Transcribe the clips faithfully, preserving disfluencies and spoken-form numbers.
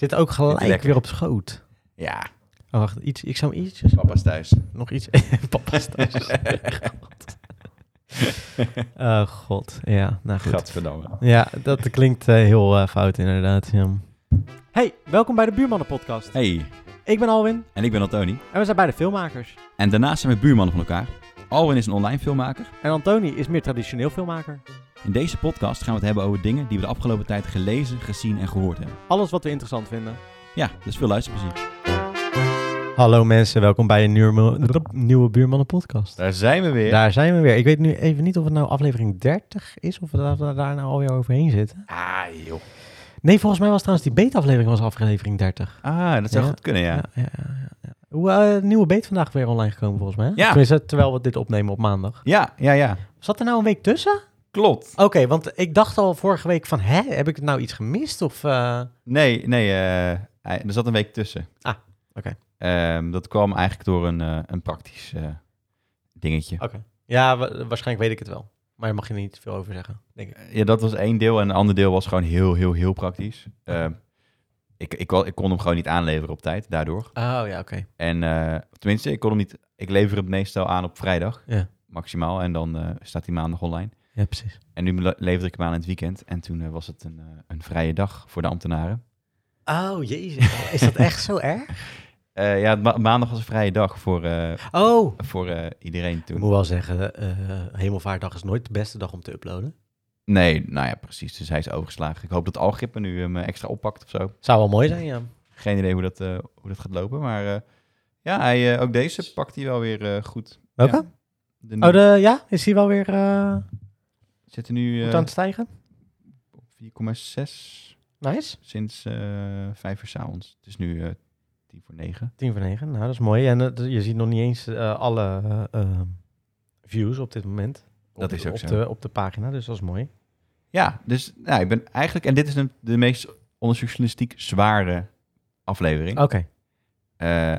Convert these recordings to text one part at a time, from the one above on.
Zit ook gelijk lekker. weer op schoot. Ja, Oh, wacht, iets, ik zou hem ietsjes... papa's thuis. Nog iets... Papa's thuis. Oh god, ja, nou goed. Gadverdamme. Ja, dat klinkt uh, heel uh, fout inderdaad, ja. Hey, welkom bij de Buurmannen podcast. Hey, Ik ben Alwin en ik ben Antoni. en we zijn beide filmmakers. En daarnaast zijn we buurmannen van elkaar. Alwin is een online filmmaker. En Antoni is meer traditioneel filmmaker. In deze podcast gaan we het hebben over dingen die we de afgelopen tijd gelezen, gezien en gehoord hebben. Alles wat we interessant vinden. Ja, dus veel luisterplezier. Hallo mensen, welkom bij een nieuwe, nieuwe Buurmannen podcast. Daar zijn we weer. Daar zijn we weer. Ik weet nu even niet of het nou aflevering dertig is of we daar, daar nou alweer overheen zitten. Ah, joh. Nee, volgens mij was trouwens die beta-aflevering was aflevering dertig. Ah, dat zou Ja. goed kunnen, ja. Ja, ja, ja, ja. Hoe uh, de nieuwe beet vandaag weer online gekomen volgens mij? hè? Ja. Tenminste, terwijl we dit opnemen op maandag. Ja, ja, ja. Zat er nou een week tussen? Klopt. Oké, want ik dacht al vorige week van, hè, heb ik nou iets gemist? Of, uh... Nee, nee, uh, hij- er zat een week tussen. Ah, oké. Um, dat kwam eigenlijk door een, uh, een praktisch uh, dingetje. Oké. Ja, wa- waarschijnlijk weet ik het wel. Maar daar mag je niet veel over zeggen, denk ik. Ja, dat was één deel en een ander deel was gewoon heel, heel, heel praktisch. Um, ik, ik, ik kon hem gewoon niet aanleveren op tijd, daardoor. Oh ja, oké. En uh, tenminste, ik kon hem niet... Ik lever het meestal aan op vrijdag, Ja. maximaal. En dan uh, staat hij maandag online. Ja, precies. En nu le- leverde ik hem aan in het weekend. En toen uh, was het een, uh, een vrije dag voor de ambtenaren. Oh, jezus. Is dat echt zo erg? Uh, ja, ma- maandag was een vrije dag voor, uh, Oh. voor uh, iedereen Ik toen. moet wel zeggen, uh, Hemelvaartdag is nooit de beste dag om te uploaden. Nee, nou ja, precies. Dus hij is overgeslagen. Ik hoop dat Algrippe nu hem uh, extra oppakt of zo. Zou wel mooi zijn, ja. Geen idee hoe dat, uh, hoe dat gaat lopen. Maar uh, ja, hij, uh, ook deze pakt hij wel weer uh, goed. Welke? Ja, de Oh, de, ja? Is hij wel weer uh, zit er nu goed uh, aan het stijgen? op vier komma zes Nice. sinds uh, vijf uur 's avonds. Het is nu uh, tien voor negen. tien voor negen, nou dat is mooi. En uh, je ziet nog niet eens uh, alle uh, uh, views op dit moment. Op Dat de, is ook op zo. De, op de pagina, dus dat is mooi. Ja, dus nou, ik ben eigenlijk... En dit is een, de meest onderzoeksjournalistiek zware aflevering. Oké. Uh,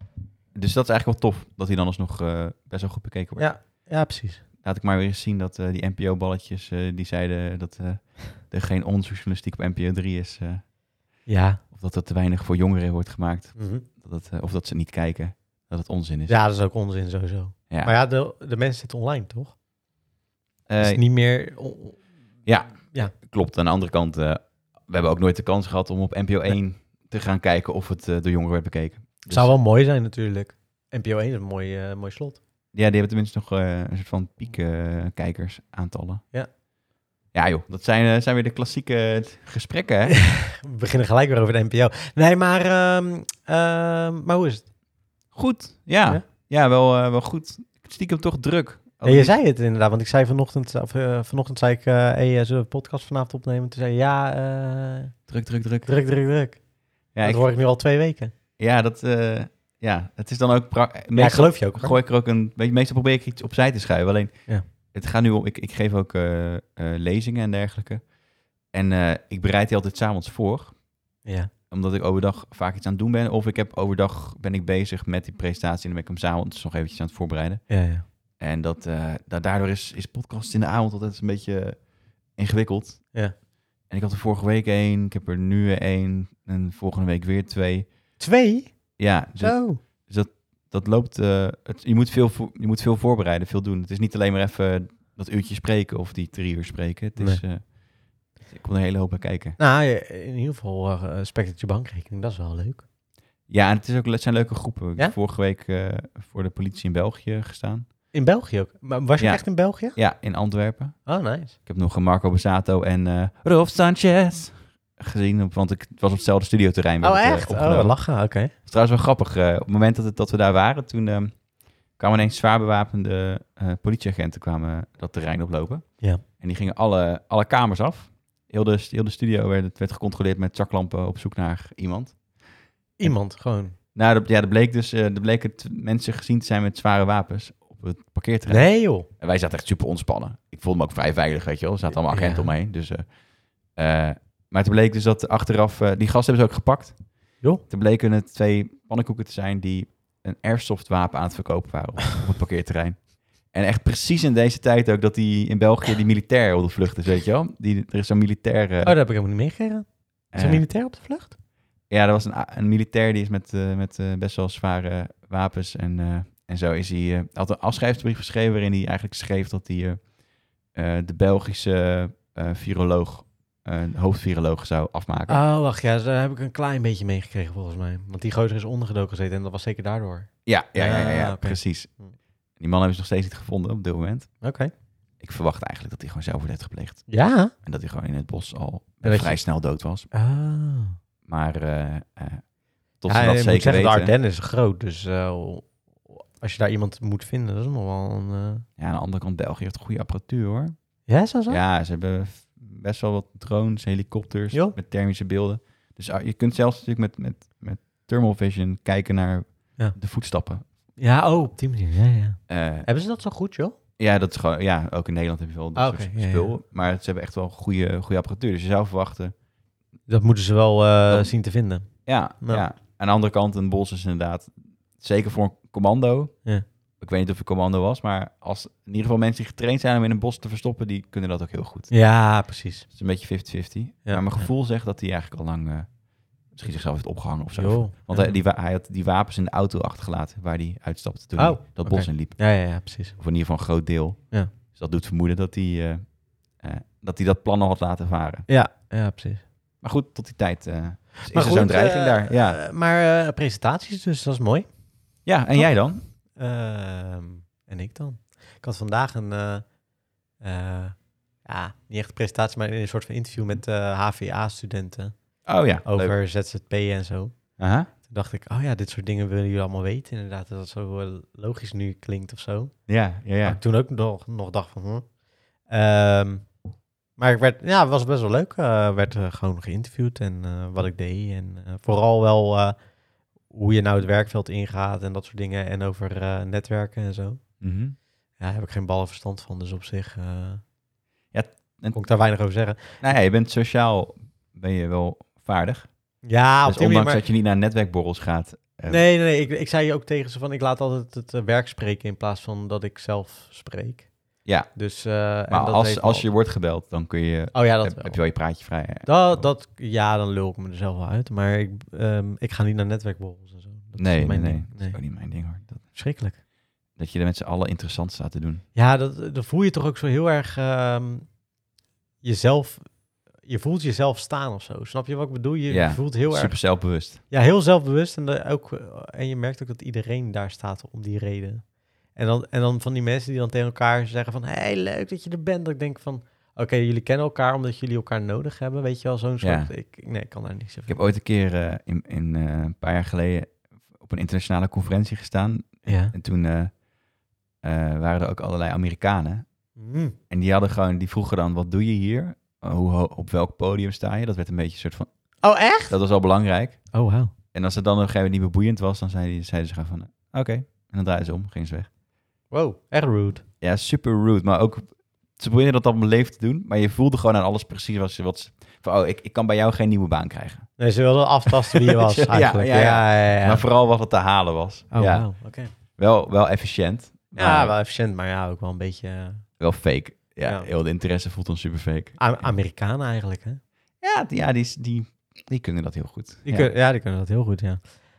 dus dat is eigenlijk wel tof, dat hij dan alsnog uh, best wel goed bekeken wordt. Ja, ja, precies. Laat ik maar weer eens zien dat uh, die N P O-balletjes, uh, die zeiden dat uh, er geen onderzoeksjournalistiek op N P O drie is. Uh, Ja. of dat er te weinig voor jongeren wordt gemaakt. Mm-hmm. Dat het, uh, of dat ze niet kijken, dat het onzin is. Ja, dat is ook onzin sowieso. Ja. Maar ja, de, de mensen zitten online, toch? Uh, Het is niet meer... o- ja, Ja. klopt. Aan de andere kant, uh, we hebben ook nooit de kans gehad om op N P O één nee. te gaan kijken of het uh, door jongeren werd bekeken. Het Dus, zou wel mooi zijn natuurlijk. N P O één is een mooi, uh, mooi slot. Ja, die hebben tenminste nog uh, een soort van piek-kijkersaantallen. Uh, ja. Ja joh, dat zijn, uh, zijn weer de klassieke uh, gesprekken, hè? We beginnen gelijk weer over de N P O. Nee, maar, um, uh, maar hoe is het? Goed, ja. Ja? Ja, wel, uh, wel goed. Stiekem toch druk. Ja, je zei het inderdaad, want ik zei vanochtend, of uh, vanochtend zei ik, uh, hey, uh, zullen we een podcast vanavond opnemen? Toen zei je, ja, uh, Druk, druk, druk. druk, druk, druk. Ja, dat ik, hoor ik nu al twee weken. ja, dat, uh, ja, het is dan ook... Pra- meestal, Ja, ik geloof je ook. Hoor. Gooi ik er ook een... Weet je, meestal probeer ik iets opzij te schuiven. Alleen, Ja. het gaat nu om... Ik, ik geef ook uh, uh, lezingen en dergelijke. En uh, ik bereid die altijd 's avonds voor. Ja. Omdat ik overdag vaak iets aan het doen ben. Of ik heb overdag ben ik bezig met die presentatie en dan ben ik hem 's avonds nog eventjes aan het voorbereiden. Ja, ja. En dat, uh, da- daardoor is, is podcast in de avond altijd een beetje ingewikkeld. Ja. En ik had er vorige week één, ik heb er nu één en volgende week weer twee. Twee? Ja, dus, Zo. dus dat, dat loopt... Uh, het, je, moet veel, vo- je moet veel voorbereiden, veel doen. Het is niet alleen maar even dat uurtje spreken of die drie uur spreken. Het is... Uh, ik kon een hele hoop bij kijken. Nou, in ieder geval uh, spekt je bankrekening, dat is wel leuk. Ja, en het, is ook, het zijn leuke groepen. Ik Ja? heb vorige week uh, voor de politie in België gestaan. In België ook? Maar was je Ja. echt in België? Ja, in Antwerpen. Oh, nice. Ik heb nog Marco Bazzato en uh, Rolf Sanchez gezien, want ik het was op hetzelfde studioterrein. Oh, werd het, echt? uh, Oh, opgenomen. lachen, oké. Okay. Het is trouwens wel grappig. Uh, op het moment dat, het, dat we daar waren, toen uh, kwamen ineens zwaar bewapende uh, politieagenten kwamen dat terrein oplopen. Ja. En die gingen alle, alle kamers af. Heel de, heel de studio werd, werd gecontroleerd met zaklampen op zoek naar iemand. Iemand, gewoon. Nou, dat, ja, er bleek dus uh, er bleken t- mensen gezien te zijn met zware wapens op het parkeerterrein. Nee, joh. En wij zaten echt super ontspannen. Ik voelde me ook vrij veilig, weet je wel. Er zaten allemaal agenten Ja. omheen. Dus, uh, uh, maar toen bleek dus dat achteraf... Uh, die gasten hebben ze ook gepakt. Joh. Toen bleken het twee pannenkoeken te zijn die een airsoftwapen aan het verkopen waren op, op het parkeerterrein. En echt precies in deze tijd ook dat die in België die militair op de vlucht is, weet je wel. Die, er is zo'n militair... Uh, Oh, dat heb ik helemaal niet meegekregen. Is er uh, militair op de vlucht? Ja, er was een, a- een militair die is met, uh, met uh, best wel zware wapens en, uh, en zo is hij... Uh, had een afschrijfsbrief geschreven waarin hij eigenlijk schreef dat hij uh, uh, de Belgische uh, viroloog, uh, hoofdviroloog zou afmaken. Oh, wacht, ja, daar heb ik een klein beetje meegekregen volgens mij. Want die gozer is ondergedoken gezeten en dat was zeker daardoor. Ja, ja, ja, ja, ja Ah, okay. precies. Die man hebben ze nog steeds niet gevonden op dit moment. Oké. Okay. Ik verwacht eigenlijk dat hij gewoon zelfmoord heeft gepleegd. Ja? En dat hij gewoon in het bos al vrij je... snel dood was. Ah. Maar uh, uh, tot ja, ze dat je zeker moet zeggen, weten... de Ardennen is groot, dus uh, als je daar iemand moet vinden, dat is nog wel een... Uh... Ja, aan de andere kant, België heeft goede apparatuur, hoor. Ja, zo zo? Ja, ze hebben best wel wat drones, helikopters, jo. met thermische beelden. Dus uh, je kunt zelfs natuurlijk met, met, met thermal vision kijken naar ja. de voetstappen. Ja, oh, op die manier, ja, ja. Uh, hebben ze dat zo goed, joh? Ja, dat is gewoon, ja, ook in Nederland heb je wel dat oh, soort okay, spul. ja, ja. Maar ze hebben echt wel goede, goede apparatuur. Dus je zou verwachten... Dat moeten ze wel uh, dat... zien te vinden. Ja, nou. ja, aan de andere kant, een bos is inderdaad... Zeker voor een commando. Ja. Ik weet niet of het commando was, maar als in ieder geval mensen die getraind zijn om in een bos te verstoppen, die kunnen dat ook heel goed. Ja, precies. Het is een beetje vijftig vijftig. Ja, maar mijn gevoel ja. zegt dat hij eigenlijk al lang... Uh, misschien zichzelf heeft opgehangen of zo. Jo, Want ja. hij, die, hij had die wapens in de auto achtergelaten waar hij uitstapte toen oh, hij dat okay. bos in liep. Ja, ja, ja, precies. Of in ieder geval een groot deel. Ja. Dus dat doet vermoeden dat hij, uh, uh, dat hij dat plan al had laten varen. Ja, ja, precies. Maar goed, tot die tijd uh, is maar er goed, zo'n dreiging uh, daar. Ja. Uh, maar uh, presentaties dus, dat is mooi. Ja, en Top. Jij dan? Uh, en ik dan? Ik had vandaag een, uh, uh, ja, niet echt een presentatie, maar een soort van interview met uh, H V A-studenten. Oh ja, over leuk. Z Z P en zo. Uh-huh. Toen dacht ik, oh ja, dit soort dingen willen jullie allemaal weten. Inderdaad, dat het zo uh, logisch nu klinkt of zo. Ja, ja, ja. Maar ik toen ook nog, nog dacht van, hm. Um, maar ik werd, ja, het was best wel leuk. Uh, werd uh, gewoon geïnterviewd en uh, wat ik deed. En uh, vooral wel uh, hoe je nou het werkveld ingaat en dat soort dingen. En over uh, netwerken en zo. Mm-hmm. Ja, daar heb ik geen ballenverstand van. Dus op zich uh, ja, en kon ik daar weinig over zeggen. Nou ja, je bent sociaal, ben je wel vaardig. Ja, dus op ondanks maar... dat je niet naar netwerkborrels gaat. Uh... Nee, nee, nee. Ik, ik zei ook tegen ze van, ik laat altijd het uh, werk spreken in plaats van dat ik zelf spreek. Ja, dus, uh, maar en dat als, als al... je wordt gebeld, dan kun je, oh, ja, dat heb, wel. heb je wel je praatje vrij. Ja. Dat, dat, ja, dan lul ik me er zelf wel uit. Maar ik, um, ik ga niet naar netwerkborrels en zo. Dat nee, is mijn nee, ding. nee, dat is ook niet mijn ding hoor. Dat... Schrikkelijk. Dat je er met z'n allen interessant staat te doen. Ja, dat, dat voel je toch ook zo heel erg um, jezelf... Je voelt jezelf staan of zo. Snap je wat ik bedoel? Je ja, voelt heel super erg... zelfbewust. Ja, heel zelfbewust. En, de, ook, en je merkt ook dat iedereen daar staat om die reden. En dan, en dan van die mensen die dan tegen elkaar zeggen van... Hey, leuk dat je er bent. Dat ik denk van... Oké, okay, jullie kennen elkaar omdat jullie elkaar nodig hebben. Weet je wel, zo'n soort... Ja. Ik, nee, ik kan daar niet zo Ik heb ooit een keer uh, in, in, uh, een paar jaar geleden... op een internationale conferentie gestaan. Ja. En toen uh, uh, waren er ook allerlei Amerikanen. Mm. En die hadden gewoon... Die vroegen dan, wat doe je hier? Uh, hoe, op welk podium sta je? Dat werd een beetje een soort van... Oh, echt? Dat was al belangrijk. Oh, wow. En als het dan op een gegeven moment niet meer boeiend was... dan zeiden, zeiden ze gewoon van... Oké. Okay. En dan draaiden ze om, gingen ze weg. Wow, echt rude. Ja, super rude. Maar ook... Ze probeerden dat op mijn leven te doen... maar je voelde gewoon aan alles precies wat ze... Wat ze van, oh, ik, ik kan bij jou geen nieuwe baan krijgen. Nee, ze wilden aftasten wie je was eigenlijk. ja, ja, ja. Ja, ja, ja. Maar vooral wat er te halen was. Oh, ja. wow, oké. Okay. Wel, wel efficiënt. Ja, wel efficiënt, maar ja, ook wel een beetje... Uh... Wel fake. Ja, ja, heel de interesse voelt dan super fake. A- Amerikanen eigenlijk, hè? Ja, die, ja die, die, die kunnen dat heel goed. Die ja. Kun, ja, die kunnen dat heel goed, ja.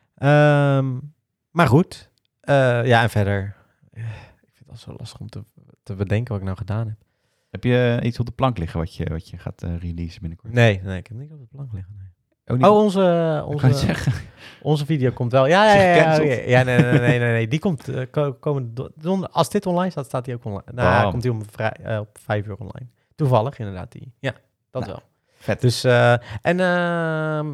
Um, maar goed. Uh, ja, en verder... Uh, ik vind het al zo lastig om te, te bedenken wat ik nou gedaan heb. Heb je iets op de plank liggen wat je, wat je gaat uh, releasen binnenkort? Nee, nee, ik heb niks op de plank liggen, nee. Oh, niet oh, onze, onze, onze video komt wel. Ja, ja, ja, ja, ja, ja nee, nee, nee, nee, nee. Die komt uh, komen don, als dit online staat, staat die ook online. Nou, wow. Komt die om vrij, uh, op vijf uur online. Toevallig, inderdaad, die. Ja, dat nou, wel. Vet. Dus, uh, en uh,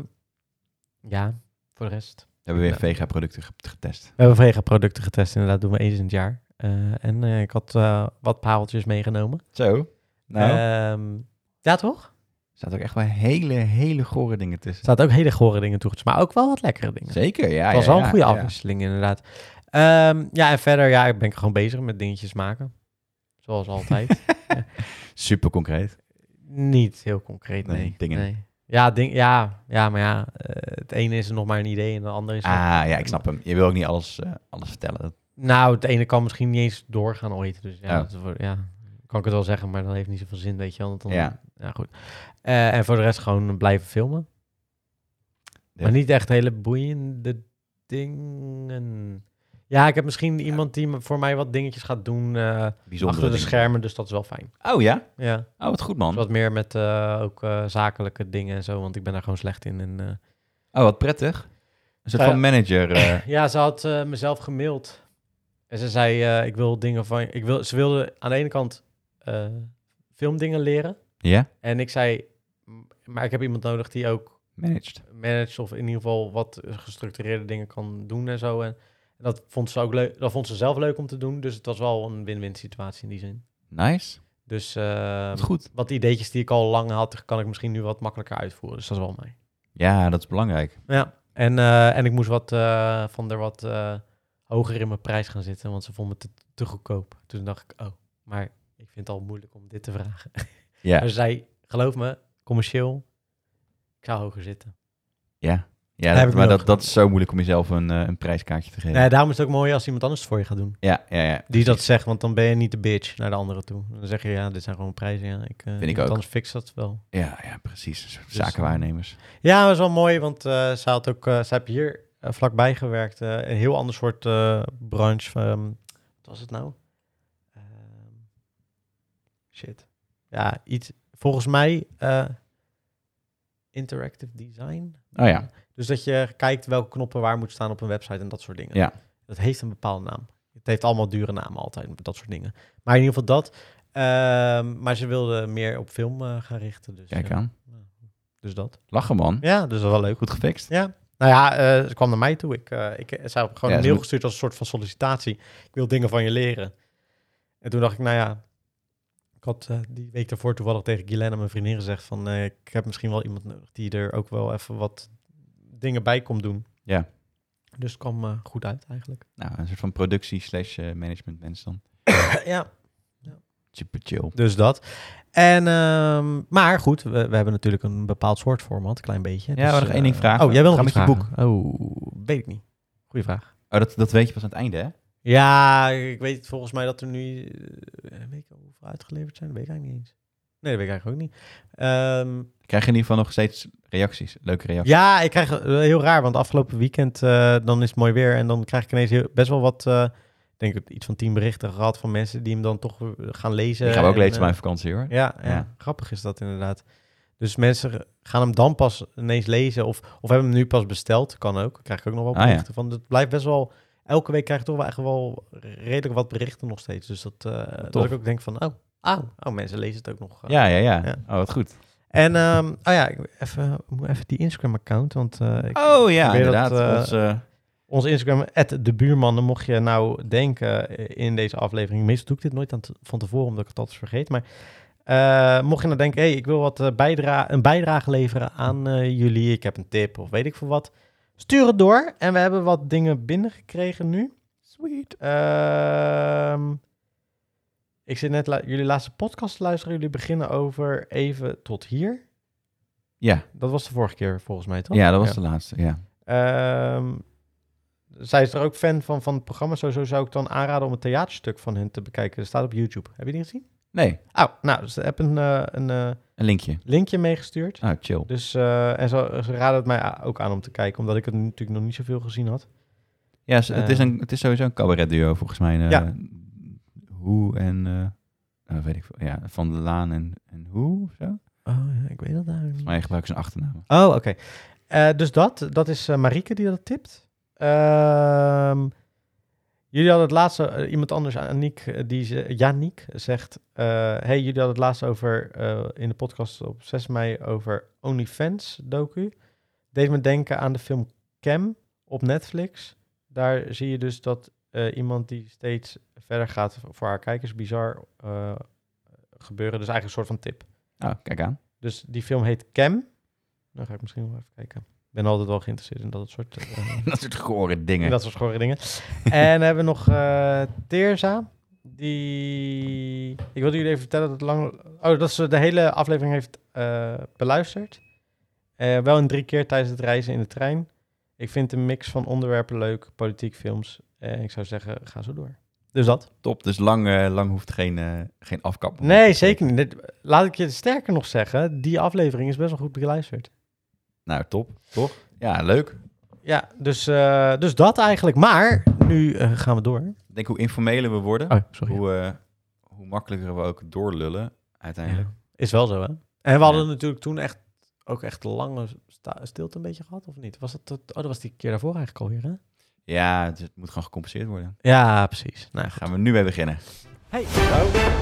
ja, voor de rest. We hebben weer nou, vega-producten getest. We hebben vega-producten getest, inderdaad, doen we eens in het jaar. Uh, en uh, ik had uh, wat pareltjes meegenomen. Zo, nou. Um, ja, toch? Er staat ook echt wel hele, hele gore dingen tussen. Er staat ook hele gore dingen tussen, maar ook wel wat lekkere dingen. Zeker, ja. Het was ja, wel een goede ja, afwisseling, ja. inderdaad. Um, ja, en verder, ja, ik ben gewoon bezig met dingetjes maken. Zoals altijd. ja. Super concreet. Niet heel concreet, nee. nee dingen. Nee. Ja, ding, ja, ja, maar ja, uh, het ene is nog maar een idee en de andere is... Ah, ja, ik snap hem. Je wil ook niet alles, uh, alles vertellen. Nou, het ene kan misschien niet eens doorgaan ooit. Dus ja, oh. dat, ja, kan ik het wel zeggen, maar dat heeft niet zoveel zin, weet je wel. Dan, ja. ja, goed. Uh, en voor de rest gewoon blijven filmen. Maar niet echt hele boeiende dingen. Ja, ik heb misschien ja. iemand die me, voor mij wat dingetjes gaat doen uh, achter de dingen. schermen, dus dat is wel fijn. Oh ja? Ja. Oh, wat goed, man. Dus wat meer met uh, ook uh, zakelijke dingen en zo, want ik ben daar gewoon slecht in. En, uh, oh, wat prettig. Een soort van manager. Uh... ja, ze had uh, mezelf gemaild. En ze zei, uh, ik wil dingen van... Ik wil, ze wilde aan de ene kant uh, filmdingen leren. Ja? En ik zei, maar ik heb iemand nodig die ook... Managed. Managed of in ieder geval wat gestructureerde dingen kan doen en zo. En, en dat vond ze ook leuk. Dat vond ze zelf leuk om te doen. Dus het was wel een win-win situatie in die zin. Nice. Dus uh, goed. Wat ideetjes die ik al lang had, kan ik misschien nu wat makkelijker uitvoeren. Dus dat is wel mij. Ja, dat is belangrijk. Ja. En, uh, en ik moest wat uh, van er wat uh, hoger in mijn prijs gaan zitten, want ze vonden me te, te goedkoop. Toen dacht ik, oh, maar ik vind het al moeilijk om dit te vragen. Ja. Dus zei, geloof me, commercieel, ik zou hoger zitten. Ja, ja dat, maar dat, dat is zo moeilijk om jezelf een, uh, een prijskaartje te geven. Nee, daarom is het ook mooi als iemand anders het voor je gaat doen. Ja, ja, ja. Die precies. Dat zegt, want dan ben je niet de bitch naar de andere toe. Dan zeg je, ja, dit zijn gewoon prijzen. Ja, ik, uh, vind ik ook. Anders fix dat wel. Ja, ja, precies. Zakenwaarnemers. Dus, ja, dat was wel mooi, want uh, ze had ook, uh, ze heeft hier uh, vlakbij gewerkt. Uh, een heel ander soort uh, branche. Um, wat was het nou? Uh, shit. Ja, iets, volgens mij uh, interactive design. Oh ja. Dus dat je kijkt welke knoppen waar moeten staan op een website en dat soort dingen. Ja. Dat heeft een bepaalde naam. Het heeft allemaal dure namen altijd, dat soort dingen. Maar in ieder geval dat. Uh, maar ze wilde meer op film uh, gaan richten. Dus, Kijk aan. Uh, dus dat. Lachen, man. Ja, dus dat was wel leuk. Goed gefixt. Ja. Nou ja, uh, ze kwam naar mij toe. Ik, uh, ik ze had gewoon ja, een mail moet... gestuurd als een soort van sollicitatie. Ik wil dingen van je leren. En toen dacht ik, nou ja, ik had uh, die week daarvoor toevallig tegen Guylaine, mijn vriendin, gezegd van, uh, ik heb misschien wel iemand nodig die er ook wel even wat dingen bij komt doen. Ja. Dus het kwam uh, goed uit eigenlijk. Nou, een soort van productie slash uh, management mens dan. Ja. ja. Super chill. Dus dat. En, um, maar goed, we, we hebben natuurlijk een bepaald soort format, een klein beetje. Ja, dus, we nog uh, één ding vragen. Oh, jij wil nog met je boek? Oh, weet ik niet. Goeie vraag. Oh, dat, dat weet je pas aan het einde, hè? Ja, ik weet volgens mij dat er nu... Uh, weet ik hoeveel uitgeleverd zijn? Dat weet ik eigenlijk niet eens. Nee, dat weet ik eigenlijk ook niet. Um, krijg je in ieder geval nog steeds reacties? Leuke reacties? Ja, ik krijg uh, heel raar, want afgelopen weekend uh, dan is het mooi weer. En dan krijg ik ineens heel, best wel wat... Uh, ik denk iets van tien berichten gehad van mensen die hem dan toch gaan lezen. Ik ga ook en, lezen uh, mijn vakantie, hoor. Ja, ja, ja, grappig is dat inderdaad. Dus mensen gaan hem dan pas ineens lezen of, of hebben hem nu pas besteld. Kan ook. Krijg ik ook nog wel berichten ah, ja. van. Het blijft best wel... Elke week krijg ik toch wel echt wel redelijk wat berichten nog steeds. Dus dat, uh, dat ik ook denk van... Oh, oh, oh, mensen lezen het ook nog. Uh, ja, ja, ja, ja. Oh, wat goed. En, um, oh ja, ik even, even die Instagram-account. Want, uh, ik, oh ja, inderdaad. Dat, uh, ons, uh... ons Instagram, at de buurman. Mocht je nou denken in deze aflevering... Meestal doe ik dit nooit aan t- van tevoren, omdat ik het altijd vergeet. Maar uh, mocht je nou denken... Hey, ik wil wat uh, bijdra- een bijdrage leveren aan uh, jullie. Ik heb een tip of weet ik veel wat... Stuur het door. En we hebben wat dingen binnengekregen nu. Sweet. Uh, ik zit net la- jullie laatste podcast te luisteren. Jullie beginnen over even tot hier. Ja. Dat was de vorige keer volgens mij, toch? Ja, dat was ja. de laatste, ja. Uh, zij is er ook fan van, van het programma. Sowieso zou ik dan aanraden om een theaterstuk van hen te bekijken. Dat staat op YouTube. Heb je die gezien? Nee. Oh, nou, ze hebben een... Uh, een uh, Een linkje. Linkje meegestuurd. Ah, chill. Dus, uh, en zo, ze raden het mij ook aan om te kijken, omdat ik het natuurlijk nog niet zoveel gezien had. Ja, het, uh, is, een, het is sowieso een cabaretduo volgens mij. Uh, ja. Hoe en... Uh, uh, weet ik veel. Ja, Van der Laan en, en Hoe of zo. Oh, ja, ik weet dat eigenlijk niet. Maar je gebruikt zijn achternaam. Oh, oké. Okay. Uh, dus dat, dat is uh, Marieke die dat tipt. Uh, jullie hadden het laatste, uh, iemand anders, Aniek, die ze, Janiek, zegt... Uh, hey, jullie hadden het laatst over, uh, in de podcast op zes mei, over OnlyFans docu. Deed me denken aan de film Cam op Netflix. Daar zie je dus dat uh, iemand die steeds verder gaat voor haar kijkers, bizar uh, gebeuren. Dus eigenlijk een soort van tip. Oh, kijk aan. Dus die film heet Cam. Dan ga ik misschien wel even kijken. Ik ben altijd wel geïnteresseerd in dat soort... Uh, dat soort gore dingen. Dat soort gore dingen. En dan hebben we nog uh, Teerza. Die... Ik wilde jullie even vertellen dat het lang... Oh, dat ze de hele aflevering heeft uh, beluisterd. Uh, wel in drie keer tijdens het reizen in de trein. Ik vind een mix van onderwerpen leuk. Politiek, films. En uh, ik zou zeggen, ga zo door. Dus dat. Top, dus lang, uh, lang hoeft geen, uh, geen afkap. Nee, zeker niet. Laat ik je sterker nog zeggen. Die aflevering is best wel goed beluisterd. Nou, top. Toch? Ja, leuk. Ja, dus, uh, dus dat eigenlijk. Maar nu uh, gaan we door. Ik denk hoe informeler we worden, oh, sorry. Hoe, uh, hoe makkelijker we ook doorlullen uiteindelijk. Ja, is wel zo, hè? En we hadden ja. natuurlijk toen echt ook echt lange sta- stilte een beetje gehad, of niet? Was dat, oh, dat was die keer daarvoor eigenlijk alweer, hè? Ja, het, het moet gewoon gecompenseerd worden. Ja, precies. Nou, Daar gaan we nu mee beginnen. Hey. Oh.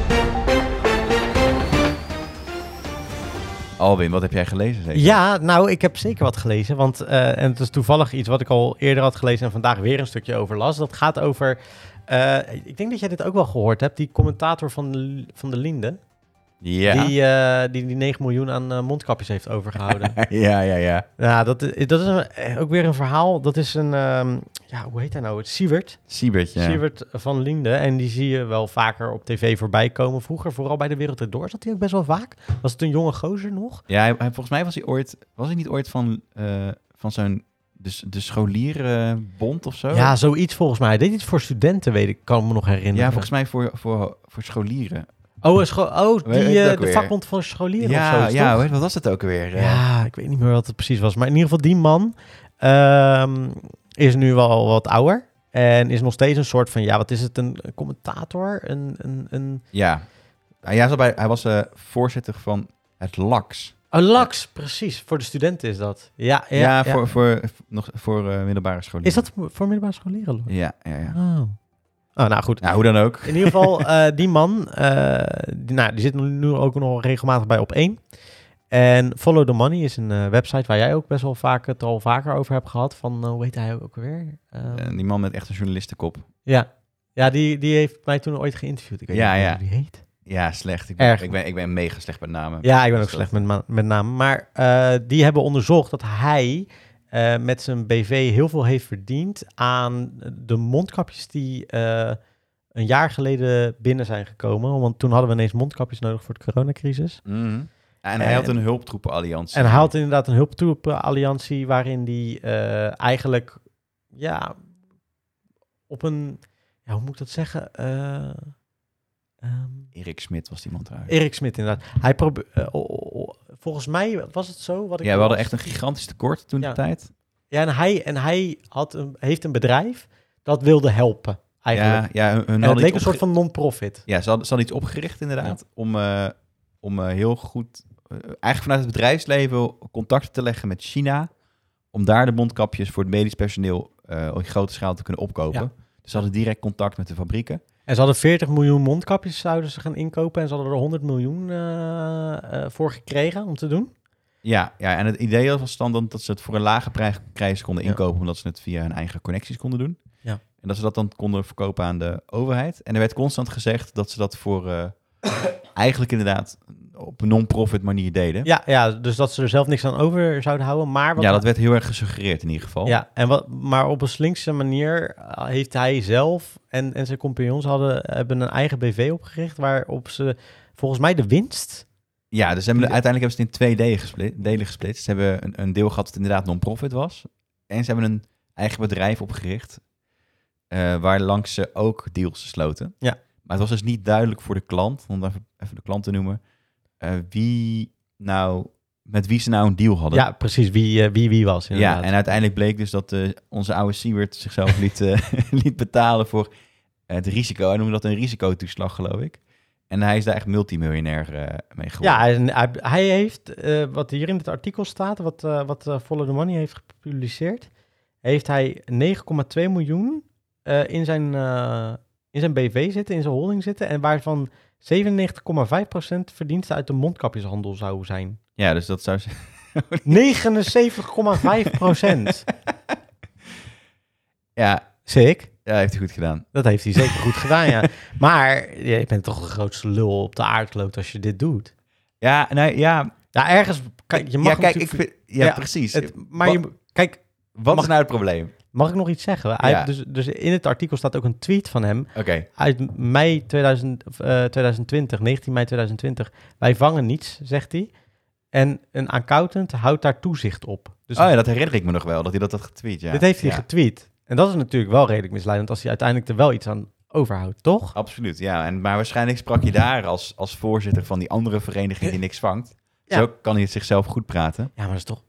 Alwin, wat heb jij gelezen? Zeker? Ja, nou, ik heb zeker wat gelezen. Want, uh, en het is toevallig iets wat ik al eerder had gelezen en vandaag weer een stukje over las. Dat gaat over, uh, ik denk dat jij dit ook wel gehoord hebt, die commentator van de, van de Linde. Ja. Die, uh, die die negen miljoen aan uh, mondkapjes heeft overgehouden. ja, ja, ja. Ja, dat, dat is een, ook weer een verhaal. Dat is een, um, ja, hoe heet hij nou? Het Siewert. Siewert, ja. Siewert van Linde. En die zie je wel vaker op tv voorbij komen. Vroeger, vooral bij de Wereld Erdoor, zat hij ook best wel vaak. Was het een jonge gozer nog? Ja, hij, hij, volgens mij was hij ooit, was hij niet ooit van, uh, van zo'n, de, de scholierenbond of zo? Ja, zoiets volgens mij. Hij deed iets voor studenten, weet ik, kan me nog herinneren. Ja, volgens mij voor, voor, voor scholieren. Oh, scho- oh die, uh, de weer? vakbond van scholieren ja, of zo. Ja, weet, wat was het ook weer? Ja, ik weet niet meer wat het precies was. Maar in ieder geval, die man uh, is nu wel wat ouder. En is nog steeds een soort van, ja, wat is het? Een, een commentator? Een, een, een... Ja, hij was, bij, hij was uh, voorzitter van het L A X. Oh, L A X, precies. Voor de studenten is dat. Ja, ja, ja, ja. Voor, voor, nog, voor uh, middelbare scholieren. Is dat voor middelbare scholieren? Ja, ja, ja. Oh. Oh, nou goed. Nou, hoe dan ook. In ieder geval, uh, die man, uh, die, nou, die zit nu ook nog regelmatig bij Op één. En Follow the Money is een uh, website waar jij ook best wel vaak het al vaker over hebt gehad. Van, uh, hoe heet hij ook alweer? Um, uh, die man met echt een journalistenkop. Ja, ja die, die heeft mij toen ooit geïnterviewd. Ik weet ja, niet ja. hoe die heet. Ja, slecht. Ik ben, ik ben, ik ben mega slecht met namen. Ja, ik ben ook slecht met, ma- met namen. Maar uh, die hebben onderzocht dat hij... Uh, met zijn B V heel veel heeft verdiend aan de mondkapjes die uh, een jaar geleden binnen zijn gekomen. Want toen hadden we ineens mondkapjes nodig voor de coronacrisis. Mm-hmm. En hij en, had een hulptroepenalliantie. En hij had inderdaad een hulptroepenalliantie waarin die uh, eigenlijk, ja, op een, ja, hoe moet ik dat zeggen? Uh, um, Erik Smit was die man trouwens. Erik Smit, inderdaad. Hij probe- uh, oh, oh, oh, volgens mij was het zo. Wat ik ja, we hadden echt een gigantisch tekort toen ja. de tijd. Ja, en hij, en hij had een, heeft een bedrijf dat wilde helpen, eigenlijk. Ja, ja, hun, hun en het leek een opge- soort van non-profit. Ja, ze hadden, ze hadden iets opgericht inderdaad, ja. om, uh, om uh, heel goed, uh, eigenlijk vanuit het bedrijfsleven contacten te leggen met China, om daar de mondkapjes voor het medisch personeel uh, op grote schaal te kunnen opkopen. Ja. Dus ze hadden direct contact met de fabrieken. En ze hadden veertig miljoen mondkapjes zouden ze gaan inkopen en ze hadden er honderd miljoen uh, uh, voor gekregen om te doen. Ja, ja, en het idee was dan dat ze het voor een lage prijs, prijs konden inkopen, ja. omdat ze het via hun eigen connecties konden doen. Ja. En dat ze dat dan konden verkopen aan de overheid. En er werd constant gezegd dat ze dat voor uh, eigenlijk inderdaad op een non-profit manier deden. Ja, ja, dus dat ze er zelf niks aan over zouden houden. Maar wat ja, dat werd heel erg gesuggereerd in ieder geval. Ja, en wat, maar op een slinkse manier heeft hij zelf en, en zijn compagnons hadden, hebben een eigen B V opgericht, waarop ze volgens mij de winst... Ja, dus hebben de, uiteindelijk hebben ze het in twee delen gesplit. Delen gesplit. Ze hebben een, een deel gehad dat inderdaad non-profit was. En ze hebben een eigen bedrijf opgericht, uh, waar langs ze ook deals sloten. Ja. Maar het was dus niet duidelijk voor de klant, om even, even de klant te noemen, uh, wie nou, met wie ze nou een deal hadden. Ja, precies, wie uh, wie, wie was. Inderdaad. Ja, en uiteindelijk bleek dus dat uh, onze oude Siewert zichzelf liet, uh, liet betalen voor uh, het risico. Hij noemde dat een risicotoeslag, geloof ik. En hij is daar echt multimiljonair uh, mee geworden. Ja, hij, hij, hij heeft, uh, wat hier in het artikel staat, wat, uh, wat uh, Follow the Money heeft gepubliceerd, heeft hij negen komma twee miljoen uh, in, zijn, uh, in zijn B V zitten, in zijn holding zitten, en waarvan zevenennegentig komma vijf procent verdiensten uit de mondkapjeshandel zou zijn. Ja, dus dat zou... negenenzeventig komma vijf procent. Ja. Sick. Ja, heeft hij goed gedaan. Dat heeft hij zeker goed gedaan, ja. Maar je bent toch de grootste lul op de aardkloot als je dit doet. Ja, nee, ja. Ja, ergens... Kijk, je mag ja, kijk, ik vind, ja, ja, precies. Het, maar je, kijk... Wat mag, is nou het probleem? Mag ik nog iets zeggen? Hij, ja. dus, dus in het artikel staat ook een tweet van hem. Okay. Uit mei tweeduizend, uh, tweeduizend twintig, negentien mei tweeduizend twintig. Wij vangen niets, zegt hij. En een accountant houdt daar toezicht op. Dus oh ja, dat herinner ik me nog wel, dat hij dat had getweet. Ja. Dit heeft hij ja. getweet. En dat is natuurlijk wel redelijk misleidend als hij uiteindelijk er wel iets aan overhoudt, toch? Absoluut, ja. En, maar waarschijnlijk sprak je daar als, als voorzitter van die andere vereniging die niks vangt. Ja. Zo kan hij het zichzelf goed praten. Ja, maar dat is toch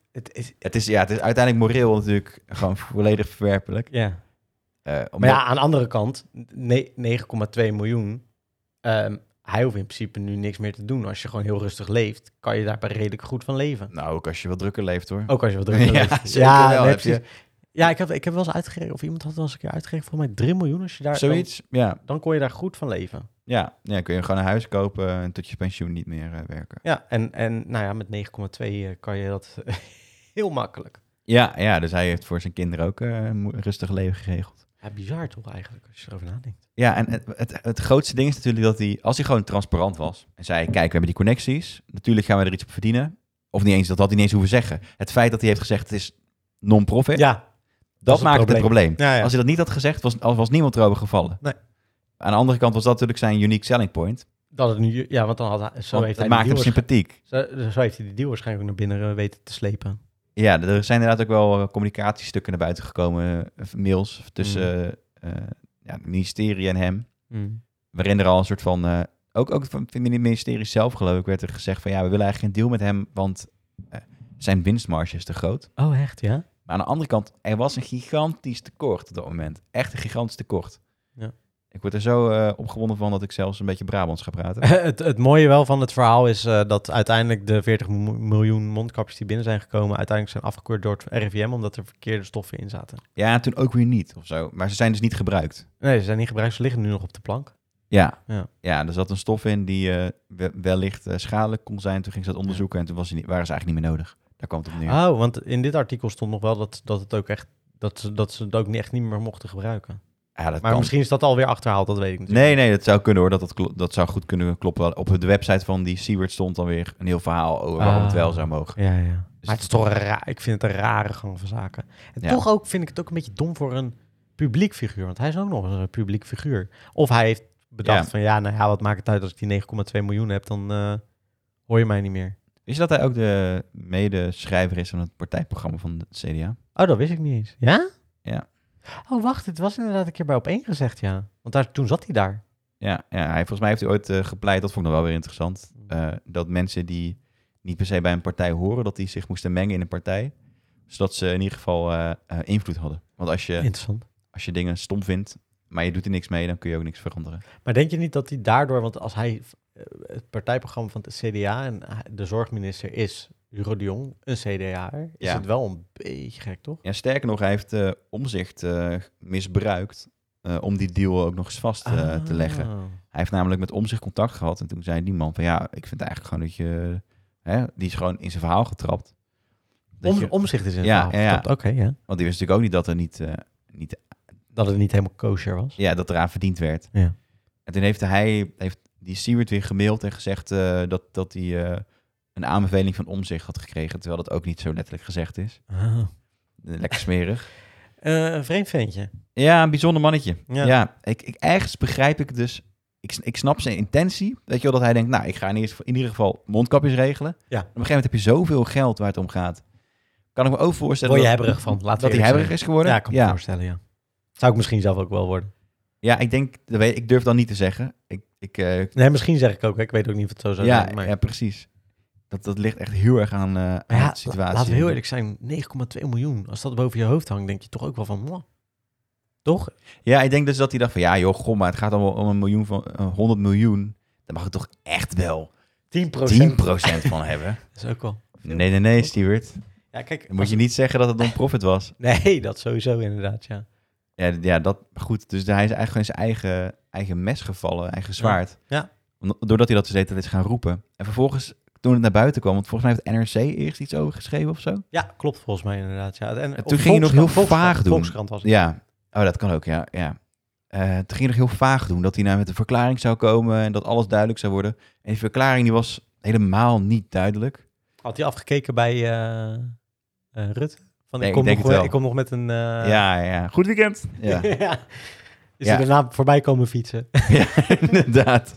het is... Het is, ja, het is uiteindelijk moreel natuurlijk gewoon volledig verwerpelijk. Ja. Uh, omdat... Maar ja, aan de andere kant, ne- negen komma twee miljoen... Um, hij hoeft in principe nu niks meer te doen. Als je gewoon heel rustig leeft, kan je daar redelijk goed van leven. Nou, ook als je wat drukker leeft, hoor. Ook als je wat drukker ja, leeft. Zeker ja, wel, nee, heb je... Ja, ik heb, ik heb wel eens uitgerekend, of iemand had wel eens een keer uitgerekend, volgens mij drie miljoen als je daar... Zoiets, dan, ja. Dan kon je daar goed van leven. Ja, ja, kun je gewoon een huis kopen en tot je pensioen niet meer uh, werken. Ja, en, en nou ja, met negen komma twee uh, kan je dat uh, heel makkelijk. Ja, ja, dus hij heeft voor zijn kinderen ook uh, een rustig leven geregeld. Ja, bizar toch eigenlijk, als je erover nadenkt. Ja, en het, het, het grootste ding is natuurlijk dat hij, als hij gewoon transparant was en zei, kijk, we hebben die connecties, natuurlijk gaan we er iets op verdienen. Of niet eens, dat had hij niet eens hoeven zeggen. Het feit dat hij heeft gezegd, het is non-profit, ja, dat, dat maakt het, het probleem. Ja, ja. Als hij dat niet had gezegd, was, was niemand erover gevallen. Nee. Aan de andere kant was dat natuurlijk zijn unique selling point. Dat het nu, ja, want dan had hij, zo Want heeft het hij maakt hem sympathiek. Zo, zo heeft hij die deal waarschijnlijk ook naar binnen weten te slepen. Ja, er zijn inderdaad ook wel communicatiestukken naar buiten gekomen, mails tussen mm. uh, ja, het ministerie en hem, mm. waarin er al een soort van, uh, ook, ook van het ministerie zelf geloof ik, werd er gezegd van ja, we willen eigenlijk geen deal met hem, want uh, zijn winstmarge is te groot. Oh, echt, ja? Maar aan de andere kant, er was een gigantisch tekort op dat moment. Echt een gigantisch tekort. Ja. Ik word er zo uh, opgewonden van dat ik zelfs een beetje Brabants ga praten. het, het mooie wel van het verhaal is uh, dat uiteindelijk de veertig miljoen mondkapjes die binnen zijn gekomen, uiteindelijk zijn afgekeurd door het R I V M, omdat er verkeerde stoffen in zaten. Ja, en toen ook weer niet of zo. Maar ze zijn dus niet gebruikt. Nee, ze zijn niet gebruikt. Ze liggen nu nog op de plank. Ja, ja. ja er zat een stof in die uh, wellicht uh, schadelijk kon zijn. Toen ging ze dat onderzoeken ja. en toen was niet, waren ze eigenlijk niet meer nodig. Daar kwam het op neer. Oh, want in dit artikel stond nog wel dat, dat het ook echt dat ze, dat ze het ook echt niet meer mochten gebruiken. Ja, dat maar kan. Misschien is dat alweer achterhaald, dat weet ik natuurlijk. Nee, nee, dat zou kunnen hoor. Dat, dat, klo- dat zou goed kunnen kloppen. Op de website van die Siewert stond dan weer een heel verhaal over waarom ah, het wel zou mogen. Ja, ja. Dus maar het is toch raar. Ik vind het een rare gang van zaken. En ja. toch ook vind ik het ook een beetje dom voor een publiek figuur. Want hij is ook nog een publiek figuur. Of hij heeft bedacht ja. van ja, nou ja, wat maakt het uit als ik die negen komma twee miljoen heb, dan uh, hoor je mij niet meer. Wist je dat hij ook de medeschrijver is van het partijprogramma van de C D A? Oh, dat wist ik niet eens. Ja? Ja. Oh, wacht, het was inderdaad een keer bij Opeen gezegd, ja. Want daar, toen zat hij daar. Ja, ja hij, volgens mij heeft hij ooit uh, gepleit, dat vond ik nog wel weer interessant, uh, dat mensen die niet per se bij een partij horen, dat die zich moesten mengen in een partij, zodat ze in ieder geval uh, uh, invloed hadden. Want als je, Interessant. als je dingen stom vindt, maar je doet er niks mee, dan kun je ook niks veranderen. Maar denk je niet dat hij daardoor, want als hij uh, het partijprogramma van het C D A en de zorgminister is Hugo de Jong, een C D A'er, is ja. het wel een beetje gek, toch? Ja, sterker nog, hij heeft uh, Omzicht uh, misbruikt uh, om die deal ook nog eens vast uh, ah. te leggen. Hij heeft namelijk met Omzicht contact gehad en toen zei die man van ja, ik vind eigenlijk gewoon dat je, hè, die is gewoon in zijn verhaal getrapt. Om, je, Omzicht is in ja, verhaal ja, getrapt, ja. Oké, okay, ja. Want die wist natuurlijk ook niet dat er niet, uh, niet... Dat het niet helemaal kosher was? Ja, dat eraan verdiend werd. Ja. En toen heeft hij, heeft die Siewert weer gemaild en gezegd uh, dat, dat hij... Uh, een aanbeveling van Omzicht had gekregen, terwijl dat ook niet zo letterlijk gezegd is. Oh. Lekker smerig. Uh, een vreemd ventje. Ja, een bijzonder mannetje. Ja, ja ik, ik, ergens begrijp ik dus... Ik, ik snap zijn intentie. Weet je wel, dat hij denkt, nou, ik ga in ieder, in ieder geval mondkapjes regelen. Ja. Op een gegeven moment heb je zoveel geld waar het om gaat. Kan ik me ook voorstellen... Word je dat, hebberig van. Laat dat hij hebberig is geworden? Ja, ik kan me ja. voorstellen, ja. Zou ik misschien zelf ook wel worden. Ja, ik denk... Dat weet, ik durf dan niet te zeggen. Ik, ik, uh, nee, misschien zeg ik ook. Ik weet ook niet of het zo zou ja, zijn. Maar... Ja, precies. Dat, dat ligt echt heel erg aan, uh, aan ja, de situatie. Laten we heel eerlijk zijn, negen komma twee miljoen. Als dat boven je hoofd hangt, denk je toch ook wel van... Mwah. Toch? Ja, ik denk dus dat hij dacht van... Ja joh, goh, maar het gaat allemaal om een miljoen van... Uh, honderd miljoen. Daar mag ik toch echt wel... tien procent, tien procent van hebben. Dat is ook wel... Nee, nee, nee, Stuart. Ja, kijk... Dan moet je niet zeggen dat het non-profit was. Nee, dat sowieso inderdaad, ja. Ja, ja dat... Goed, dus hij is eigenlijk gewoon zijn eigen, eigen mes gevallen. Eigen zwaard. Ja. ja. Doordat hij dat dus deed, dat is gaan roepen. En vervolgens... Toen het naar buiten kwam, want volgens mij heeft N R C eerst iets over geschreven of zo. Ja, klopt volgens mij inderdaad. Ja. En, en toen ging je nog heel vaag doen. Volkskrant was het. Ja, oh, dat kan ook, ja. ja. Uh, toen ging je nog heel vaag doen, dat hij nou met een verklaring zou komen en dat alles duidelijk zou worden. En die verklaring die was helemaal niet duidelijk. Had hij afgekeken bij uh, uh, Rutte? Van, nee, ik, kom ik, nog, ik kom nog met een... Uh... Ja, ja. Goed weekend. Ja. ja. Is ja. er daarna voorbij komen fietsen? Ja, inderdaad.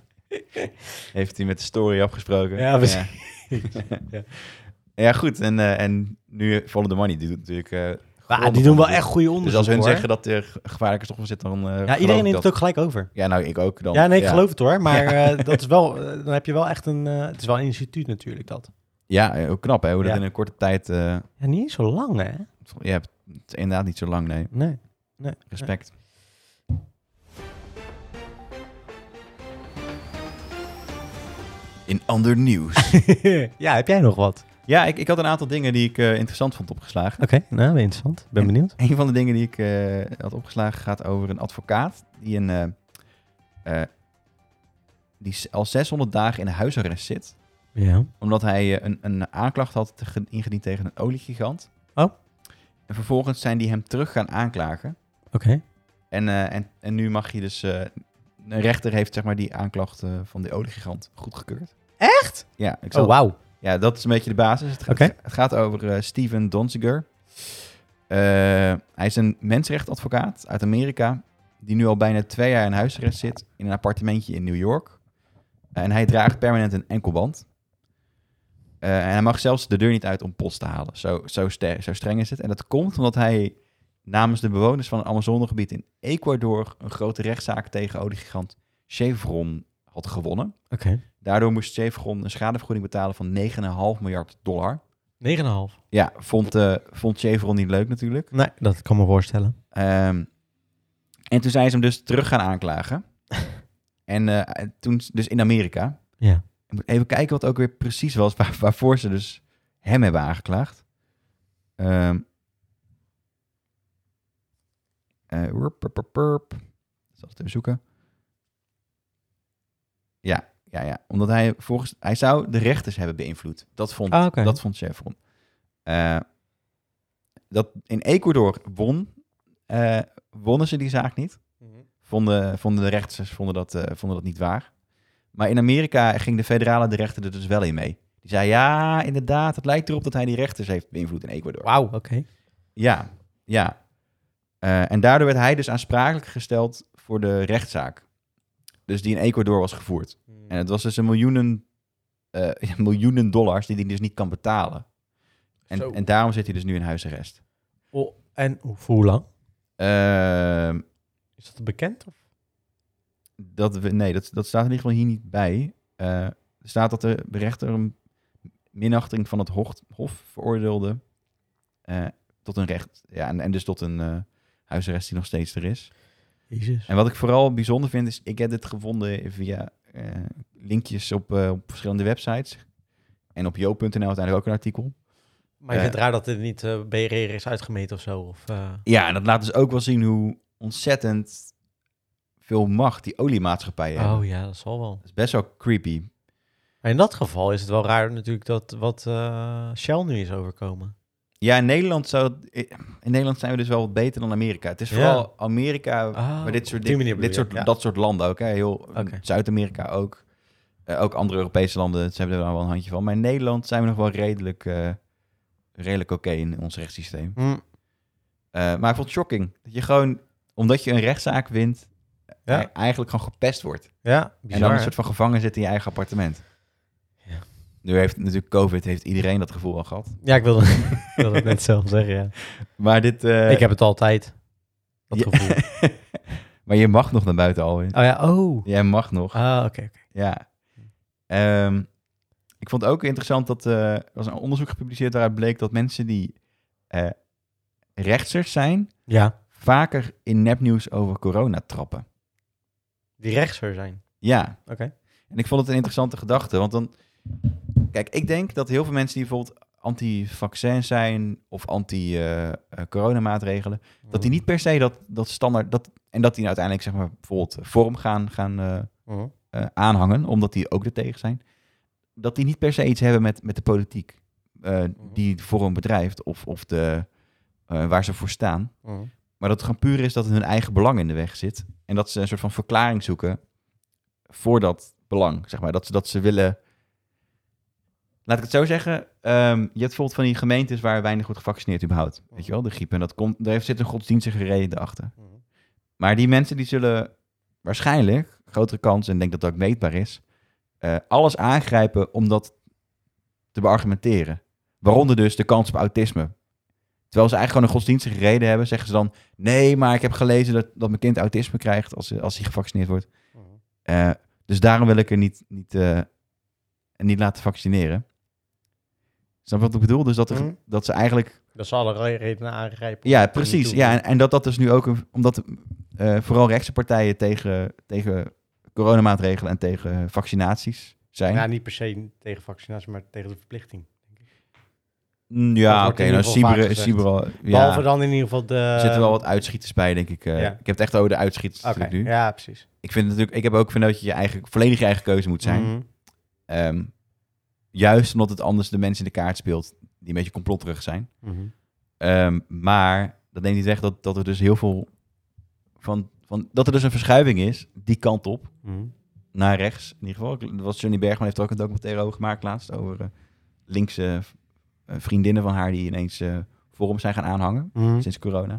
Heeft hij met de story afgesproken. Ja, precies. Ja, ja. ja goed. En, uh, en nu Follow the Money, die doet natuurlijk... Uh, ah, die doen wel echt goede onderzoek, Dus als hun hoor. zeggen dat er gevaarlijke stoffen zitten, dan... Uh, ja, iedereen neemt dat. het ook gelijk over. Ja, nou, ik ook dan. Ja, nee, ik ja. geloof het hoor. Maar ja. uh, dat is wel... Uh, dan heb je wel echt een... Uh, het is wel een instituut natuurlijk, dat. Ja, heel knap hè, hoe dat Ja. in een korte tijd... Uh, Ja, niet zo lang, hè? Je hebt het inderdaad niet zo lang, nee. Nee. nee Respect. Nee. In ander nieuws. Ja, heb jij nog wat? Ja, ik, ik had een aantal dingen die ik uh, interessant vond opgeslagen. Oké, okay, nou, interessant. Ben en benieuwd. Een van de dingen die ik uh, had opgeslagen gaat over een advocaat die, een, uh, uh, die al zeshonderd dagen in huisarrest zit. Ja. Omdat hij uh, een, een aanklacht had te, ingediend tegen een oliegigant. Oh. En vervolgens zijn die hem terug gaan aanklagen. Oké. Okay. En, uh, en, en nu mag je dus... Uh, een rechter heeft zeg maar die aanklacht uh, van die oliegigant goedgekeurd. Echt? Ja. Ik zal, oh, wauw. Ja, dat is een beetje de basis. Het gaat, okay. het gaat over uh, Steven Donziger. Uh, hij is een mensenrechtadvocaat uit Amerika... die nu al bijna twee jaar in huisarrest zit... in een appartementje in New York. Uh, en hij draagt permanent een enkelband. Uh, en hij mag zelfs de deur niet uit om post te halen. Zo, zo, ster, zo streng is het. En dat komt omdat hij namens de bewoners van het Amazonegebied in Ecuador... een grote rechtszaak tegen oliegigant Chevron had gewonnen. Oké. Okay. Daardoor moest Chevron een schadevergoeding betalen van negen komma vijf miljard dollar. negen komma vijf? Ja, vond, uh, vond Chevron niet leuk natuurlijk. Nee, dat kan me voorstellen. Um, en toen zijn ze hem dus terug gaan aanklagen. en uh, toen, dus in Amerika. Ja. Even kijken wat ook weer precies was waar, waarvoor ze dus hem hebben aangeklaagd. Um, uh, rup, rup, rup, rup. Ik zal het even zoeken. Ja, ja, ja. Omdat hij volgens hij zou de rechters hebben beïnvloed. Dat vond, ah, okay. dat vond Chevron. Uh, dat in Ecuador won, uh, wonnen ze die zaak niet. Mm-hmm. Vonden, vonden de rechters vonden dat, uh, vonden dat niet waar. Maar in Amerika ging de federale de rechter er dus wel in mee. Die zei, ja, inderdaad, het lijkt erop dat hij die rechters heeft beïnvloed in Ecuador. Wauw, oké. Okay. Ja, ja. Uh, en daardoor werd hij dus aansprakelijk gesteld voor de rechtszaak. Dus die in Ecuador was gevoerd. Hmm. En het was dus een miljoenen, uh, miljoenen dollars die hij dus niet kan betalen. En, en daarom zit hij dus nu in huisarrest. Oh, en voor hoe lang? Uh, Is dat bekend? Of? Dat we, nee, dat, dat staat in ieder geval hier niet bij. Uh, er staat dat de rechter een minachting van het hof, hof veroordeelde uh, tot een recht. Ja, en, en dus tot een uh, huisarrest die nog steeds er is. Jezus. En wat ik vooral bijzonder vind is, ik heb dit gevonden via uh, linkjes op, uh, op verschillende websites. En op joop punt n l uiteindelijk ook een artikel. Maar je vindt uh, raar dat dit niet uh, B R R is uitgemeten of zo? Of, uh... Ja, en dat laat dus ook wel zien hoe ontzettend veel macht die oliemaatschappijen oh, hebben. Oh ja, dat zal wel. Dat is best wel creepy. Maar in dat geval is het wel raar natuurlijk dat wat uh, Shell nu is overkomen. Ja, in Nederland, zou, in Nederland zijn we dus wel wat beter dan Amerika. Het is vooral ja. Amerika, oh, maar dit soort, dit, dit soort, ja. dat soort landen ook. Hè. Heel, okay. Zuid-Amerika ook. Uh, ook andere Europese landen, ze hebben er wel een handje van. Maar in Nederland zijn we nog wel redelijk, uh, redelijk oké okay in ons rechtssysteem. Mm. Uh, maar ik vond het shocking. Dat je gewoon, omdat je een rechtszaak wint, ja. eigenlijk gewoon gepest wordt. Ja, bizar, en dan een soort van gevangen zit in je eigen appartement. Ja. Nu heeft natuurlijk COVID, heeft iedereen dat gevoel al gehad. Ja, ik wilde, ik wilde het net zelf zeggen, ja. Maar dit... Uh... Ik heb het altijd, dat ja. gevoel. Maar je mag nog naar buiten, Alwin. Oh ja, oh. Jij mag nog. Ah, oké, okay, oké. Okay. Ja. Um, ik vond het ook interessant dat uh, er was een onderzoek gepubliceerd waaruit bleek dat mensen die uh, rechters zijn, ja. vaker in nepnieuws over corona trappen. Die rechtser zijn? Ja. Oké. Okay. En ik vond het een interessante gedachte, want dan... Kijk, ik denk dat heel veel mensen die bijvoorbeeld anti-vaccin zijn of anti-coronamaatregelen, uh, uh, dat die niet per se dat, dat standaard... Dat, en dat die uiteindelijk zeg maar bijvoorbeeld vorm gaan, gaan uh, uh-huh. uh, aanhangen, omdat die ook er tegen zijn. Dat die niet per se iets hebben met, met de politiek uh, uh-huh. die vorm bedrijft of, of de, uh, waar ze voor staan. Uh-huh. Maar dat het gewoon puur is dat hun eigen belang in de weg zit. En dat ze een soort van verklaring zoeken voor dat belang, zeg maar. Dat ze, dat ze willen... Laat ik het zo zeggen. Um, je hebt bijvoorbeeld van die gemeentes waar weinig wordt gevaccineerd überhaupt. Uh-huh. Weet je wel, de griep. En dat komt, daar zit een godsdienstige reden achter. Uh-huh. Maar die mensen die zullen waarschijnlijk, grotere kans, en ik denk dat dat ook meetbaar is, uh, alles aangrijpen om dat te beargumenteren. Waaronder dus de kans op autisme. Terwijl ze eigenlijk gewoon een godsdienstige reden hebben, zeggen ze dan, nee, maar ik heb gelezen dat, dat mijn kind autisme krijgt als, als hij gevaccineerd wordt. Uh, dus daarom wil ik er niet, niet, uh, niet laten vaccineren. Snap je wat ik bedoel? Dus dat, er, Mm. dat ze eigenlijk... Dat ze alle redenen aangrijpen. Ja, precies. Ja, en, en dat dat dus nu ook... Een, omdat uh, vooral rechtse partijen tegen, tegen coronamaatregelen en tegen vaccinaties zijn. Ja, niet per se tegen vaccinatie, maar tegen de verplichting. Mm, ja, oké. Okay, nou, Cyber, cyber, ja. Behalve dan in ieder geval de... Er zitten wel wat uitschieters bij, denk ik. Uh, ja. Ik heb het echt over de uitschieters okay. nu. Ja, precies. Ik vind het natuurlijk... Ik heb ook vind dat je je eigen, volledig je eigen keuze moet zijn. Mm-hmm. Um, juist omdat het anders de mensen in de kaart speelt die een beetje complotterig zijn. Mm-hmm. Um, maar dat neemt niet weg dat, dat er dus heel veel van, van... Dat er dus een verschuiving is, die kant op, mm-hmm. naar rechts. In ieder geval, was Johnny Bergman heeft er ook een documentaire over gemaakt laatst, over uh, linkse uh, vriendinnen van haar die ineens uh, forums zijn gaan aanhangen, mm-hmm. sinds corona.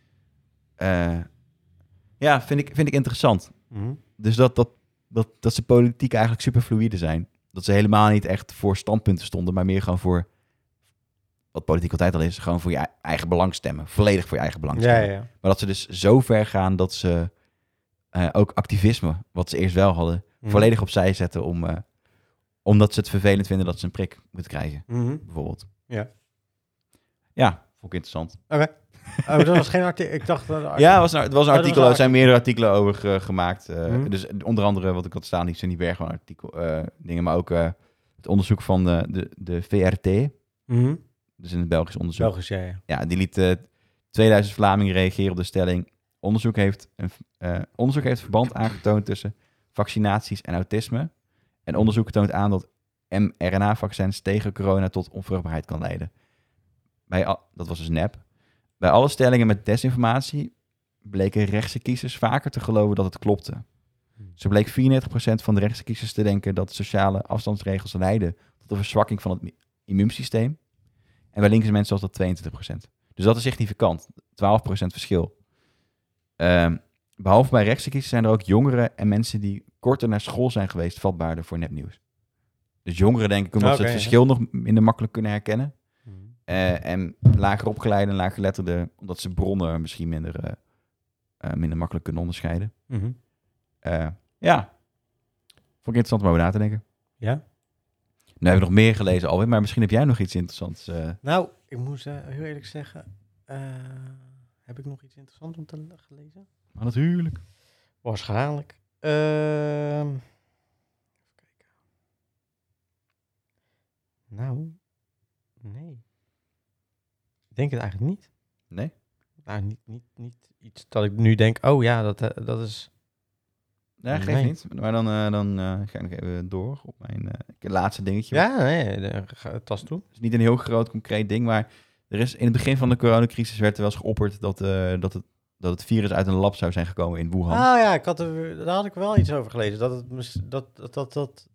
Uh, ja, vind ik, vind ik interessant. Mm-hmm. Dus dat, dat, dat, dat ze politiek eigenlijk super fluïde zijn. Dat ze helemaal niet echt voor standpunten stonden, maar meer gewoon voor, wat politiek altijd al is, gewoon voor je eigen belang stemmen. Volledig voor je eigen belang stemmen. Ja, ja, ja. Maar dat ze dus zo ver gaan dat ze uh, ook activisme, wat ze eerst wel hadden, mm. volledig opzij zetten om, uh, omdat ze het vervelend vinden dat ze een prik moeten krijgen, mm-hmm. bijvoorbeeld. Ja. Ja, vond ik interessant. Oké. Okay. Oh, dat was geen artikel. Ik dacht dat artikel... Ja, het was een, het was een oh, artikel. Was er zijn meerdere artikelen over uh, gemaakt. Uh, mm-hmm. Dus onder andere, wat ik had staan, die zijn die Bergman artikel uh, dingen, maar ook uh, het onderzoek van de, de, de V R T. Mm-hmm. Dus in het Belgisch onderzoek. Belgisch, ja, ja. Ja, die liet uh, tweeduizend Vlamingen reageren op de stelling. Onderzoek heeft, een, uh, onderzoek heeft verband aangetoond tussen vaccinaties en autisme. En onderzoek toont aan dat mRNA-vaccins tegen corona tot onvruchtbaarheid kan leiden. Bij al, dat was dus nep. Bij alle stellingen met desinformatie bleken rechtse kiezers vaker te geloven dat het klopte. Zo bleek vierennegentig procent van de rechtse kiezers te denken dat sociale afstandsregels leiden tot een verzwakking van het immuunsysteem. En bij linkse mensen was dat tweeëntwintig procent. Dus dat is significant. twaalf procent verschil. Um, behalve bij rechtse kiezers zijn er ook jongeren en mensen die korter naar school zijn geweest vatbaarder voor nepnieuws. Dus jongeren denk ik omdat okay, ze het verschil ja. nog minder makkelijk kunnen herkennen. Mm-hmm. Uh, en lager opgeleide en laaggeletterden, omdat ze bronnen misschien minder, uh, uh, minder makkelijk kunnen onderscheiden. Mm-hmm. Uh, ja, vond ik interessant om over na te denken. Ja? Nu hebben we nog meer gelezen alweer, maar misschien heb jij nog iets interessants. Uh... Nou, ik moet uh, heel eerlijk zeggen, uh, heb ik nog iets interessants om te gelezen? Maar natuurlijk. Waarschijnlijk. Uh, even kijken. Nou, nee. Ik denk het eigenlijk niet. Nee? Nou, niet, niet, niet iets dat ik nu denk, oh ja, dat, uh, dat is... Nee, geef nee. niet. Maar dan, uh, dan uh, ga ik nog even door op mijn uh, laatste dingetje. Ja, nee, het tas toe. Het is niet een heel groot, concreet ding, maar er is in het begin van de coronacrisis werd er wel eens geopperd dat, uh, dat, het, dat het virus uit een lab zou zijn gekomen in Wuhan. Ah ja, ik had er, daar had ik wel iets over gelezen. Dat het dat, dat, dat, dat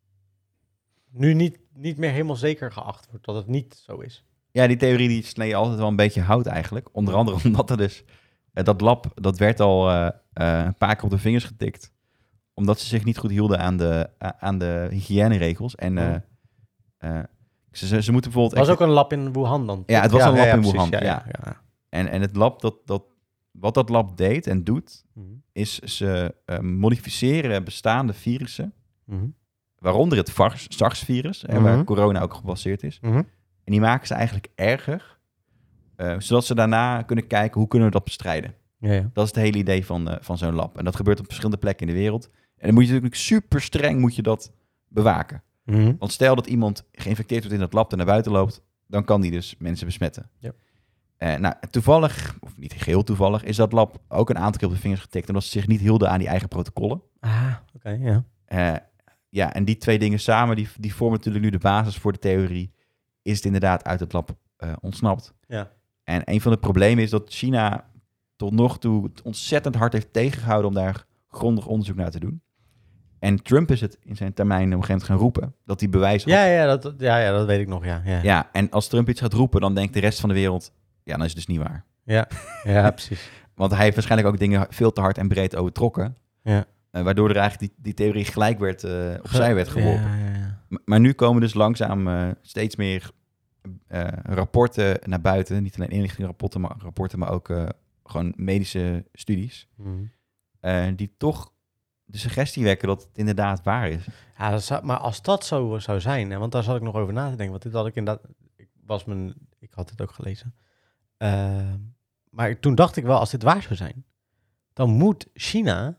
nu niet, niet meer helemaal zeker geacht wordt, dat het niet zo is. Ja, die theorie die snee altijd wel een beetje hout eigenlijk. Onder andere omdat er dus, uh, dat lab, dat werd al uh, uh, een paar keer op de vingers getikt. Omdat ze zich niet goed hielden aan de, uh, aan de hygiëneregels. En uh, uh, ze, ze, ze moeten bijvoorbeeld... Het was echt... ook een lab in Wuhan dan? Ja, het was ja, een lab ja, ja, in precies, Wuhan, ja. ja, ja. En, en het lab, dat, dat, wat dat lab deed en doet, mm-hmm. is ze uh, modificeren bestaande virussen. Mm-hmm. Waaronder het SARS-virus, mm-hmm. waar corona ook gebaseerd is. Mm-hmm. En die maken ze eigenlijk erger, uh, zodat ze daarna kunnen kijken hoe kunnen we dat bestrijden. Ja, ja. Dat is het hele idee van, uh, van zo'n lab. En dat gebeurt op verschillende plekken in de wereld. En dan moet je natuurlijk super streng moet je dat bewaken. Mm-hmm. Want stel dat iemand geïnfecteerd wordt in dat lab en naar buiten loopt, dan kan die dus mensen besmetten. Ja. Uh, nou, toevallig, of niet geheel toevallig, is dat lab ook een aantal keer op de vingers getikt, omdat ze zich niet hielden aan die eigen protocollen. Ah, oké, okay, ja. Uh, ja, en die twee dingen samen, die, die vormen natuurlijk nu de basis voor de theorie. Is het inderdaad uit het lab uh, ontsnapt? Ja. En een van de problemen is dat China tot nog toe het ontzettend hard heeft tegengehouden om daar grondig onderzoek naar te doen. En Trump is het in zijn termijn op een gegeven moment gaan roepen dat hij bewijs had. Ja, ja, dat, ja, ja, dat weet ik nog, ja, ja. Ja, en als Trump iets gaat roepen, dan denkt de rest van de wereld, ja, dan is het dus niet waar. Ja, ja, precies. Want hij heeft waarschijnlijk ook dingen veel te hard en breed overtrokken. Ja. Uh, waardoor er eigenlijk die, die theorie gelijk werd, uh, opzij werd geworpen. Ja, ja, ja. Maar, maar nu komen dus langzaam uh, steeds meer uh, rapporten naar buiten. Niet alleen inlichtingrapporten, maar, rapporten, maar ook uh, gewoon medische studies. Mm. Uh, die toch de suggestie wekken dat het inderdaad waar is. Ja, dat zou, maar als dat zo zou zijn, hè, want daar zat ik nog over na te denken. Want dit had ik inderdaad, ik was mijn... Ik had het ook gelezen. Uh, maar toen dacht ik wel, als dit waar zou zijn, dan moet China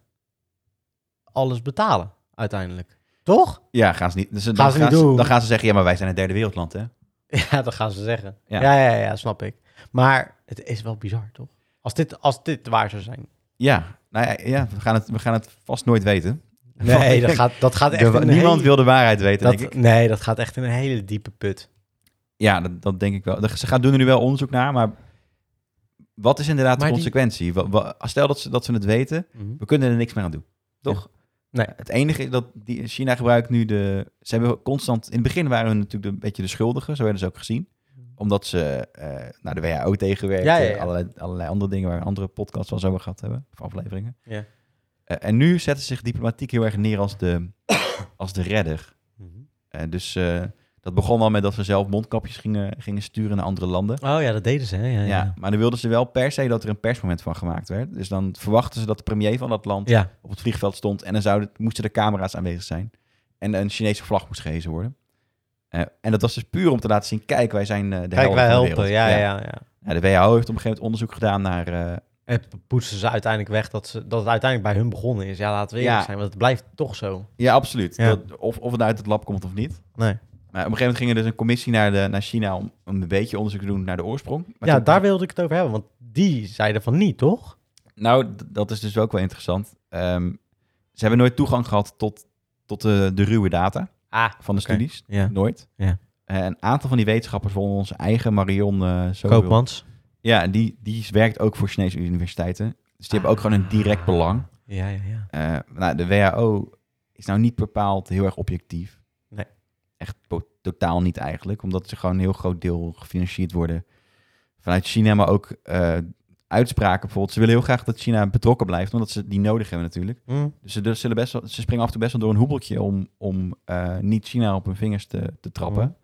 alles betalen, uiteindelijk. Toch? Ja, gaan ze niet. Dus gaan dan, ze gaan niet ze, doen. dan gaan ze zeggen, ja, maar wij zijn een derde wereldland, hè? Ja, dat gaan ze zeggen. Ja. Ja, ja, ja, ja, snap ik. Maar het is wel bizar, toch? Als dit, als dit waar zou zijn. Ja, nou ja, ja we, gaan het, we gaan het vast nooit weten. Nee, dat gaat, dat gaat echt... De, in een niemand hele, wil de waarheid weten, dat, denk ik. Nee, dat gaat echt in een hele diepe put. Ja, dat, dat denk ik wel. Ze gaan doen er nu wel onderzoek naar, maar wat is inderdaad Maar de die- consequentie? Wa- wa- Stel dat ze, dat ze het weten, Mhm. we kunnen er niks meer aan doen, toch? Nee. Het enige is dat die, China gebruikt nu de... Ze hebben constant... In het begin waren hun natuurlijk een beetje de schuldigen, zo werden ze ook gezien. Omdat ze uh, naar de W H O tegenwerkten, Ja, ja, ja. Allerlei, allerlei andere dingen waar we andere podcasts wel eens over gehad hebben, of afleveringen. Ja. Uh, en nu zetten ze zich diplomatiek heel erg neer als de, als de redder. Mhm. Uh, dus uh, dat begon al met dat ze zelf mondkapjes gingen, gingen sturen naar andere landen. Oh ja, dat deden ze, hè? Ja, Ja, ja. maar dan wilden ze wel per se dat er een persmoment van gemaakt werd. Dus dan verwachten ze dat de premier van dat land Ja. op het vliegveld stond en dan zouden, moesten er camera's aanwezig zijn. En een Chinese vlag moest gehezen worden. Uh, en dat was dus puur om te laten zien, kijk, wij zijn uh, de Kijk, helden wij van de helpen. wereld. Ja, ja, ja. ja. Ja, de W H O heeft op een gegeven moment onderzoek gedaan naar... Uh, Het poetsen ze uiteindelijk weg dat, ze, dat het uiteindelijk bij hun begonnen is. Ja, laten we eerlijk Ja. zijn, want het blijft toch zo. ja, absoluut. Ja. Dat, of, of het uit het lab komt of niet. Nee. Maar op een gegeven moment ging er dus een commissie naar, de, naar China om, om een beetje onderzoek te doen naar de oorsprong. Maar Ja, toen- daar wilde ik het over hebben, want die zeiden van niet, toch? Nou, d- dat is dus ook wel interessant. Um, ze hebben nooit toegang gehad tot, tot de, de ruwe data Ah, van de oké. studies. Ja. Nooit. Ja. Uh, een aantal van die wetenschappers, waaronder onze eigen Marion uh, Zoveel. Koopmans. Ja, die, die werkt ook voor Chinese universiteiten. Dus die hebben ook gewoon een direct belang. Ja, ja, ja. Uh, nou, de W H O is nou niet bepaald heel erg objectief. Nee. Echt po- totaal niet eigenlijk. Omdat ze gewoon een heel groot deel gefinancierd worden vanuit China. Maar ook uh, uitspraken bijvoorbeeld. Ze willen heel graag dat China betrokken blijft. Omdat ze die nodig hebben natuurlijk. Mm. Dus ze, dus zullen best wel, ze springen af en toe best wel door een hoepeltje om, om uh, niet China op hun vingers te, te trappen. Mm.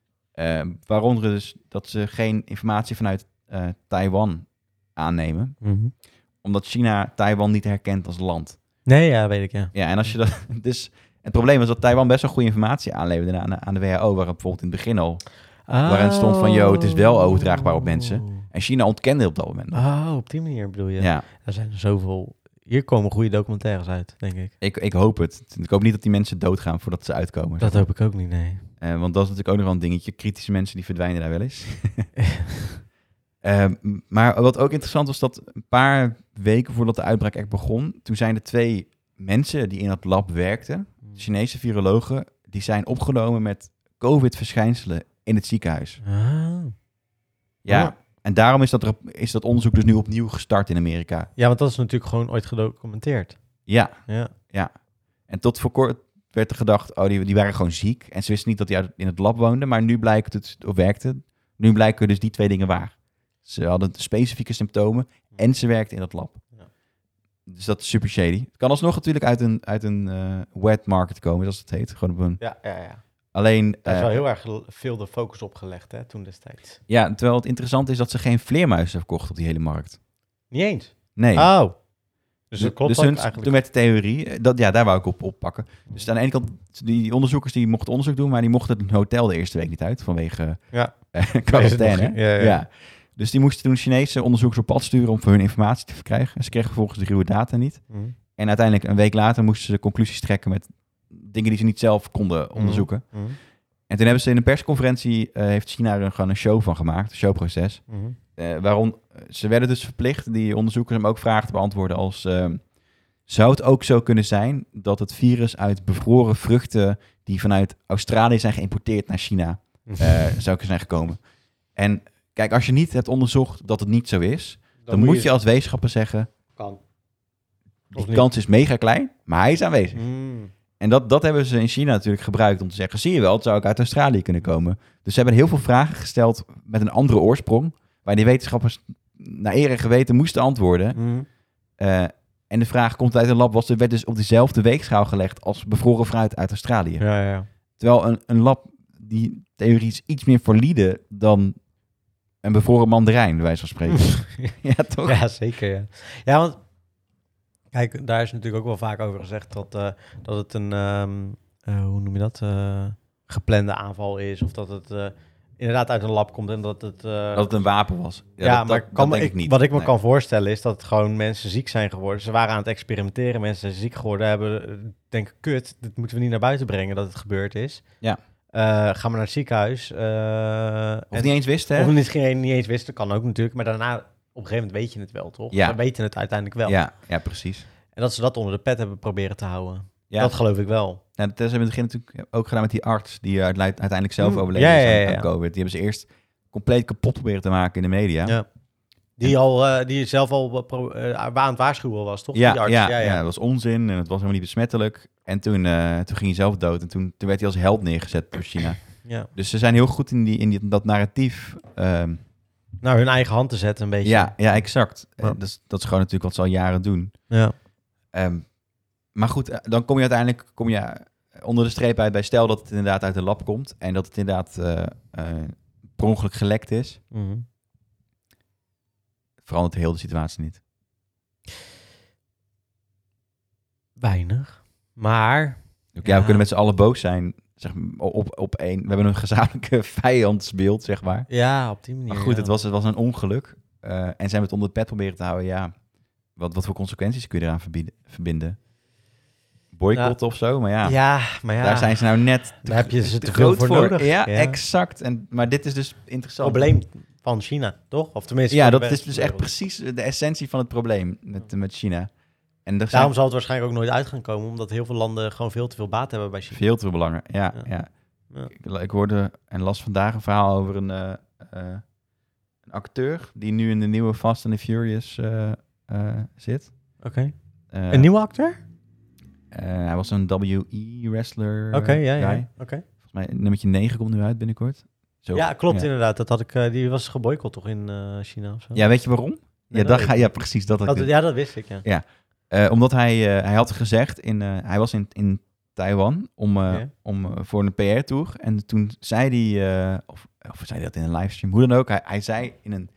Uh, waaronder dus dat ze geen informatie vanuit uh, Taiwan aannemen. Mm-hmm. Omdat China Taiwan niet herkent als land. Nee, ja, weet ik, ja. Ja, en als je dat... Dus het probleem is dat Taiwan best wel goede informatie aanleverde aan, aan de W H O, waar het bijvoorbeeld in het begin al... waarin stond van, yo, het is wel overdraagbaar op mensen. En China ontkende op dat moment nog. Oh, op die manier bedoel je? Ja, Er zijn er zoveel... Hier komen goede documentaires uit, denk ik. ik, ik hoop het. Ik hoop niet dat die mensen doodgaan voordat ze uitkomen. Dat hoop ik ook niet, nee. Uh, want dat is natuurlijk ook nog wel een dingetje. Kritische mensen die verdwijnen daar wel eens. uh, maar wat ook interessant was, dat een paar weken voordat de uitbraak echt begon, toen zijn er twee mensen die in het lab werkten, Chinese virologen, die zijn opgenomen met COVID-verschijnselen in het ziekenhuis. Ah. Ja, Oh. en daarom is dat, is dat onderzoek dus nu opnieuw gestart in Amerika. Ja, want dat is natuurlijk gewoon ooit gedocumenteerd. Ja, Ja. ja. En tot voor kort werd er gedacht, oh, die, die waren gewoon ziek. En ze wisten niet dat die uit- in het lab woonden, maar nu blijkt het, of werkte, nu blijken dus die twee dingen waar. Ze hadden specifieke symptomen en ze werkten in het lab. Ja. Dus dat is super shady. Het kan alsnog natuurlijk uit een, uit een uh, wet market komen, zoals het heet. Gewoon op een... Ja, ja, ja. Alleen, Daar is uh, wel heel erg gel- veel de focus op gelegd, hè, toen destijds. ja, terwijl het interessant is dat ze geen vleermuizen verkochten op die hele markt. Niet eens? Nee. Oh. Dus dat klopt dus ook hun, eigenlijk. toen werd de theorie, eh, dat, ja, daar wou ik op oppakken. Dus aan de ene kant, die, die onderzoekers die mochten onderzoek doen, maar die mochten het hotel de eerste week niet uit, vanwege Ja. uh, quarantaine. nog- ja, ja. ja. Dus die moesten toen Chinese onderzoekers op pad sturen om voor hun informatie te verkrijgen. En ze kregen vervolgens de ruwe data niet. Mm. En uiteindelijk, een week later, moesten ze conclusies trekken met dingen die ze niet zelf konden onderzoeken. Mm. En toen hebben ze in een persconferentie, uh, heeft China er gewoon een show van gemaakt, een showproces. Mm. Uh, waarom, ze werden dus verplicht, die onderzoekers, om ook vragen te beantwoorden als... Uh, zou het ook zo kunnen zijn dat het virus uit bevroren vruchten die vanuit Australië zijn geïmporteerd naar China uh, zou kunnen zijn gekomen? En kijk, als je niet hebt onderzocht dat het niet zo is, dan, dan moet je, je als wetenschapper zeggen, kan. die kans is mega klein, maar hij is aanwezig. Mm. En dat, dat hebben ze in China natuurlijk gebruikt om te zeggen, zie je wel, het zou ook uit Australië kunnen komen. Dus ze hebben heel veel vragen gesteld met een andere oorsprong, waar die wetenschappers naar eer en geweten moesten antwoorden. Mm. Uh, en de vraag komt uit een lab, was, er werd dus op dezelfde weegschaal gelegd als bevroren fruit uit Australië. Ja, ja. Terwijl een, een lab, die theorie is iets meer valide dan een bevroren mandarijn, bij wijze van spreken. Ja, toch? Ja, zeker, ja. Ja, want kijk, daar is natuurlijk ook wel vaak over gezegd dat, uh, dat het een, um, uh, hoe noem je dat, uh, geplande aanval is. Of dat het uh, inderdaad uit een lab komt en dat het... Uh, dat het een wapen was. Ja, ja dat, maar dat, kan dat denk ik, ik niet. wat ik me Nee. kan voorstellen is dat gewoon mensen ziek zijn geworden. Ze waren aan het experimenteren, mensen zijn ziek geworden, hebben denken, kut, dit moeten we niet naar buiten brengen dat het gebeurd is. Ja. Uh, ga maar naar het ziekenhuis. Uh, Of en, niet eens wisten, hè? Of niet, geen, niet eens wisten, kan ook natuurlijk. Maar daarna, op een gegeven moment weet je het wel, toch? Ja. Ze weten het uiteindelijk wel. Ja, ja, precies. En dat ze dat onder de pet hebben proberen te houden. Ja. Dat geloof ik wel. Ja, dat hebben ze in het begin natuurlijk ook gedaan met die arts... die uiteindelijk zelf Mm. overleden Ja, is ja, aan, ja, ja. aan COVID. Die hebben ze eerst compleet kapot proberen te maken in de media. Ja. Die, al, uh, die zelf al pro, uh, aan het waarschuwen was, toch? Ja, die arts. ja, ja, ja. ja, dat was onzin en het was helemaal niet besmettelijk. En toen, uh, toen ging hij zelf dood en toen, toen werd hij als held neergezet door China. Ja. Dus ze zijn heel goed in, die, in die, dat narratief. Um, nou, hun eigen hand te zetten een beetje. Ja, ja exact. Ja. Uh, dus, dat is gewoon natuurlijk wat ze al jaren doen. Ja. Um, maar goed, uh, dan kom je uiteindelijk kom je onder de streep uit bij stel dat het inderdaad uit de lab komt en dat het inderdaad uh, uh, per ongeluk gelekt is. Mm-hmm. Verandert heel de situatie niet. Weinig. Maar... Ja, ja. we kunnen met z'n allen boos zijn zeg maar, op, op één. We hebben een gezamenlijke vijandsbeeld, zeg maar. Ja, op die manier. Maar goed, ja. het, was, het was een ongeluk. Uh, en zijn we het onder de pet proberen te houden. Ja, wat, wat voor consequenties kun je eraan verbieden, verbinden? Boycott ja. of zo, maar ja, ja, maar ja. Daar zijn ze nou net Daar heb je ze te, te veel voor nodig. Ja, ja, exact. En, maar dit is dus interessant. Probleem van China, toch? Of tenminste... Ja, dat is dus echt precies de essentie van het probleem met, met China. En Daarom zijn... zal het waarschijnlijk ook nooit uit gaan komen, omdat heel veel landen gewoon veel te veel baat hebben bij China. Veel te veel belangen, ja. ja. ja. ja. Ik, ik hoorde en las vandaag een verhaal over een, uh, uh, een acteur die nu in de nieuwe Fast and the Furious uh, uh, zit. Oké. Okay. Uh, een nieuwe acteur? Uh, hij was een W E-wrestler. Oké, okay, ja, ja. Oké. Okay. Volgens mij nummertje negen komt nu uit binnenkort. Zo, ja, klopt ja. inderdaad. Dat had ik, uh, die was geboycott toch in uh, China of zo? Ja, weet je waarom? Nee, ja, dat ga, ja, precies. Dat dat, ja, dat wist ik, ja. ja. Uh, omdat hij, uh, hij had gezegd, in, uh, hij was in, in Taiwan om, uh, okay. om, uh, voor een P R-tour. En toen zei hij, uh, of, of zei hij dat in een livestream, hoe dan ook. Hij, hij zei in een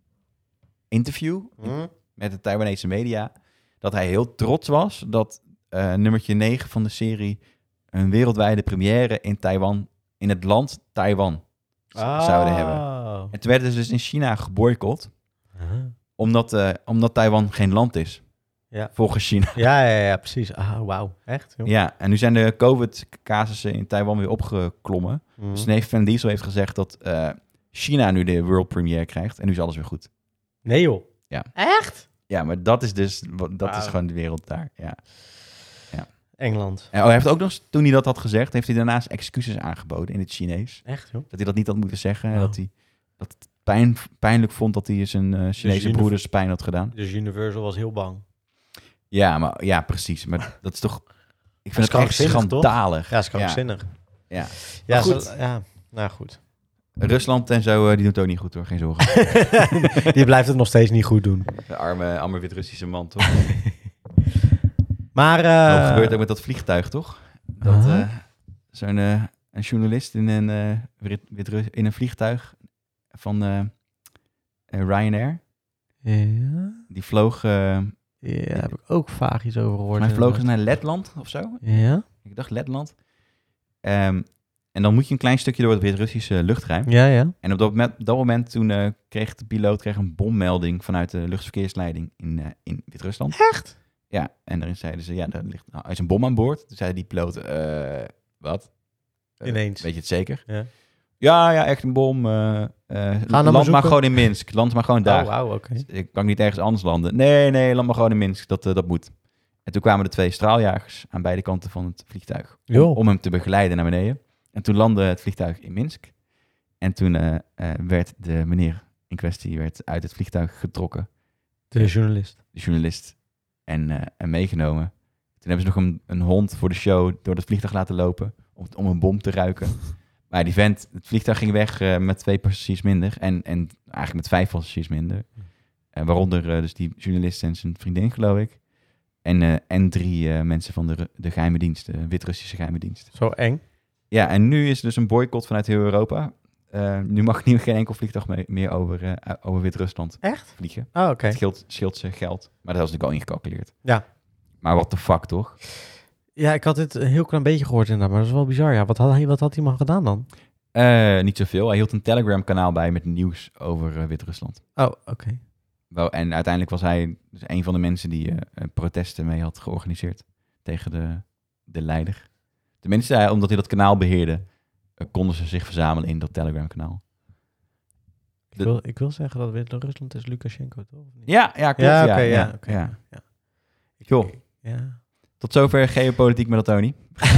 interview mm. met de Taiwanese media dat hij heel trots was dat uh, nummertje negen van de serie een wereldwijde première in Taiwan, in het land Taiwan, oh. zouden hebben. En toen werden ze dus in China geboycott, uh-huh. omdat, uh, omdat Taiwan geen land is. Ja. Volgens China. Ja, ja, ja, precies. Ah, wauw. Echt? Joh. Ja, en nu zijn de COVID-casussen in Taiwan weer opgeklommen. Mm. Dus Neef Van Diesel heeft gezegd dat uh, China nu de world premiere krijgt. En nu is alles weer goed. Nee joh. Ja. Echt? Ja, maar dat is dus, dat wow. is gewoon de wereld daar. Ja. Ja. Engeland. En, oh, hij heeft ook nog, toen hij dat had gezegd, heeft hij daarnaast excuses aangeboden in het Chinees. Echt joh? Dat hij dat niet had moeten zeggen. Oh. Dat hij dat het pijn, pijnlijk vond dat hij zijn uh, Chinese dus broeders pijn had gedaan. Dus Universal was heel bang. Ja, maar ja, precies. Maar dat is toch... Ik vind het echt schandalig. Toch? Ja, is krankzinnig. Ja. Ja, ja, goed. Zo, ja, nou goed. Rusland en zo, die doen het ook niet goed hoor, geen zorgen. Die blijft het nog steeds niet goed doen. De arme, arme Wit-Russische man, toch? Maar... Uh... Dat gebeurt ook met dat vliegtuig, toch? Dat uh-huh. uh, zo'n uh, een journalist in een, uh, Wit- Wit- in een vliegtuig van uh, uh, Ryanair. Ja. Die vloog... Uh, Ja, daar heb ik ook vaag iets over gehoord. Hij vloog eens naar Letland of zo. Ja. Ik dacht Letland. Um, en dan moet je een klein stukje door het Wit-Russische luchtruim. Ja, ja. En op dat moment, dat moment toen uh, kreeg de piloot kreeg een bommelding vanuit de luchtverkeersleiding in, uh, in Wit-Rusland. Echt? Ja, en daarin zeiden ze, ja, er ligt nou, er is een bom aan boord. Toen zei die piloot, uh, wat? Uh, Ineens. Weet je het zeker? Ja. Ja, ja, echt een bom. Uh, uh, land maar, maar gewoon in Minsk. Land maar gewoon daar. Oh, wauw, oké. Okay. Ik kan niet ergens anders landen. Nee, nee, land maar gewoon in Minsk. Dat, uh, dat moet. En toen kwamen de twee straaljagers aan beide kanten van het vliegtuig. Om, om hem te begeleiden naar beneden. En toen landde het vliegtuig in Minsk. En toen uh, uh, werd de meneer in kwestie werd uit het vliegtuig getrokken. De journalist. De journalist. En, uh, en meegenomen. Toen hebben ze nog een, een hond voor de show door het vliegtuig laten lopen. Om, om een bom te ruiken. Maar die vent, het vliegtuig ging weg uh, met twee passagiers minder. En, en eigenlijk met vijf passagiers minder. Uh, waaronder uh, dus die journalist en zijn vriendin, geloof ik. En, uh, en drie uh, mensen van de, de geheime dienst, de Wit-Russische geheime dienst. Zo eng. Ja, en nu is er dus een boycott vanuit heel Europa. Uh, nu mag niet, geen enkel vliegtuig mee, meer over, uh, over Wit-Rusland Echt? vliegen. Oh, oké. Okay. Het scheelt, scheelt ze geld. Maar dat was natuurlijk al ingecalculeerd. Ja. Maar what the fuck, toch? Ja, ik had dit een heel klein beetje gehoord inderdaad, maar dat is wel bizar. Ja, wat had hij, wat had die man gedaan dan? Uh, niet zoveel. Hij hield een Telegram-kanaal bij met nieuws over uh, Wit-Rusland. Oh, oké. Okay. Wel, en uiteindelijk was hij dus een van de mensen die uh, protesten mee had georganiseerd tegen de, de leider. Tenminste, uh, omdat hij dat kanaal beheerde, uh, konden ze zich verzamelen in dat Telegram-kanaal. Ik wil, ik wil zeggen dat Wit-Rusland is Lukashenko, toch? Of niet? Ja, ja, klopt. Ja, oké, okay, ja. ja, ja, okay, ja. ja. Cool. Ja. Tot zover geopolitiek met Tony.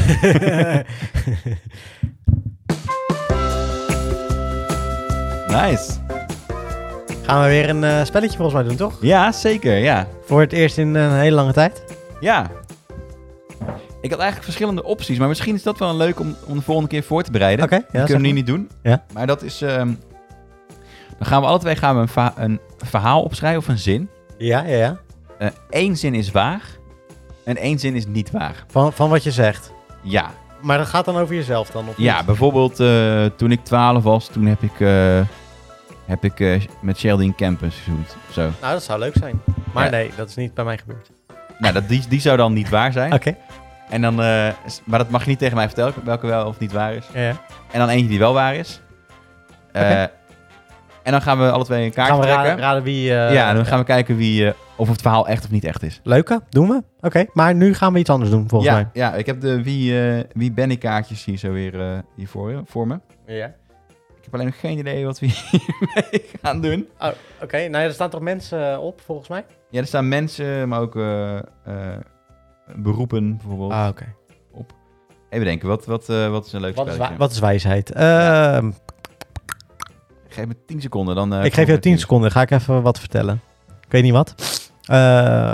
Nice. Gaan we weer een uh, spelletje volgens mij doen, toch? Ja, zeker, ja. Voor het eerst in een hele lange tijd. Ja. Ik had eigenlijk verschillende opties, maar misschien is dat wel een leuk om, om de volgende keer voor te bereiden. Oké, okay, ja, dat kunnen we nu niet doen. Ja. Maar dat is... Um, dan gaan we alle twee gaan we een, va- een verhaal opschrijven of een zin. Ja, ja, ja. Eén uh, zin is waar en één zin is niet waar. Van, van wat je zegt? Ja. Maar dat gaat dan over jezelf dan? Of ja, niet? bijvoorbeeld uh, toen ik twaalf was, toen heb ik, uh, heb ik uh, met Sheldon Campus gezoend. Zo. Nou, dat zou leuk zijn. Maar ja. nee, dat is niet bij mij gebeurd. Nou, dat, die, die zou dan niet waar zijn. Oké. Okay. En dan, uh, maar dat mag je niet tegen mij vertellen, welke wel of niet waar is. Ja, ja. En dan eentje die wel waar is. Uh, okay. En dan gaan we alle twee een kaartje gaan we trekken. Raden, raden wie... Uh, ja, en dan gaan we kijken wie, uh, of het verhaal echt of niet echt is. Leuke, doen we. Oké, okay. Maar nu gaan we iets anders doen, volgens ja, mij. Ja, ik heb de wie, uh, wie ben ik kaartjes hier zo weer uh, hier voor, je, voor me. Ja. Ik heb alleen nog geen idee wat we hiermee gaan doen. Oh, oké. Okay. Nou ja, er staan toch mensen op, volgens mij? Ja, er staan mensen, maar ook uh, uh, beroepen bijvoorbeeld. Ah, oké. Okay. Op. Even denken, wat, wat, uh, wat is een leuk wat is, spelletje? wat is wijsheid? Uh, ja. Geef me tien seconden. Dan, uh, ik geef jou tien seconden. Ga ik even wat vertellen. Ik weet niet wat. Uh,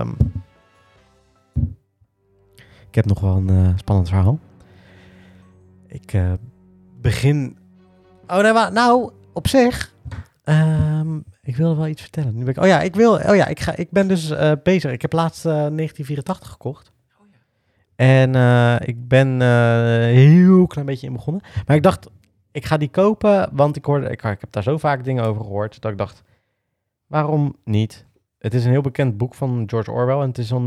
ik heb nog wel een uh, spannend verhaal. Ik uh, begin... Oh, nee, maar, nou, op zich... Um, ik wilde wel iets vertellen. Nu ben ik... Oh ja, ik wil... Oh ja, ik, ga, ik ben dus uh, bezig. Ik heb laatst uh, negentien vierentachtig gekocht. Oh, ja. En uh, ik ben uh, heel klein beetje in begonnen. Maar ik dacht... Ik ga die kopen, want ik hoorde, ik, ik heb daar zo vaak dingen over gehoord, dat ik dacht, waarom niet? Het is een heel bekend boek van George Orwell en het is al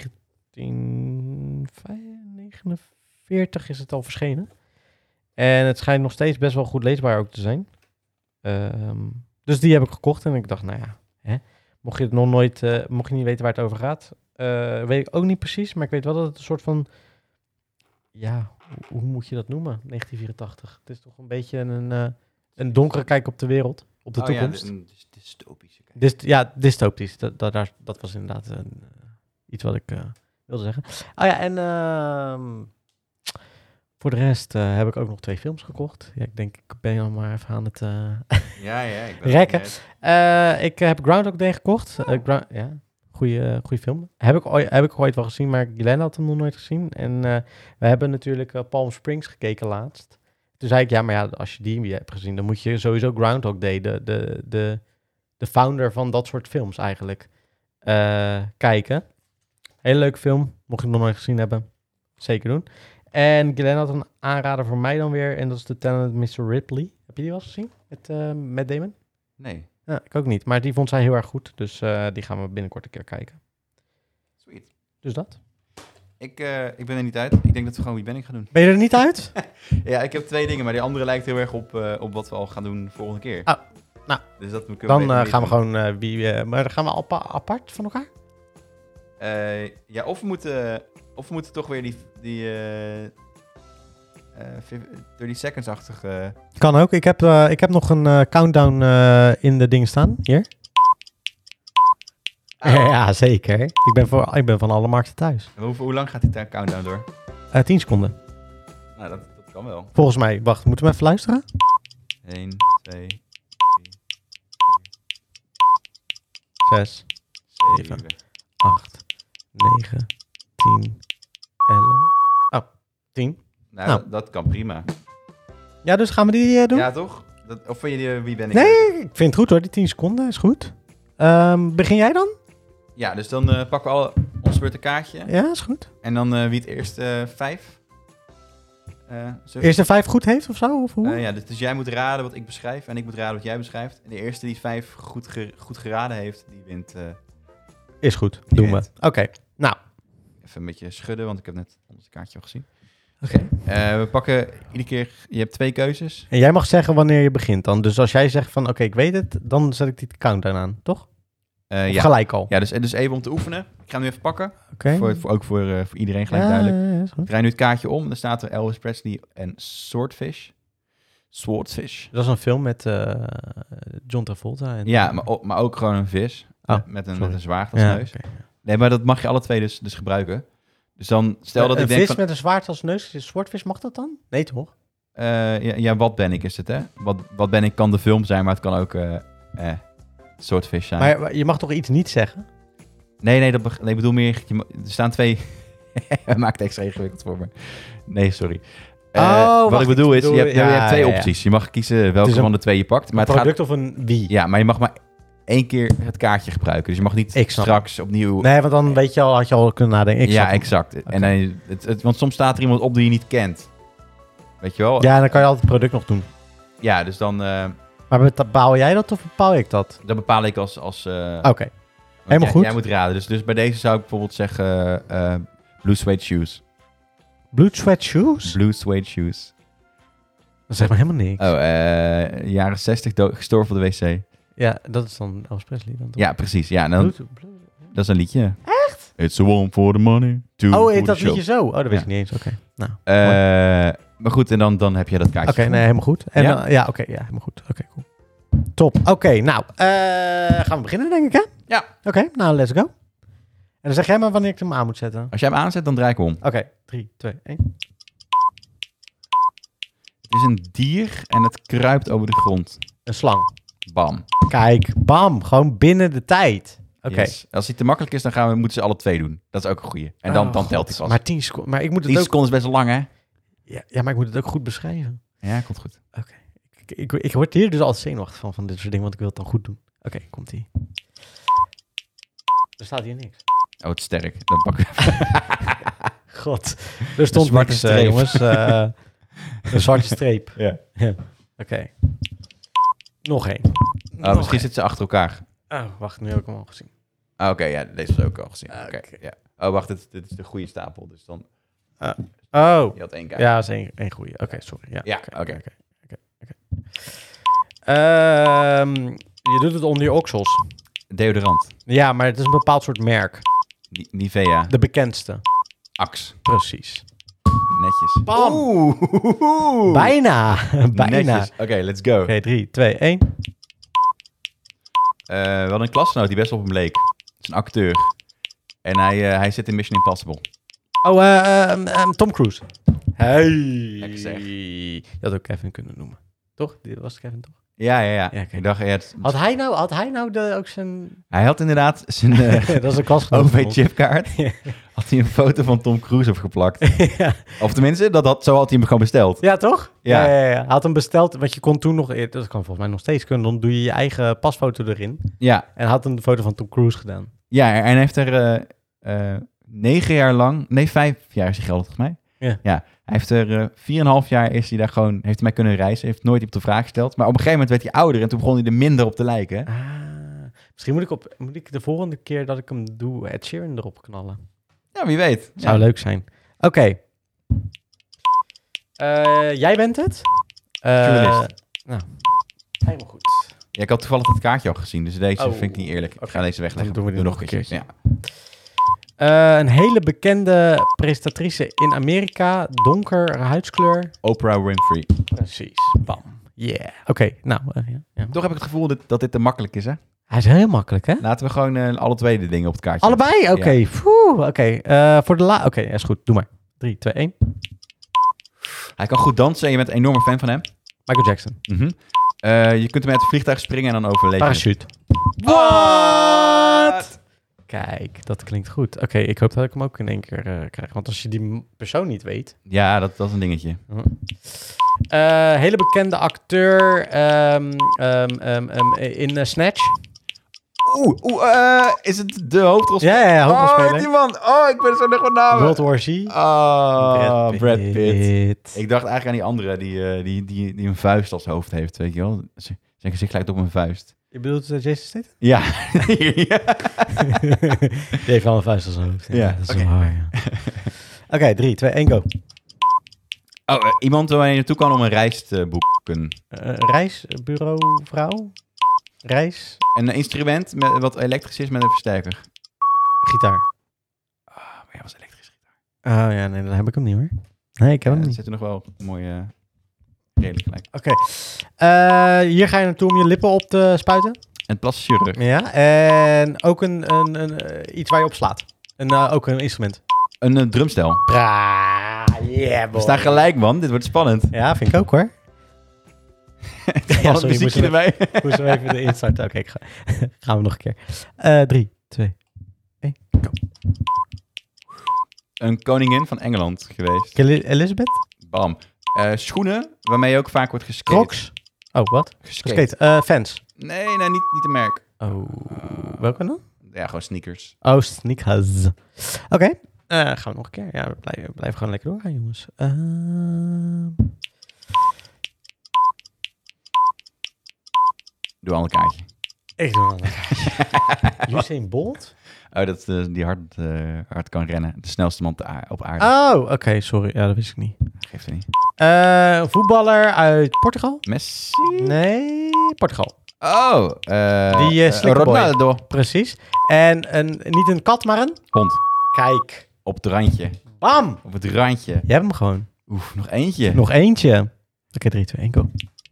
negentien negenenveertig is het al verschenen. En het schijnt nog steeds best wel goed leesbaar ook te zijn. Um, dus die heb ik gekocht en ik dacht, nou ja, hè, mocht je het nog nooit, uh, mocht je niet weten waar het over gaat, uh, weet ik ook niet precies, maar ik weet wel dat het een soort van, ja... Hoe moet je dat noemen, negentien vierentachtig? Het is toch een beetje een, uh, een donkere kijk op de wereld, op de oh, toekomst. Ja, een dystopische kijk. Dist, ja, dystopisch. Dat, dat, dat was inderdaad een, uh, iets wat ik uh, wilde zeggen. Oh ja, en uh, voor de rest uh, heb ik ook nog twee films gekocht. Ja, ik denk, ik ben al maar even aan het uh, ja, ja, ik ben rekken. Uh, ik heb Groundhog Day gekocht. Uh, Ground, ja. Goeie, goeie film. Heb ik, ooit, heb ik ooit wel gezien, maar Glenn had hem nog nooit gezien. En uh, we hebben natuurlijk uh, Palm Springs gekeken laatst. Toen zei ik, ja, maar ja, als je die hebt gezien, dan moet je sowieso Groundhog Day, de, de, de, de founder van dat soort films eigenlijk, uh, kijken. Hele leuke film, mocht je hem nog nooit gezien hebben. Zeker doen. En Glenn had een aanrader voor mij dan weer, en dat is The Talented mister Ripley. Heb je die wel eens gezien? Met uh, Matt Damon? Nee. Ja, ik ook niet, maar die vond zij heel erg goed. Dus uh, die gaan we binnenkort een keer kijken. Sweet. Dus dat. Ik, uh, ik ben er niet uit. Ik denk dat we gewoon Wie Ben Ik gaan doen. Ben je er niet uit? Ja, ik heb twee dingen, maar die andere lijkt heel erg op, uh, op wat we al gaan doen de volgende keer. Oh, nou. Dus dat we dan uh, gaan we gewoon uh, wie... Uh, maar dan gaan we apa- apart van elkaar? Uh, ja, of we moeten, of we moeten toch weer die... die uh, Uh, dertig seconds-achtig. Uh... Kan ook. Ik heb, uh, ik heb nog een uh, countdown uh, in de dingen staan. Hier. Oh. Ja, zeker. Ik ben, voor, ik ben van alle markten thuis. Hoe, hoe lang gaat die countdown door? Uh, tien seconden. Nou, dat, dat kan wel. Volgens mij. Wacht, moeten we even luisteren? één, twee, drie, zes, zeven, acht, negen, tien, elf. Oh, tien. Nou, nou. Dat, dat kan prima. Ja, dus gaan we die uh, doen? Ja, toch? Dat, of vind je die, Wie Ben Ik? Nee, ik vind het goed hoor. Die tien seconden is goed. Um, begin jij dan? Ja, dus dan uh, pakken we alle ons beurt een kaartje. Ja, is goed. En dan uh, wie het eerst uh, vijf. Uh, eerste vijf goed heeft of zo? Of hoe? Uh, ja, dus, dus jij moet raden wat ik beschrijf en ik moet raden wat jij beschrijft. En de eerste die vijf goed, ge- goed geraden heeft, die wint. Uh, is goed, doen we. Oké, okay. Nou. Even een beetje schudden, want ik heb net ons kaartje al gezien. Oké. Uh, we pakken iedere keer... Je hebt twee keuzes. En jij mag zeggen wanneer je begint dan. Dus als jij zegt van, oké, okay, ik weet het, dan zet ik die countdown aan, toch? Uh, of ja. gelijk al? Ja, dus, dus even om te oefenen. Ik ga hem nu even pakken. Oké. Okay. Voor, voor, ook voor, uh, voor iedereen gelijk ja, duidelijk. Ja, ja, ik draai nu het kaartje om. Dan staat er Elvis Presley en Swordfish. Swordfish. Dat is een film met uh, John Travolta. En, ja, maar, maar ook gewoon een vis. Oh, met, een, met een zwaard als ja, neus. Okay, ja. Nee, maar dat mag je alle twee dus, dus gebruiken. Dus dan stel uh, dat een ik denk vis van, met een zwaard als neus, een swordfish, mag dat dan? Nee, toch? Uh, ja, ja, wat ben ik is het, hè? Wat, wat ben ik kan de film zijn, maar het kan ook uh, eh, Swordfish zijn. Maar, maar je mag toch iets niet zeggen? Nee, nee, dat be- nee ik bedoel meer... Je, er staan twee... Maakt het extra ingewikkeld voor me. Nee, sorry. Uh, oh, wat wacht, ik bedoel is, bedoel, je hebt, ja, je hebt twee ja, ja. opties. Je mag kiezen welke een, van de twee je pakt. Maar een het product gaat, of een wie? Ja, maar je mag maar één keer het kaartje gebruiken. Dus je mag niet straks opnieuw... Nee, want dan weet je al, had je al kunnen nadenken. Ik ja, exact. Okay. En dan, het, het, want soms staat er iemand op die je niet kent. Weet je wel? Ja, dan kan je altijd het product nog doen. Ja, dus dan... Uh, maar bepaal jij dat of bepaal ik dat? Dat bepaal ik als... als uh, Oké. Okay. Helemaal jij, goed. Jij moet raden. Dus, dus bij deze zou ik bijvoorbeeld zeggen... Uh, Blue Suede Shoes. Blue Suede Shoes? Blue Suede Shoes. Dat zegt maar helemaal niks. Oh, uh, jaren zestig do- gestorven voor de wc. Ja, dat is dan Elvis Presley dan toch? Ja, precies. Ja, dan, Blue, Blue, dat is een liedje. Echt? It's a one for the money, two oh, for heet the dat show. liedje zo? Oh, dat wist ja. ik niet eens. Oké. Okay. Nou, uh, maar goed, en dan, dan heb je dat kaartje. Oké, okay, nee, helemaal goed. En ja, dan, ja oké, okay, ja, helemaal goed. Oké, okay, cool. Top. Oké, okay, nou, uh, gaan we beginnen, denk ik, hè? Ja. Oké, okay, nou, let's go. En dan zeg jij maar wanneer ik hem aan moet zetten. Als jij hem aanzet, dan draai ik om. Oké, okay, drie, twee, één. Het is een dier en het kruipt over de grond. Een slang. Bam. Kijk, bam. Gewoon binnen de tijd. Oké. Okay. Yes. Als het te makkelijk is, dan gaan we, moeten ze alle twee doen. Dat is ook een goeie. En dan, oh, dan telt hij vast. Maar tien seconden. Maar ik moet het tien ook... seconden is best wel lang, hè? Ja, ja, maar ik moet het ook goed beschrijven. Ja, komt goed. Oké. Okay. Ik, ik, ik, ik word hier dus altijd zenuwachtig van, van dit soort dingen, want ik wil het dan goed doen. Oké, okay, komt-ie. Er staat hier niks. Oh, het is sterk. Dan pak ik God. Er stond zwarte niks, streep. Uh, jongens. Uh, een zwarte streep. Ja. ja. Oké. Okay. Nog één. Oh, Nog misschien één. zitten ze achter elkaar. Oh, wacht. Nu heb ik hem al gezien. Ah, Oké, okay, ja. Deze was ook al gezien. Oké, Okay. okay, ja. Oh, wacht. Dit, dit is de goede stapel. Dus dan... Uh, oh. Je had één kaart. Ja, dat is één, één goede. Oké, okay, sorry. Ja, ja oké. Okay, okay. okay, okay, okay. um, je doet het onder je oksels. Deodorant. Ja, maar het is een bepaald soort merk. N- Nivea. De bekendste. Axe. Precies. Netjes. Bam! Oeh. Bijna. Bijna. Oké, okay, let's go. Oké, okay, drie, twee, één. Uh, we hadden een klasgenoot die best op hem leek. Het is een acteur. En hij, uh, hij zit in Mission Impossible. Oh, uh, um, um, Tom Cruise. Hey. Lekker zeg. Je had ook Kevin kunnen noemen. Toch? Dit was Kevin, toch? Ja, ja, ja. ja okay. Ik dacht, ja, het... Had hij nou, had hij nou de, ook zijn... Hij had inderdaad zijn uh, dat is een klasgenoot. O V-chipkaart. Had hij een foto van Tom Cruise opgeplakt. ja. Of tenminste, dat had, zo had hij hem gewoon besteld. Ja, toch? Ja. Ja, ja, ja. Hij had hem besteld, want je kon toen nog... Dat kan volgens mij nog steeds kunnen. Dan doe je je eigen pasfoto erin. Ja. En had een foto van Tom Cruise gedaan. Ja, en hij heeft er uh, uh, negen jaar lang... Nee, vijf jaar is hij geldig, volgens mij. Ja. Ja. Hij heeft er uh, vier en een half jaar is hij daar gewoon... Heeft hij mij kunnen reizen. Heeft nooit op de vraag gesteld. Maar op een gegeven moment werd hij ouder. En toen begon hij er minder op te lijken. Ah, misschien moet ik, op, moet ik de volgende keer dat ik hem doe... Ed Sheeran erop knallen. Ja, wie weet. Zou ja. leuk zijn. Oké. Okay. Uh, jij bent het? Uh, Journalist. Nou, helemaal goed. Ja, ik had toevallig het kaartje al gezien. Dus deze oh, vind ik niet eerlijk. Okay. Ik ga deze wegleggen. Dan doen we dit Doe nog nog een een keer. Ja. Uh, een hele bekende presentatrice in Amerika. Donker huidskleur. Oprah Winfrey. Precies. Bam. Yeah. Oké, okay, nou. Uh, ja, ja. Toch heb ik het gevoel dat, dat dit te makkelijk is, hè? Hij is heel makkelijk, hè? Laten we gewoon uh, alle twee de dingen op het kaartje. Allebei? Oké. Okay. Ja. Oké. Okay. Uh, voor de la... Oké, okay, is goed. Doe maar. drie, twee, één. Hij kan goed dansen en je bent een enorme fan van hem. Michael Jackson. Mm-hmm. Uh, je kunt hem uit het vliegtuig springen en dan overleven. Parachute. Wat? Kijk, dat klinkt goed. Oké, okay, ik hoop dat ik hem ook in één keer uh, krijg. Want als je die persoon niet weet... Ja, dat, dat is een dingetje. Uh, hele bekende acteur um, um, um, um, in uh, Snatch. Oeh, oeh uh, is het de hoofdrolspeler? Ja, ja, ja, hoofdrolspeler. Oh, die man. Oh, ik ben zo nog wat namen. World War Z. Oh, Brad Pitt. Brad Pitt. Ik dacht eigenlijk aan die andere die, uh, die, die, die een vuist als hoofd heeft, weet je wel. Zijn gezicht lijkt op een vuist. Je bedoelt uh, Jason Statham? Ja. ja. Die heeft wel een vuist als hoofd. Ja, ja. dat is okay. wel waar, ja. Oké, okay, drie, twee, één, go. Oh, uh, iemand waar je naartoe kan om een reis te boeken. Uh, reisbureau, vrouw? Reis? Een instrument met, wat elektrisch is met een versterker. Gitaar. Ah, oh, maar jij was elektrisch gitaar. Oh ja, nee, dan heb ik hem niet hoor. Nee, ik heb ja, hem niet. Zit er nog wel mooi uh, redelijk gelijk. Oké. Okay. Uh, hier ga je naartoe om je lippen op te spuiten. En plastische chirurg. Ja, en ook een, een, een, uh, iets waar je op slaat. En uh, ook een instrument. Een uh, drumstel. Pra, yeah boy. We staan gelijk, man. Dit wordt spannend. Ja, vind ik ook hoor. ja, sorry, muziekje erbij. Ik moest hem even de instarten. Oké, okay, ga, gaan we nog een keer. Uh, drie, twee, één, go. Een koningin van Engeland geweest. Elizabeth? Bam. Uh, schoenen waarmee je ook vaak wordt geskate. Crocs? Oh, wat? Geskate. Skate. Uh, fans? Nee, nee, niet, niet een merk. Oh, uh, welke dan? Ja, gewoon sneakers. Oh, sneakers. Oké, okay. uh, gaan we nog een keer. Ja, we blijven, blijven gewoon lekker doorgaan, jongens. Uh... Doe al een kaartje. Ik doe al een kaartje. Usain Bolt? Oh, dat is de, die hard, uh, hard kan rennen. De snelste man te a- op aarde. Oh, oké, okay, sorry. Ja, dat wist ik niet. Geeft er niet. Uh, voetballer uit Portugal? Messi? Nee, Portugal. Oh, uh, die uh, Ronaldo. Precies. En een, niet een kat, maar een... Hond. Kijk. Op het randje. Bam! Op het randje. Je hebt hem gewoon. Oef, nog eentje. Nog eentje. Oké, okay, drie, twee, één, go.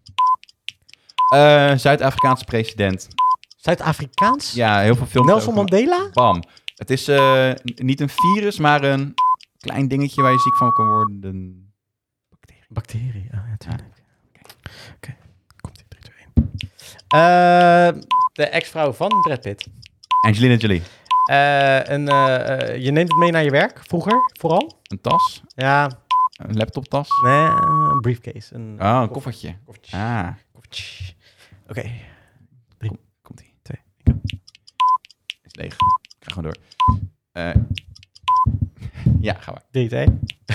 Uh, Zuid-Afrikaanse president. Zuid-Afrikaans? Ja, heel veel films. Nelson Mandela? Bam. Het is uh, niet een virus, maar een klein dingetje waar je ziek van kan worden. Bacterie. Bacterie, oh, ja, tuurlijk. Ja. Oké, okay. Komt ie, drie, twee, één. Uh, de ex-vrouw van Brad Pitt. Angelina Jolie. Uh, een, uh, je neemt het mee naar je werk, vroeger, vooral? Een tas? Ja. Een laptoptas? Nee, een briefcase. Een oh, een koffertje. koffertje. Ah. Koffertje. Oké. Okay. Kom, komt-ie. Twee. Is leeg. Ik ga gewoon door. Uh, ja, ga maar. drie, twee.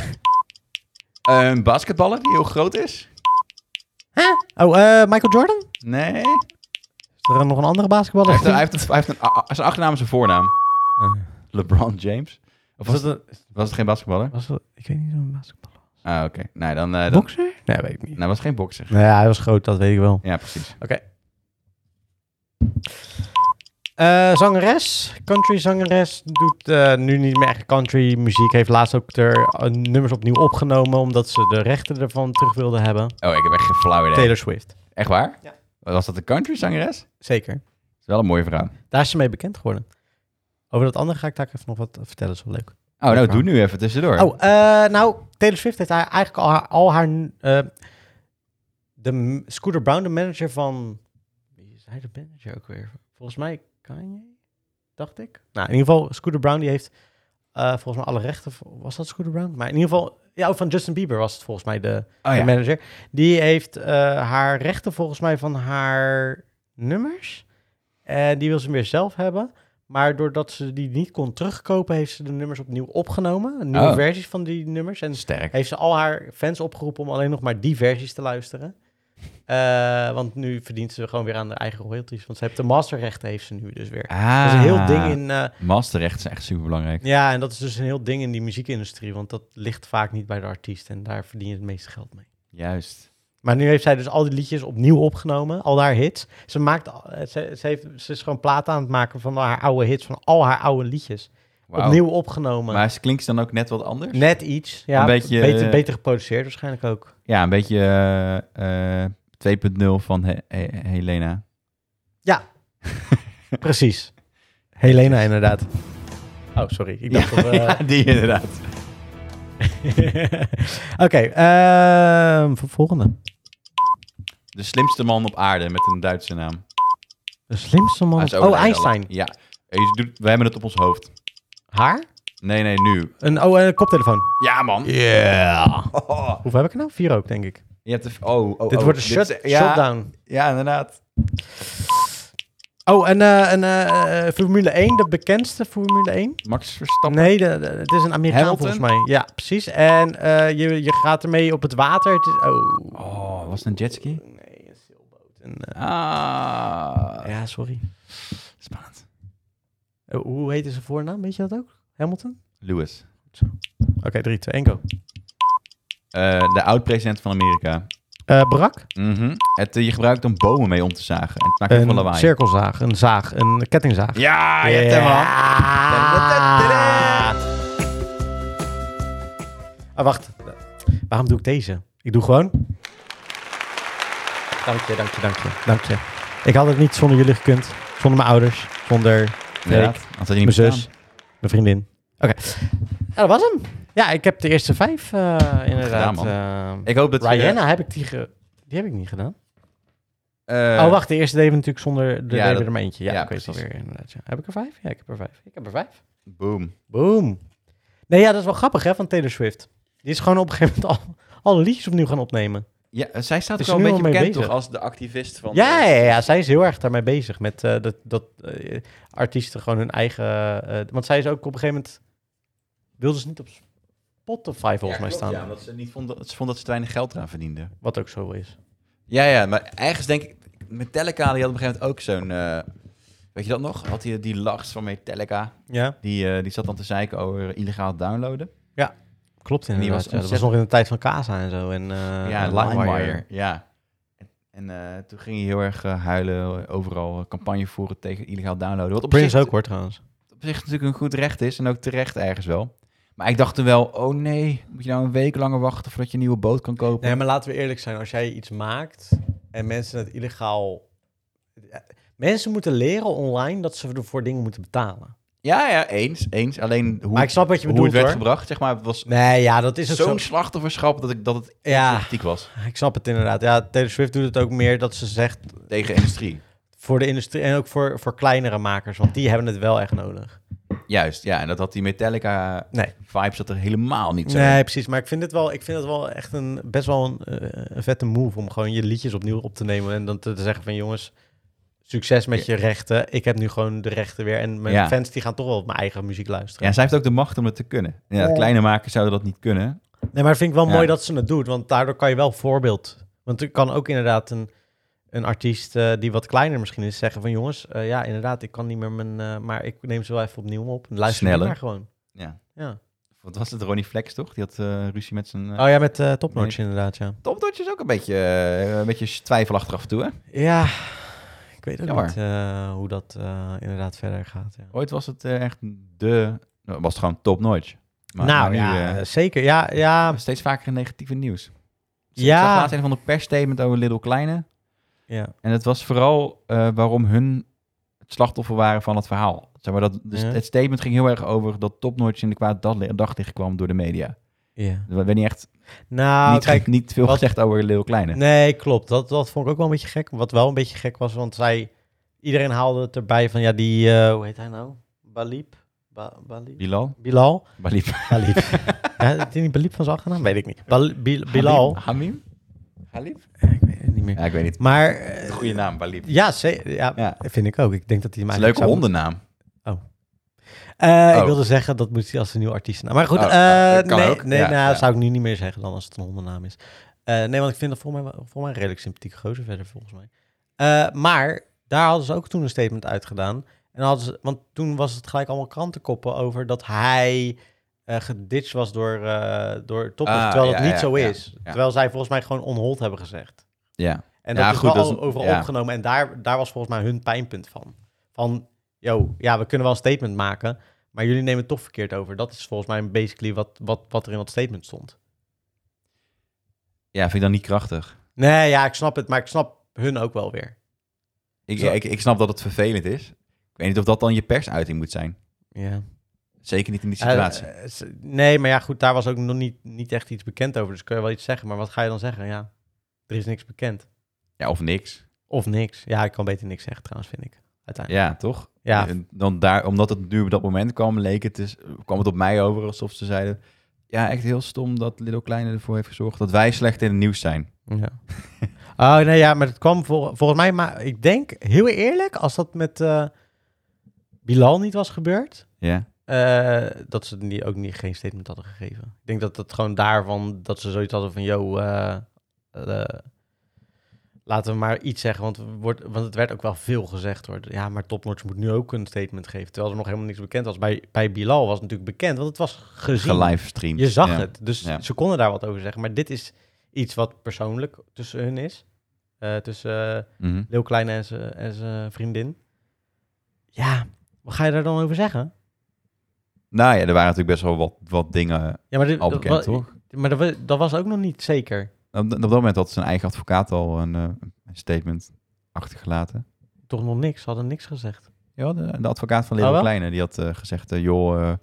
Een basketballer die heel groot is? Huh? Oh, uh, Michael Jordan? Nee. Is er nog een andere basketballer? Hij heeft, een, hij heeft, een, hij heeft een, zijn achternaam is een voornaam. Uh. LeBron James. Of was, was, het, een, was het geen basketballer? Was het, ik weet niet zo'n basketballer. Ah, oké. Okay. Nee, dan... Uh, dan bokser? Nee, weet ik niet. Nee, was geen bokser. Nee, hij was groot, dat weet ik wel. Ja, precies. Oké. Okay. Uh, zangeres, country zangeres, doet uh, nu niet meer echt country muziek. Heeft laatst ook er uh, nummers opnieuw opgenomen, omdat ze de rechten ervan terug wilden hebben. Oh, ik heb echt geen flauw idee. Taylor Swift. Echt waar? Ja. Was dat een country zangeres? Zeker. Dat is wel een mooie vrouw. Daar is ze mee bekend geworden. Over dat andere ga ik daar even nog wat vertellen, is wel leuk. Oh, nou doe nu even tussendoor. Oh, uh, nou, Taylor Swift heeft haar, eigenlijk al haar... Al haar uh, de Scooter Brown, de manager van... Wie is hij de manager ook weer? Volgens mij Kanye, dacht ik. Nou, in ieder geval, Scooter Brown, die heeft uh, volgens mij alle rechten... Was dat Scooter Brown? Maar in ieder geval... Ja, van Justin Bieber was het volgens mij de, oh, de ja. manager. Die heeft uh, haar rechten volgens mij van haar nummers. En die wil ze weer zelf hebben. Maar doordat ze die niet kon terugkopen, heeft ze de nummers opnieuw opgenomen. Nieuwe oh. versies van die nummers. En sterk. Heeft ze al haar fans opgeroepen om alleen nog maar die versies te luisteren. Uh, want nu verdient ze gewoon weer aan de eigen royalties. Want ze heeft de masterrechten heeft ze nu dus weer. Ah, dat is een heel ding in... Uh, masterrechten zijn echt super belangrijk. Ja, en dat is dus een heel ding in die muziekindustrie. Want dat ligt vaak niet bij de artiest. En daar verdien je het meeste geld mee. Juist. Maar nu heeft zij dus al die liedjes opnieuw opgenomen. Al haar hits. Ze, maakt, ze, ze, heeft, ze is gewoon platen aan het maken van haar oude hits. Van al haar oude liedjes. Wow. Opnieuw opgenomen. Maar klinkt ze dan ook net wat anders? Net iets. Ja, een beetje, beter, beter geproduceerd waarschijnlijk ook. Ja, een beetje uh, uh, twee punt nul van He- He- Helena. Ja, precies. Helena inderdaad. Oh, sorry. Ik dacht ja, dat we... ja, die inderdaad. Oké, okay, uh, volgende. De slimste man op aarde met een Duitse naam. De slimste man? Op... Oh, Einstein. Ja, we hebben het op ons hoofd. Haar? Nee, nee, nu. Een, oh, een koptelefoon. Ja, man. Ja. Yeah. Oh. Hoeveel heb ik er nou? Vier ook, denk ik. Je hebt de, oh, oh, Dit oh, wordt een shut, is, ja, shutdown. Ja, inderdaad. Oh, en uh, een, uh, Formule één, de bekendste Formule één. Max Verstappen? Nee, de, de, het is een Amerikaan Hamilton? Volgens mij. Ja, precies. En uh, je, je gaat ermee op het water. Het is, oh. oh, was het een jetski? Nee, een zeilboot. Een, uh, ah. Ja, sorry. Spannend. Uh, hoe heet zijn voornaam? Weet je dat ook? Hamilton? Lewis. Oké, okay, drie, twee, één, go. Uh, de oud-president van Amerika. Uh, Barack? Mm-hmm. Het, uh, je gebruikt om bomen mee om te zagen. En het maakt heel veel lawaai. Een cirkelzaag, een zaag, een kettingzaag. Ja, je hebt hem al. Ah, wacht. Waarom doe ik deze? Ik doe gewoon... Dank je, dank je, dank je, dank je. Ik had het niet zonder jullie gekund. Zonder mijn ouders. Zonder Freek, mijn zus, mijn vriendin. Oké. Okay. Ja, dat was hem. Ja, ik heb de eerste vijf uh, inderdaad. Gedaan, uh, ik hoop dat Rihanna, je... heb ik die... Ge... Die heb ik niet gedaan. Uh, oh, wacht. De eerste deden we natuurlijk zonder... De ja, dat... er maar eentje. Ja, ja ik weet het alweer inderdaad. Ja. Heb ik er vijf? Ja, ik heb er vijf. Ik heb er vijf. Boom. Boom. Nee, ja, dat is wel grappig, hè, van Taylor Swift. Die is gewoon op een gegeven moment al, alle liedjes opnieuw gaan opnemen. Ja, zij staat ook wel een beetje bekend toch als de activist van... Ja, ja, ja, zij is heel erg daarmee bezig met uh, dat, dat uh, artiesten gewoon hun eigen... Uh, want zij is ook op een gegeven moment... Wilde ze niet op Spotify volgens ja, mij staan. Ja, omdat ze niet vond dat, ze vond dat ze te weinig geld eraan verdiende. Wat ook zo is. Ja, ja, maar ergens denk ik... Metallica, die had op een gegeven moment ook zo'n... Uh, weet je dat nog? Had hij die lachs van Metallica. Ja. Die, uh, die zat dan te zeiken over illegaal downloaden. Ja. Klopt inderdaad. Was ja, dat was nog in de tijd van Casa en zo. En, uh, ja, LimeWire. Ja. En, en uh, toen ging hij heel erg uh, huilen, overal campagne voeren tegen illegaal downloaden. Wat op Prince zich, ook hoor trouwens. Op zich natuurlijk een goed recht is en ook terecht ergens wel. Maar ik dacht toen wel, oh nee, moet je nou een week langer wachten voordat je een nieuwe boot kan kopen? Nee, maar laten we eerlijk zijn. Als jij iets maakt en mensen het illegaal... Mensen moeten leren online dat ze ervoor dingen moeten betalen. Ja, ja, eens, eens. Alleen hoe, maar ik snap wat je bedoelt, hoe het werd hoor. gebracht, zeg maar, het was nee, ja, dat is het zo'n zo... slachtofferschap dat, ik, dat het ja, kritiek was. Ik snap het inderdaad. Ja, Taylor Swift doet het ook meer dat ze zegt... Tegen industrie. Voor de industrie en ook voor, voor kleinere makers, want die hebben het wel echt nodig. Juist, ja, en dat had die Metallica nee. vibes dat er helemaal niet zo. Nee, precies, maar ik vind het wel, ik vind het wel echt een best wel een, uh, een vette move om gewoon je liedjes opnieuw op te nemen en dan te, te zeggen van jongens, succes met je rechten. Ik heb nu gewoon de rechten weer en mijn ja. fans die gaan toch wel op mijn eigen muziek luisteren. Ja, zij heeft ook de macht om het te kunnen. Ja, de kleine makers zouden dat niet kunnen. Nee, maar dat vind ik wel ja. mooi dat ze het doet, want daardoor kan je wel voorbeeld. Want er kan ook inderdaad een een artiest uh, die wat kleiner misschien is zeggen van jongens, uh, ja inderdaad, ik kan niet meer mijn, uh, maar ik neem ze wel even opnieuw op. Luister Sneller. maar gewoon. Ja. ja. Wat was het, Ronnie Flex toch? Die had uh, ruzie met zijn... Uh, oh ja, met uh, Top Notch nee. inderdaad, ja. Top Notch is ook een beetje, uh, een beetje twijfelachtig af en toe, hè? Ja, ik weet ook Jammer. niet uh, hoe dat uh, inderdaad verder gaat. Ja. Ooit was het uh, echt de... Was het gewoon Top Notch. Maar, nou maar nu, ja, uh, zeker. Ja, ja. Steeds vaker in negatieve nieuws. Dus ja. Ik zag laatst een van de persstatement over Little Kleine. Ja. En het was vooral uh, waarom hun het slachtoffer waren van het verhaal. Zeg maar dat, dus ja. Het statement ging heel erg over dat Top Notch in de kwaad daglicht kwam door de media. Ja. Dat werd niet echt nou, niet, kijk, niet veel wat, gezegd over Little Kleine. Nee, klopt. Dat, dat vond ik ook wel een beetje gek. Wat wel een beetje gek was, want zij... Iedereen haalde het erbij van, ja, die... Uh, hoe heet hij nou? Balib? Ba, Balib? Bilal? Bilal? Balib. Balib. Ja, is die niet Balib van zijn achternaam? Weet ik niet. Bal, Bil, Bilal? Hamim? Halib? Ja, ik weet het niet meer. Ja, ik weet niet. Maar... Uh, goede naam, Balib. Ja, ze, ja, ja, vind ik ook. Ik denk dat hij hem eigenlijk... Leuke hondennaam. Oh. Uh, oh. Ik wilde zeggen, dat moet hij als een nieuwe artiest. Maar goed, oh, uh, uh, nee, ook. nee ja, nou, ja. zou ik nu niet meer zeggen dan als het een hondennaam is. Uh, nee, want ik vind dat volgens mij, volgens mij een redelijk sympathieke gozer verder, volgens mij. Uh, maar daar hadden ze ook toen een statement uitgedaan. En hadden ze, want toen was het gelijk allemaal krantenkoppen over dat hij uh, geditcht was door, uh, door Top Notch, ah, terwijl ja, dat niet ja, zo ja, is. Ja. Terwijl zij volgens mij gewoon on hold hebben gezegd. Ja. En dat ja, is goed, wel dat is, overal ja. opgenomen. En daar, daar was volgens mij hun pijnpunt van. Van, yo, ja, we kunnen wel een statement maken, maar jullie nemen het toch verkeerd over. Dat is volgens mij basically wat, wat, wat er in dat statement stond. Ja, vind ik dan niet krachtig. Nee, ja, ik snap het, maar ik snap hun ook wel weer. Ik, ja, ik, ik snap dat het vervelend is. Ik weet niet of dat dan je persuiting moet zijn. Ja. Zeker niet in die situatie. Uh, uh, nee, maar ja, goed, daar was ook nog niet, niet echt iets bekend over. Dus kun je wel iets zeggen, maar wat ga je dan zeggen? Ja, er is niks bekend. Ja, of niks. Of niks. Ja, ik kan beter niks zeggen trouwens, vind ik. Uiteindelijk. Ja, toch? Ja. En dan daar, omdat het nu op dat moment kwam, leek het dus, kwam het op mij over alsof ze zeiden... Ja, echt heel stom dat Little Kleine ervoor heeft gezorgd dat wij slecht in het nieuws zijn. Ja. Oh, nee, ja, maar het kwam vol, volgens mij... Maar ik denk, heel eerlijk, als dat met uh, Bilal niet was gebeurd... Ja. Uh, dat ze die ook niet, geen statement hadden gegeven. Ik denk dat het gewoon daarvan... Dat ze zoiets hadden van, yo... Uh, uh, laten we maar iets zeggen, want, wordt, want het werd ook wel veel gezegd hoor. Ja, maar Topnotch moet nu ook een statement geven, terwijl er nog helemaal niks bekend was. Bij, bij Bilal was het natuurlijk bekend, want het was gezien. Gelivestreamd. Je zag ja. het, dus Ja. ze konden daar wat over zeggen. Maar dit is iets wat persoonlijk tussen hun is. Uh, tussen uh, Mm-hmm. Leeuw Kleine en zijn, en zijn vriendin. Ja, wat ga je daar dan over zeggen? Nou ja, er waren natuurlijk best wel wat, wat dingen Ja, maar dit, al dat, bekend, wa- toch? Maar dat, wa- dat was ook nog niet zeker. Op, op dat moment had zijn eigen advocaat al een, uh, een statement achtergelaten. Toch nog niks, ze hadden niks gezegd. Ja, de, de advocaat van Oh, Leeuw wel? Kleine, die had uh, gezegd, uh, joh, uh,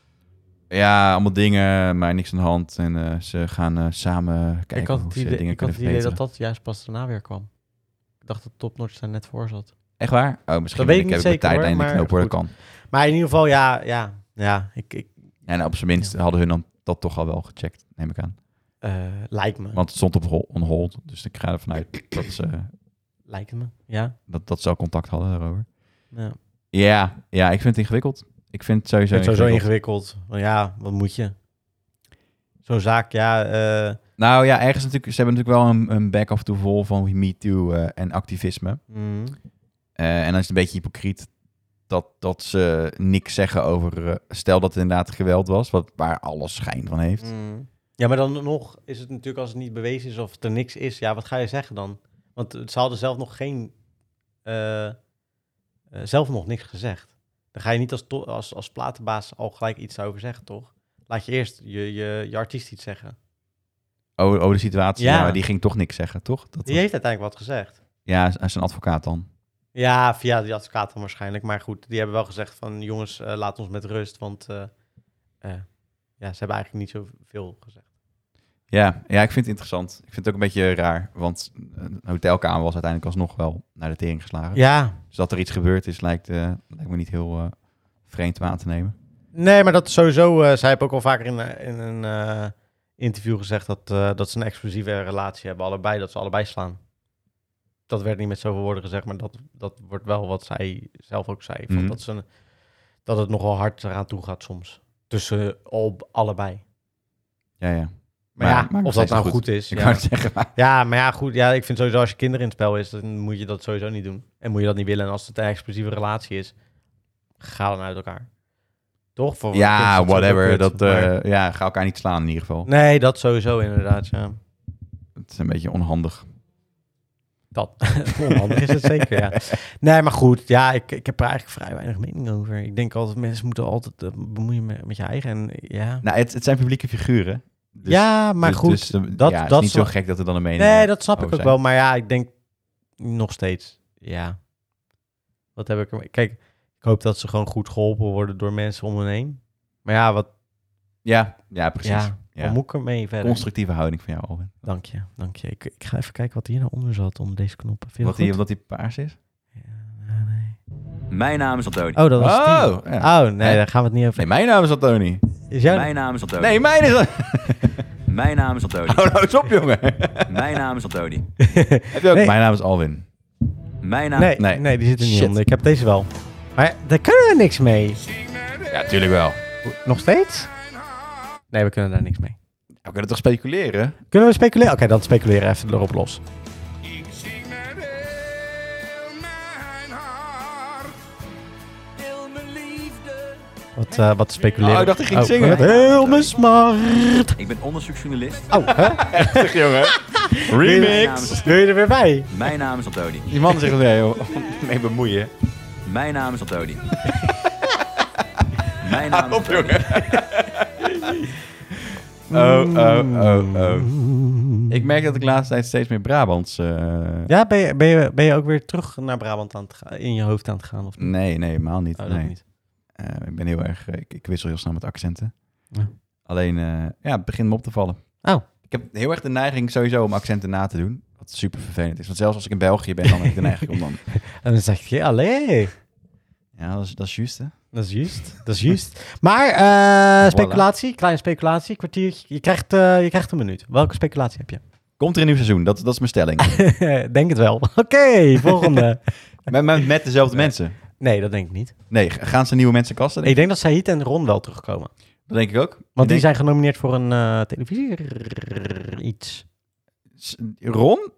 ja, allemaal dingen, maar niks aan de hand. En uh, ze gaan uh, samen kijken ik had hoe het ze idee, dingen ik had kunnen het idee dat verbeteren. dat juist pas daarna weer kwam. Ik dacht dat Topnotch daar net voor zat. Echt waar? Oh, misschien Dat weet ik ik heb niet ik mijn zeker, tijdlijn hoor, niet maar knopen, hoor, dat goed. kan. Maar in ieder geval, ja, ja, ja ik, ik En op zijn minst Ja. hadden hun dan dat toch al wel gecheckt, neem ik aan. uh, lijkt me. Want het stond op hol- on hold, dus ik ga ervan uit dat ze, Lijkt me, ja. dat, dat ze al contact hadden daarover. ja. Ja, ja, ik vind het ingewikkeld. Ik vind het Ik sowieso vind het sowieso ingewikkeld. ingewikkeld. Want ja, wat moet je? Zo'n zaak, ja... Uh, Nou ja, ergens natuurlijk, ze hebben natuurlijk wel een, een back-off to vol van MeToo uh, en activisme. mm, Uh, en dan is het een beetje hypocriet dat, dat ze niks zeggen over... Uh, stel dat het inderdaad geweld was, wat, waar alles schijn van heeft. mm. Ja, maar dan nog is het natuurlijk als het niet bewezen is of er niks is. Ja, wat ga je zeggen dan? Want ze hadden zelf nog geen... Uh, uh, zelf nog niks gezegd. Dan ga je niet als, to- als, als platenbaas al gelijk iets over zeggen, toch? Laat je eerst je, je, je artiest iets zeggen. Oh, oh, de situatie, Ja. ja. maar die ging toch niks zeggen, toch? Dat Die was- heeft uiteindelijk wat gezegd. Ja, als een advocaat dan. Ja, via die advocaat dan waarschijnlijk. Maar goed, die hebben wel gezegd van... jongens, uh, laat ons met rust, want... Uh, uh, ja, ze hebben eigenlijk niet zoveel gezegd. Ja, ja, ik vind het interessant. Ik vind het ook een beetje raar, want een hotelkamer was uiteindelijk alsnog wel naar de tering geslagen. Ja, Dus dat er iets gebeurd is, lijkt, uh, lijkt me niet heel uh, vreemd om aan te nemen. nee, maar dat is sowieso... Uh, zij hebben ook al vaker in, uh, in een uh, interview gezegd... Dat, uh, dat ze een exclusieve relatie hebben, allebei. Dat ze allebei slaan. Dat werd niet met zoveel woorden gezegd, maar dat, dat wordt wel wat zij zelf ook zei. Van Mhm. dat, ze, dat het nogal hard eraan toe gaat soms. Tussen uh, al, allebei. Ja, ja. Maar, Maar- ja, maar nog of dat steeds nou goed. goed, is. Ik Ja. wou het zeggen, maar... Ja, maar ja, goed. Ja, ik vind sowieso als je kinderen in het spel is, dan moet je dat sowieso niet doen. En moet je dat niet willen. En als het een explosieve relatie is, ga dan uit elkaar. Toch? Voor Ja, kids is dat sowieso whatever. kut, Dat, uh, maar- ja, ga elkaar niet slaan in ieder geval. Nee, dat sowieso inderdaad, ja. Het is een beetje onhandig. Dat. Onhandig is het zeker, ja. Nee, maar goed. Ja, ik, ik heb er eigenlijk vrij weinig mening over. Ik denk altijd, mensen moeten altijd uh, bemoeien met, met je eigen. En ja, Nou, het, het zijn publieke figuren. Dus, ja maar dus- goed. dus, uh, dat- ja, het dat is niet is zo gek dat er dan een mening Nee, uh, dat snap ik over ook zijn. wel. Maar ja, ik denk nog steeds, ja. Wat heb ik er... Kijk, ik hoop dat ze gewoon goed geholpen worden door mensen om hen heen. Maar ja, wat... Ja, ja, precies. Ja, Ja. wat moet ik ermee verder? Constructieve houding van jou, Alwin. Dank je, dank je. Ik, ik ga even kijken wat hier nou onder zat, onder deze knoppen. Vind je Wat dat die, goed? omdat die paars is? Ja, nee. Mijn naam is Antoni. Oh, dat was Oh, die. ja. Oh, nee, Hè? daar gaan we het niet over. Nee, mijn naam is Antoni. Is jouw... Mijn naam is Antoni. Nee, mijn is... Mijn naam is Antoni. Hou nou eens op, jongen. Mijn naam is Antoni. Heb je ook? Nee. Mijn naam is Alwin. Mijn naam... Nee, nee, Nee. die zit er niet Shit. onder. Ik heb deze wel. Maar daar kunnen we niks mee. Ja, tuurlijk wel. Nog steeds? Nee, we kunnen daar niks mee. We kunnen toch speculeren? Kunnen we speculeren? Oké, dan speculeren even erop los. Ik zing met heel mijn hart, heel mijn liefde. Wat, uh, wat speculeren? Oh, ik dacht hij ging zingen. Met heel mijn smart. Ik ben onderzoeksjournalist. Oh, hè? Zeg, jongen. Remix. Wil je er weer bij? Mijn naam is Antoni. Die man zegt nee, joh. mee bemoeien. Mijn naam is Antoni. Mijn naam is Op, Antoni. jongen. Oh, oh, oh, oh. Ik merk dat ik de laatste tijd steeds meer Brabants... Uh... Ja, ben je, ben, je, ben je ook weer terug naar Brabant aan het gaan, in je hoofd aan het gaan? Of niet? Nee, nee, helemaal niet. Oh, dat nee. niet. Uh, ik ben heel erg... Ik, ik wissel heel snel met accenten. Ja. Alleen, uh, ja, het begint me op te vallen. Oh. Ik heb heel erg de neiging sowieso om accenten na te doen. Wat super vervelend is. Want zelfs als ik in België ben, dan heb ik de neiging om dan... En dan zeg je, allee. Ja, dat is, dat is juist, hè? Dat is juist. Dat is juist. Maar, uh, speculatie, kleine speculatie, kwartiertje. Je krijgt, uh, je krijgt een minuut. Welke speculatie heb je? Komt er een nieuw seizoen? Dat, dat is mijn stelling. Denk het wel. Oké, okay, volgende. met, met, met dezelfde mensen? Nee, dat denk ik niet. Nee, gaan ze nieuwe mensen kasten? Ik denk dat Said en Ron wel terugkomen. Dat denk ik ook. Want ik die denk... zijn genomineerd voor een uh, televisie iets. Ron?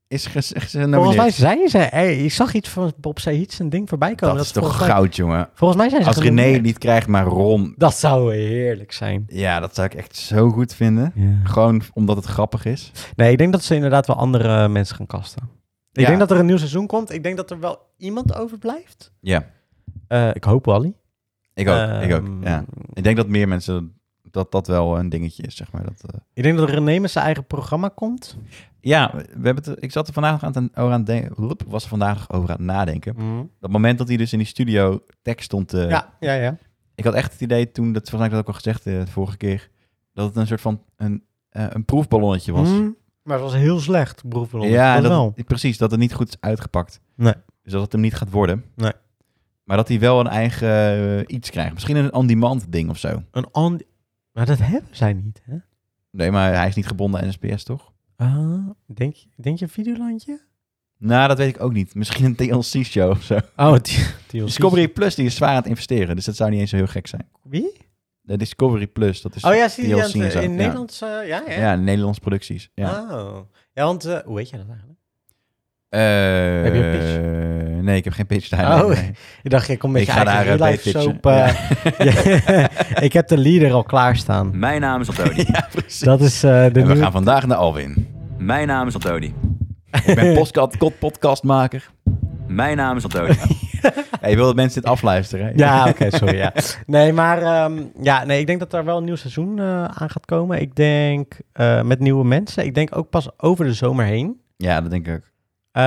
is ges- Volgens genomineerd. mij zijn ze... Hey, ik zag iets van Bob Said zijn ding voorbij komen. Dat is toch volgens mij- goud, jongen. Volgens mij zijn ze Als René genomineerd. niet krijgt, maar Ron. Dat zou heerlijk zijn. Ja, dat zou ik echt zo goed vinden. Ja. Gewoon omdat het grappig is. Nee, ik denk dat ze inderdaad wel andere mensen gaan casten. Ik Ja. denk dat er een nieuw seizoen komt. Ik denk dat er wel iemand overblijft. Ja, Uh, ik hoop Wally. ik ook. ik ook, Ehm, ja. Ik denk dat meer mensen... Dat dat wel een dingetje is, zeg maar. Dat, uh... Ik denk dat René met zijn eigen programma komt. Ja, we hebben het, ik zat er vandaag nog aan het, over aan het denken. Was er vandaag nog over aan het nadenken. Dat moment dat hij dus in die studio tekst stond... Uh, Ja, ja, ja. Ik had echt het idee toen, dat volgens mij had ik dat ook al gezegd uh, de vorige keer... Dat het een soort van een, uh, een proefballonnetje was. Mm, maar het was heel slecht, broer. Ja, dat dat, wel. precies. Dat het niet goed is uitgepakt. Nee. Dus dat het hem niet gaat worden. Nee. Maar dat hij wel een eigen uh, iets krijgt. Misschien een on-demand ding of zo. Een on... Maar dat hebben zij niet, hè? Nee, maar hij is niet gebonden aan N S B S, toch? Ah, denk, je- denk je een Videolandje? Nou, dat weet ik ook niet. Misschien een T L C-show of zo. Oh, die, die Discovery Plus, die is zwaar aan het investeren. Dus dat zou niet eens zo heel gek zijn. Wie? De Discovery Plus, dat is Oh ja, zie T je L aan C en het- zo. in Ja. Nederlands... uh, ja, ja. Ja, Nederlandse producties. Ja. Oh. Ja, want... uh, hoe weet je dat eigenlijk? Uh, Heb je een pitch? Nee, ik heb geen pitch daar. Oh, nee, nee. Ik dacht, ik kom met Ik je ga eigen daar, uh, real-life pitchen. soap. uh, ja. Ik heb de leader al klaarstaan. Mijn naam is Antoni. Ja, precies. Dat is uh, de en we nieuwe... gaan vandaag naar Alwin. Mijn naam is Antoni. Ik ben podcast, podcastmaker. Mijn naam is Antoni. Hey, je wil dat mensen dit afluisteren, hè? Ja, oké, sorry. Ja. Nee, maar um, ja, nee, ik denk dat er wel een nieuw seizoen uh, aan gaat komen. Ik denk uh, met nieuwe mensen. Ik denk ook pas over de zomer heen. Ja, dat denk ik ook.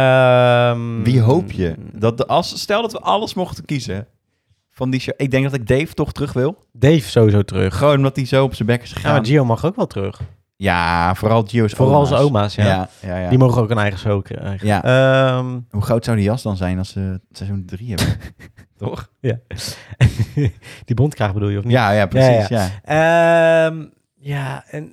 Um, Wie hoop je? Dat de, als, stel dat we alles mochten kiezen van die show. Ik denk dat ik Dave toch terug wil. Dave sowieso terug. Gewoon omdat hij zo op zijn bek is Ja, gegaan. maar Gio mag ook wel terug. Ja, vooral Gio's Vooral oma's. zijn oma's, ja. Ja, ja, ja. Die mogen ook een eigen show krijgen. Ja. Um, Hoe groot zou die jas dan zijn als ze seizoen drie hebben? Toch? ja. Die bondkraag bedoel je, of niet? Ja, ja, precies. Ja, Ja. Um, ja, en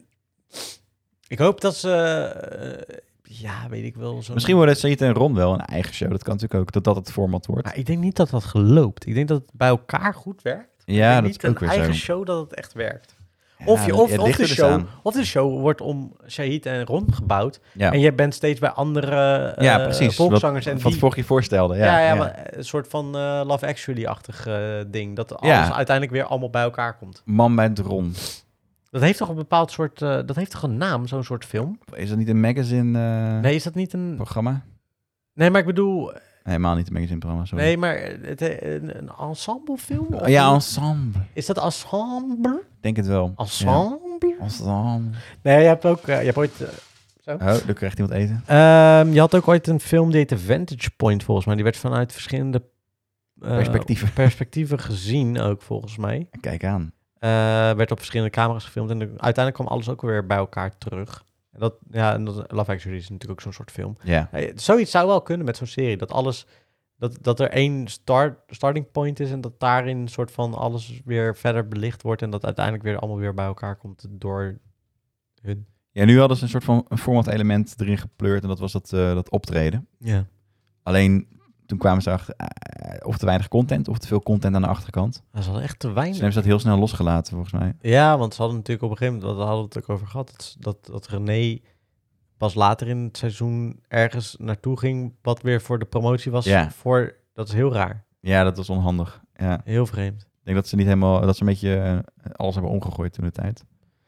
ik hoop dat ze... Uh, ja, weet ik wel. Zo Misschien worden Said en Ron wel een eigen show. Dat kan natuurlijk ook, dat dat het format wordt. Maar ik denk niet dat dat geloopt. Ik denk dat het bij elkaar goed werkt. Ja, ik denk dat niet is ook een weer eigen zo. show dat het echt werkt. Ja, Of, je, dat- of, ja, het of, ligt de er dus show, aan. of de show wordt om Shahid en Ron gebouwd. Ja, En je bent steeds bij andere uh, ja precies. volkszangers. Wat, en wat die, vorige keer voorstelde. Ja, ja, ja, ja. maar een soort van uh, Love Actually-achtig uh, ding. Dat alles Ja. uiteindelijk weer allemaal bij elkaar komt. Man met Ron. Dat heeft toch een bepaald soort... Uh, dat heeft toch een naam, zo'n soort film? Is dat niet een magazine eh, Nee, is dat niet een... programma? Nee, maar ik bedoel... Nee, helemaal niet een magazine programma. Sorry. Nee, maar het, een, een ensemblefilm? Of Oh, ja, niet? ensemble. Is dat ensemble? Denk het wel. Ensemble? Ja. Ensemble. Nee, je hebt ook... Uh, je hebt ooit... Uh, zo. Oh, dan krijgt iemand eten. Um, je had ook ooit een film die heette Vantage Point, volgens mij. Die werd vanuit verschillende uh, Perspectieven. perspectieven gezien ook, volgens mij. Kijk aan. Uh, werd op verschillende camera's gefilmd. En de, uiteindelijk kwam alles ook weer bij elkaar terug. En dat, ja, en dat, Love Actually is natuurlijk ook zo'n soort film. Ja. Uh, zoiets zou wel kunnen met zo'n serie. Dat alles... Dat, dat er één start, starting point is en dat daarin een soort van alles weer verder belicht wordt en dat uiteindelijk weer allemaal weer bij elkaar komt door hun. Ja, nu hadden ze een soort van een format element erin gepleurd en dat was dat, uh, dat optreden. Ja. Alleen toen kwamen ze achter uh, of te weinig content of te veel content aan de achterkant. Dat is wel echt te Dus weinig. toen hebben ze dat heel snel losgelaten volgens mij. Ja, want ze hadden natuurlijk op een gegeven moment, daar hadden we het ook over gehad, dat, dat, dat René pas later in het seizoen ergens naartoe ging, wat weer voor de promotie was. Ja. Voor, dat is heel raar. Ja, dat was onhandig. Ja. Heel vreemd. Ik denk dat ze niet helemaal, dat ze een beetje uh, alles hebben omgegooid toen de tijd.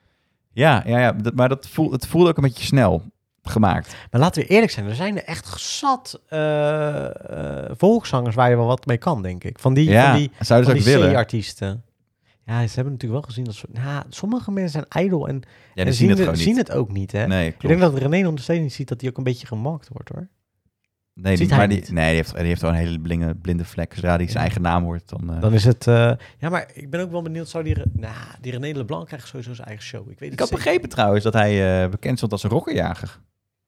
Ja, ja, ja dat, maar dat voel, het voelde ook een beetje snel gemaakt. Maar laten we eerlijk zijn, er zijn er echt zat uh, uh, volkszangers waar je wel wat mee kan, denk ik. Van die, Ja, van die, zouden van ze die ook willen. C-artiesten. Ja, ze hebben natuurlijk wel gezien dat... Nou, sommige mensen zijn ijdel en, Ja, en die zien, zien het het, gewoon zien niet. het ook niet, hè? Nee, Ik klopt. denk dat René nog steeds niet ziet dat hij ook een beetje gemakt wordt, hoor. Nee, ziet die, hij maar die, niet. nee die, heeft, die heeft wel een hele blinde, blinde vlek. Zodra die zijn Ja. eigen naam hoort, dan... Uh... Dan is het... Uh, ja, maar ik ben ook wel benieuwd, zou die... Re- nou, die René Leblanc krijgt sowieso zijn eigen show. Ik weet Ik het had zeker. begrepen trouwens dat hij uh, bekend stond als een rokkenjager.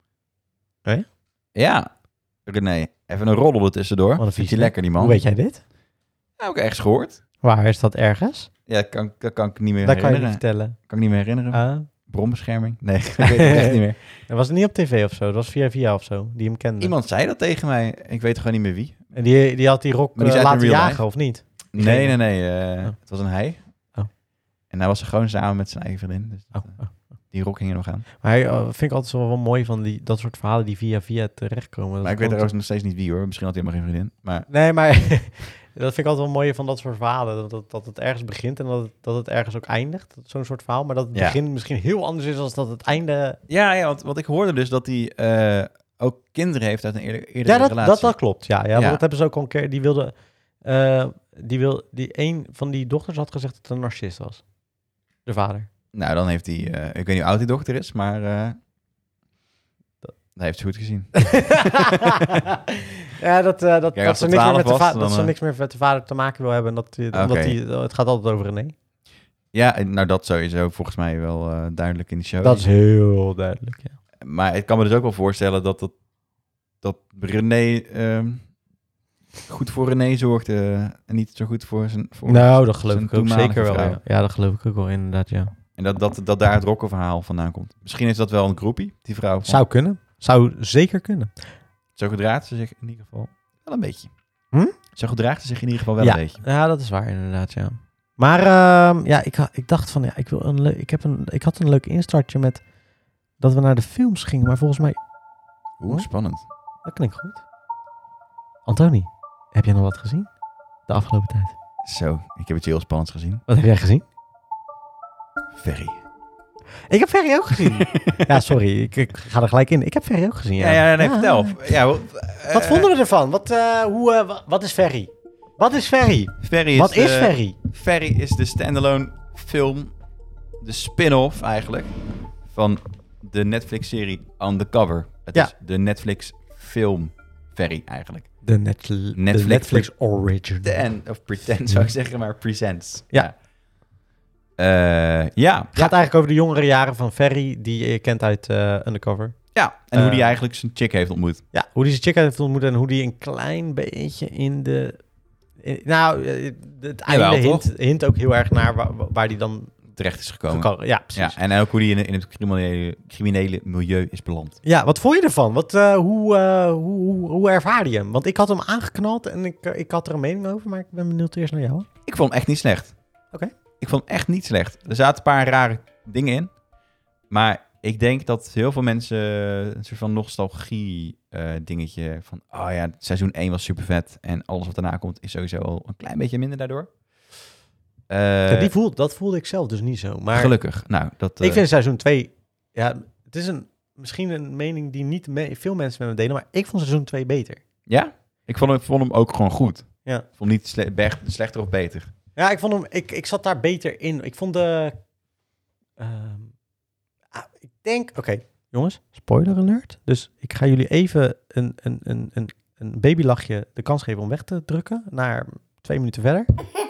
Oh ja? Ja, René. Even een roddel er tussendoor. Wat een Vindt vies, je hè? lekker, die man? Hoe weet jij dit? Ja, ook ergens gehoord. Waar is dat ergens? Ja, dat kan, dat kan ik niet meer Dat kan je herinneren. niet vertellen. Kan ik niet meer herinneren. Ah. Bronbescherming? Nee, ik weet het echt niet meer. Dat was het niet op tv of zo. Dat was via via of zo, die hem kende. Iemand zei dat tegen mij. Ik weet gewoon niet meer wie. En die, die had die rok Maar die uh, is uit laten in real jagen, life. of niet? Nee, nee, nee. Uh, Oh. Het was een hij. Oh. En hij was er gewoon samen met zijn eigen vriendin. Dus dat, Oh, uh, oh. die rok hing er nog aan. Maar uh, vind ik altijd zo wel mooi van die, dat soort verhalen die via via terechtkomen. Dat Maar ik weet trouwens nog steeds niet wie hoor. Misschien had hij helemaal geen vriendin. Maar Nee, maar dat vind ik altijd wel mooi van dat soort verhalen. Dat, dat, dat het ergens begint en dat het, dat het ergens ook eindigt. Zo'n soort verhaal. Maar dat het Ja. begin misschien heel anders is dan dat het einde... ja, ja want, want ik hoorde dus dat hij uh, ook kinderen heeft uit een eerder, eerdere Ja, dat, relatie. dat, dat klopt. Ja, ja, Ja. want dat hebben ze ook al een keer... Die wilde... Uh, die, wil, die een van die dochters had gezegd dat het een narcist was. De vader. Nou, dan heeft hij... Uh, ik weet niet hoe oud die dochter is, maar... Uh, dat, dat heeft ze goed gezien. ja, dat, uh, dat, Kijk, dat, als ze het niks meer twaalf met de was, va- dan, dat ze uh, niks meer met de vader te maken wil hebben. En dat, die, Oké. omdat die, het gaat altijd over René. Ja, en nou dat sowieso volgens mij wel uh, duidelijk in de show. Dat is heel duidelijk, ja. Maar ik kan me dus ook wel voorstellen dat, dat, dat René... Uh, goed voor René zorgde en niet zo goed voor zijn... Voor Nou, dat geloof zijn ik ook toenmalige zeker wel. vrouw. Ja. ja, dat geloof ik ook wel inderdaad, ja. En dat, dat, dat daar het rokkenverhaal vandaan komt. Misschien is dat wel een groepie, die vrouw. Van. Zou kunnen. Zou zeker kunnen. Zo gedraagt ze zich in ieder geval wel een beetje. Hm? Zo gedraagt ze zich in ieder geval wel ja. een beetje. Ja, dat is waar inderdaad, ja. Maar uh, ja, ik, ik dacht van, ja, ik, wil een le- ik, heb een, ik had een leuk instartje met dat we naar de films gingen, maar volgens mij... Oeh, Huh? spannend. Dat klinkt goed. Antoni, heb jij nog wat gezien de afgelopen tijd? Zo, ik heb iets heel spannends gezien. Wat heb jij gezien? Ferry. Ik heb Ferry ook gezien. ja, sorry, ik, ik ga er gelijk in. Ik heb Ferry ook gezien, ja. Ja, ja, nee, Ja. vertel. Ja, wel, uh, Wat vonden we ervan? Wat, uh, hoe, uh, wa- wat is Ferry? Wat is Ferry? Ferry is Wat de, is Ferry? Ferry is de standalone film, de spin-off eigenlijk, van de Netflix-serie Undercover. Het Ja. is de Netflix-film Ferry eigenlijk. De, Netflix, Netflix- de Netflix Origin. The End of Pretend, zou ik zeggen, maar Presents. Ja. Ja. Uh, ja. Het gaat eigenlijk over de jongere jaren van Ferry, die je kent uit uh, Undercover. Ja, en Uh, hoe die eigenlijk zijn chick heeft ontmoet. Ja, hoe die zijn chick heeft ontmoet en hoe die een klein beetje in de... in- nou, eh, het einde Jawel, hint, hint ook heel erg naar waar, waar die dan... Terecht is gekomen. Kan, ja, precies. Ja, en ook hoe die in, in het criminele, criminele milieu is beland. Ja, wat vond je ervan? Wat, uh, hoe, uh, hoe, hoe, hoe ervaarde je hem? Want ik had hem aangeknald en ik, uh, ik had er een mening over, maar ik ben benieuwd eerst naar jou. Ik vond hem echt niet slecht. Oké. Ik vond hem echt niet slecht. Er zaten een paar rare dingen in. Maar ik denk dat heel veel mensen een soort van nostalgie uh, dingetje van... Oh ja, seizoen één was super vet en alles wat daarna komt is sowieso al een klein beetje minder daardoor. Uh, Ja, die voelt, dat voelde ik zelf dus niet zo. Maar gelukkig. Nou, dat, uh, ik vind seizoen twee... Ja, het is een, misschien een mening die niet me- veel mensen met me delen, maar ik vond seizoen twee beter. Ja? Ik vond, hem, vond hem ook gewoon goed. Ja. Ik vond hem niet sle- be- slechter of beter. Ja, ik vond hem... Ik, ik zat daar beter in. Ik vond de... Uh, ah, ik denk... Oké, okay, jongens. Spoiler alert. Dus ik ga jullie even een, een, een, een, een babylachje de kans geven om weg te drukken. Naar twee minuten verder.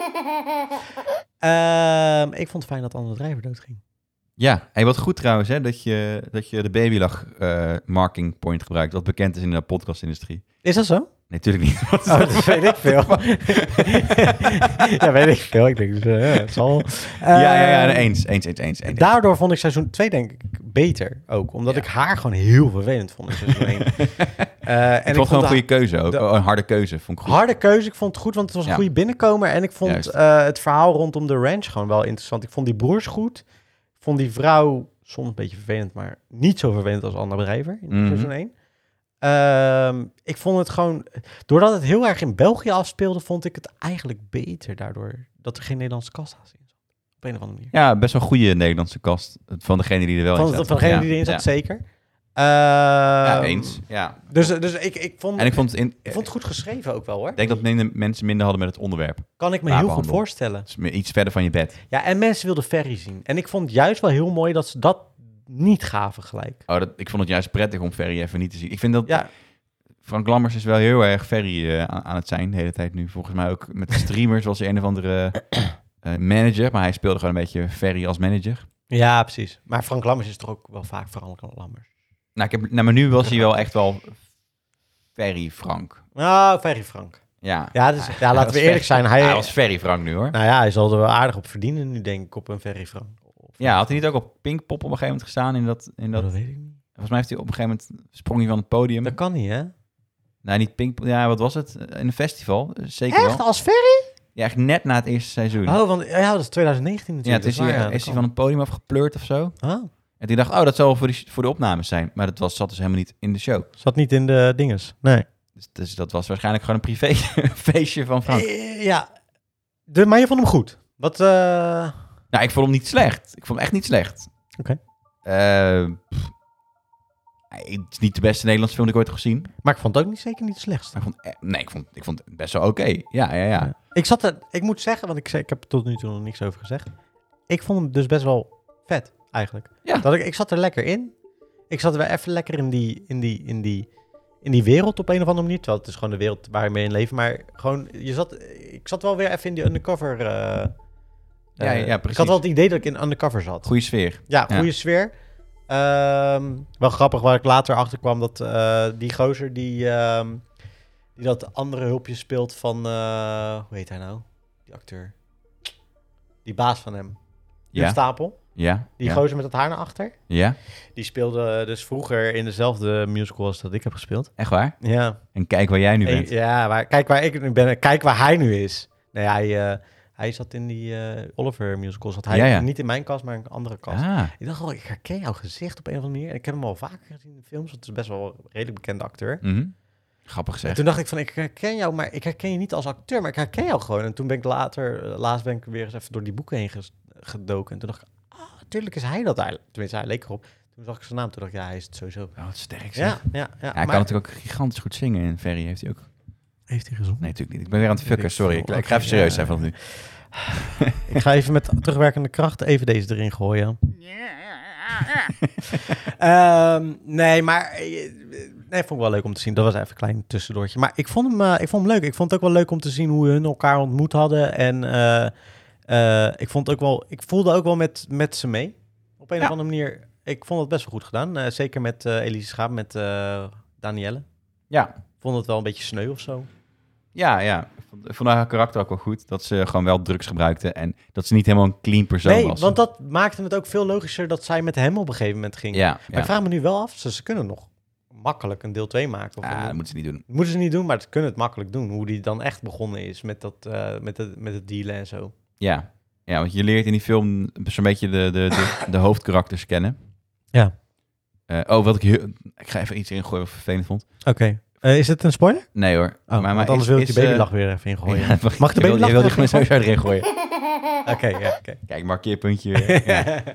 uh, ik vond het fijn dat Anne de Drijver doodging. Ja, en wat goed trouwens, hè, dat je, dat je de babylach uh, marking point gebruikt, wat bekend is in de podcastindustrie. Is dat zo? Nee, natuurlijk niet. Wat is Oh, dat? dat weet ik veel. ja, weet ik veel. Ik denk, dus, uh, ja, het zal... Uh, ja, ja, ja, nee, eens, eens, eens, eens, eens. Daardoor vond ik seizoen twee denk ik beter ook. Omdat Ja. ik haar gewoon heel vervelend vond in seizoen één. Uh, en ik vond het gewoon een goede de- keuze ook. de- Oh, een harde keuze, vond ik goed. Harde keuze. Ik vond het goed, want het was een Ja. goede binnenkomer. En ik vond Juist. uh, het verhaal rondom de ranch gewoon wel interessant. Ik vond die broers goed. Ik vond die vrouw soms een beetje vervelend, maar niet zo vervelend als Anne Drijver in Mhm. seizoen één. Um, ik vond het gewoon... Doordat het heel erg in België afspeelde, vond ik het eigenlijk beter daardoor dat er geen Nederlandse kassa's in zat. Op een of andere manier. Ja, best wel een goede Nederlandse kast van degene die er wel in Van, zat. van degene Ja, die erin zat, ja. zeker. Um, Ja, eens. Ja. Dus, dus ik, ik, vond, En ik vond het, in, ik vond het goed geschreven ook wel, hoor. ik denk dat minder, mensen minder hadden met het onderwerp. Kan ik me heel goed wapenhandel. voorstellen. Dus meer iets verder van je bed. Ja, en mensen wilden Ferry zien. En ik vond het juist wel heel mooi dat ze dat niet gaven gelijk. Oh, dat, ik vond het juist prettig om Ferry even niet te zien. Ik vind dat... Ja, Frank Lammers is wel heel erg Ferry uh, aan, aan het zijn de hele tijd nu. Volgens mij ook met de streamers was hij een of andere uh, manager. Maar hij speelde gewoon een beetje Ferry als manager. ja, precies. Maar Frank Lammers is toch ook wel vaak Frank Lammers. Nou, ik heb, nou, maar nu was hij wel echt wel Ferry Frank. Nou, Ferry Frank. Ja, Ja, dus, Hij- ja hij laten was we eerlijk Ferry- zijn. Hij, Hij was Ferry Frank nu, hoor. nou ja, hij zal er wel aardig op verdienen nu, denk ik, op een Ferry Frank. Of- Ja, had hij niet ook op Pinkpop op een gegeven moment gestaan in dat... In Oh, dat dat weet ik niet. volgens mij heeft hij op een gegeven moment sprong hij van het podium. Dat kan niet, hè? Nou, niet Pinkpop. Ja, wat was het? In een festival. Zeker Echt? wel. Als Ferry? Ja, echt net na het eerste seizoen. Oh, want ja, dat is twintig negentien ja, natuurlijk. het is, dat hij, waar, ja, is dat hij kan. van het podium afgepleurd of zo. Oh. En toen dacht ik, oh, dat zal voor, die, voor de opnames zijn. Maar dat was, zat dus helemaal niet in de show. Zat niet in de dinges, nee. Dus, dus dat was waarschijnlijk gewoon een privé feestje van Frank. Eh, ja, de, maar je vond hem goed. Wat, eh, Nou, ik vond hem niet slecht. Ik vond hem echt niet slecht. Oké. Eh, pff. Het is niet de beste Nederlandse film die ik ooit heb gezien. Maar ik vond het ook niet, zeker niet het slechtste. Maar ik vond, eh, nee, ik vond, ik vond het best wel oké. Ja, ja, ja. Ja. Ik zat er, ik moet zeggen, want ik, zei, ik heb er tot nu toe nog niks over gezegd. Ik vond hem dus best wel vet, eigenlijk. Ja. Dat ik, ik zat er lekker in. Ik zat er weer even lekker in die, in die, in die, in die wereld op een of andere manier. Terwijl het is gewoon de wereld waar je mee in leeft. Maar gewoon, je zat, ik zat wel weer even in die undercover. Uh, Ja, ja, uh, precies. Ik had wel het idee dat ik in undercover zat. Goeie sfeer. Ja, goede Ja. sfeer. Ehm, wel grappig waar ik later achter kwam dat uh, die gozer die, ehm, die dat andere hulpje speelt van, uh, hoe heet hij nou? Die acteur. Die baas van hem. Ja. Ja. Stapel. Ja. Die ja. gozer met het haar naar achter. Ja, Die speelde dus vroeger in dezelfde musical als dat ik heb gespeeld. echt waar? Ja. En kijk waar jij nu Hey, bent. ja, maar kijk waar ik nu ben. Kijk waar hij nu is. Nee, hij, uh, hij zat in die uh, Oliver musical. Zat hij Ja, ja. niet in mijn kast, maar in een andere kast. Ah, Ik dacht al, ik herken jouw gezicht op een of andere manier. En ik heb hem al vaker gezien in films, want het is best wel een redelijk bekende acteur. mhm. Grappig En zeg. toen dacht ik van, ik herken jou, maar ik herken je niet als acteur, maar ik herken jou gewoon. En toen ben ik later, uh, laatst ben ik weer eens even door die boeken heen ges- gedoken. En toen dacht ik, ah, natuurlijk is hij dat eigenlijk. Tenminste, hij leek erop. Toen zag ik zijn naam, toen dacht ik, ja, hij is het sowieso. Oh, wat sterk zeg. Ja, ja, ja. Ja, hij maar- kan natuurlijk ook gigantisch goed zingen. En Ferry heeft hij ook. Heeft hij gezongen? Nee, natuurlijk niet. Ik ben weer aan het fucken, Weet ik sorry. veel. Ik, ik Oké, ga even serieus ja. zijn vanaf nu. Ik ga even met terugwerkende kracht even deze erin gooien. Ehm, nee, maar eh, nee, vond ik wel leuk om te zien. Dat was even een klein tussendoortje. Maar ik vond hem, eh, ik vond hem leuk. Ik vond het ook wel leuk om te zien hoe hun elkaar ontmoet hadden. En eh, eh, ik vond het ook wel, ik voelde ook wel met, met ze mee. Op een Ja. of andere manier. Ik vond het best wel goed gedaan. Eh, zeker met eh, Elise Schaap, met eh Danielle. Ja, Ik vond het wel een beetje sneu of zo. ja, ja. Ik vond, ik vond haar karakter ook wel goed. Dat ze gewoon wel drugs gebruikte. En dat ze niet helemaal een clean persoon Nee, was. want dat maakte het ook veel logischer dat zij met hem op een gegeven moment ging. Ja, Maar ja. ik vraag me nu wel af, ze, ze kunnen nog makkelijk een deel twee maken. Of Ah, een- dat moeten ze niet doen. moeten ze niet doen, maar ze kunnen het makkelijk doen. Hoe die dan echt begonnen is met, dat, eh, met, het, met het dealen en zo. Ja. Ja, want je leert in die film zo'n beetje de, de, de, de hoofdkarakters kennen. Ja. Uh, oh, wat ik heel... Ik ga even iets ingooien wat ik vervelend vond. Oké. Uh, is het een spoiler? Nee hoor. Oh, maar, want anders is- wil ik is, die eh, babylach weer even ingooien. ja, mag, Mag de je wil- babylach Je wilde er gewoon even sowieso erin gooien. Oké, ja, oké. Kijk, markeerpuntje. weer.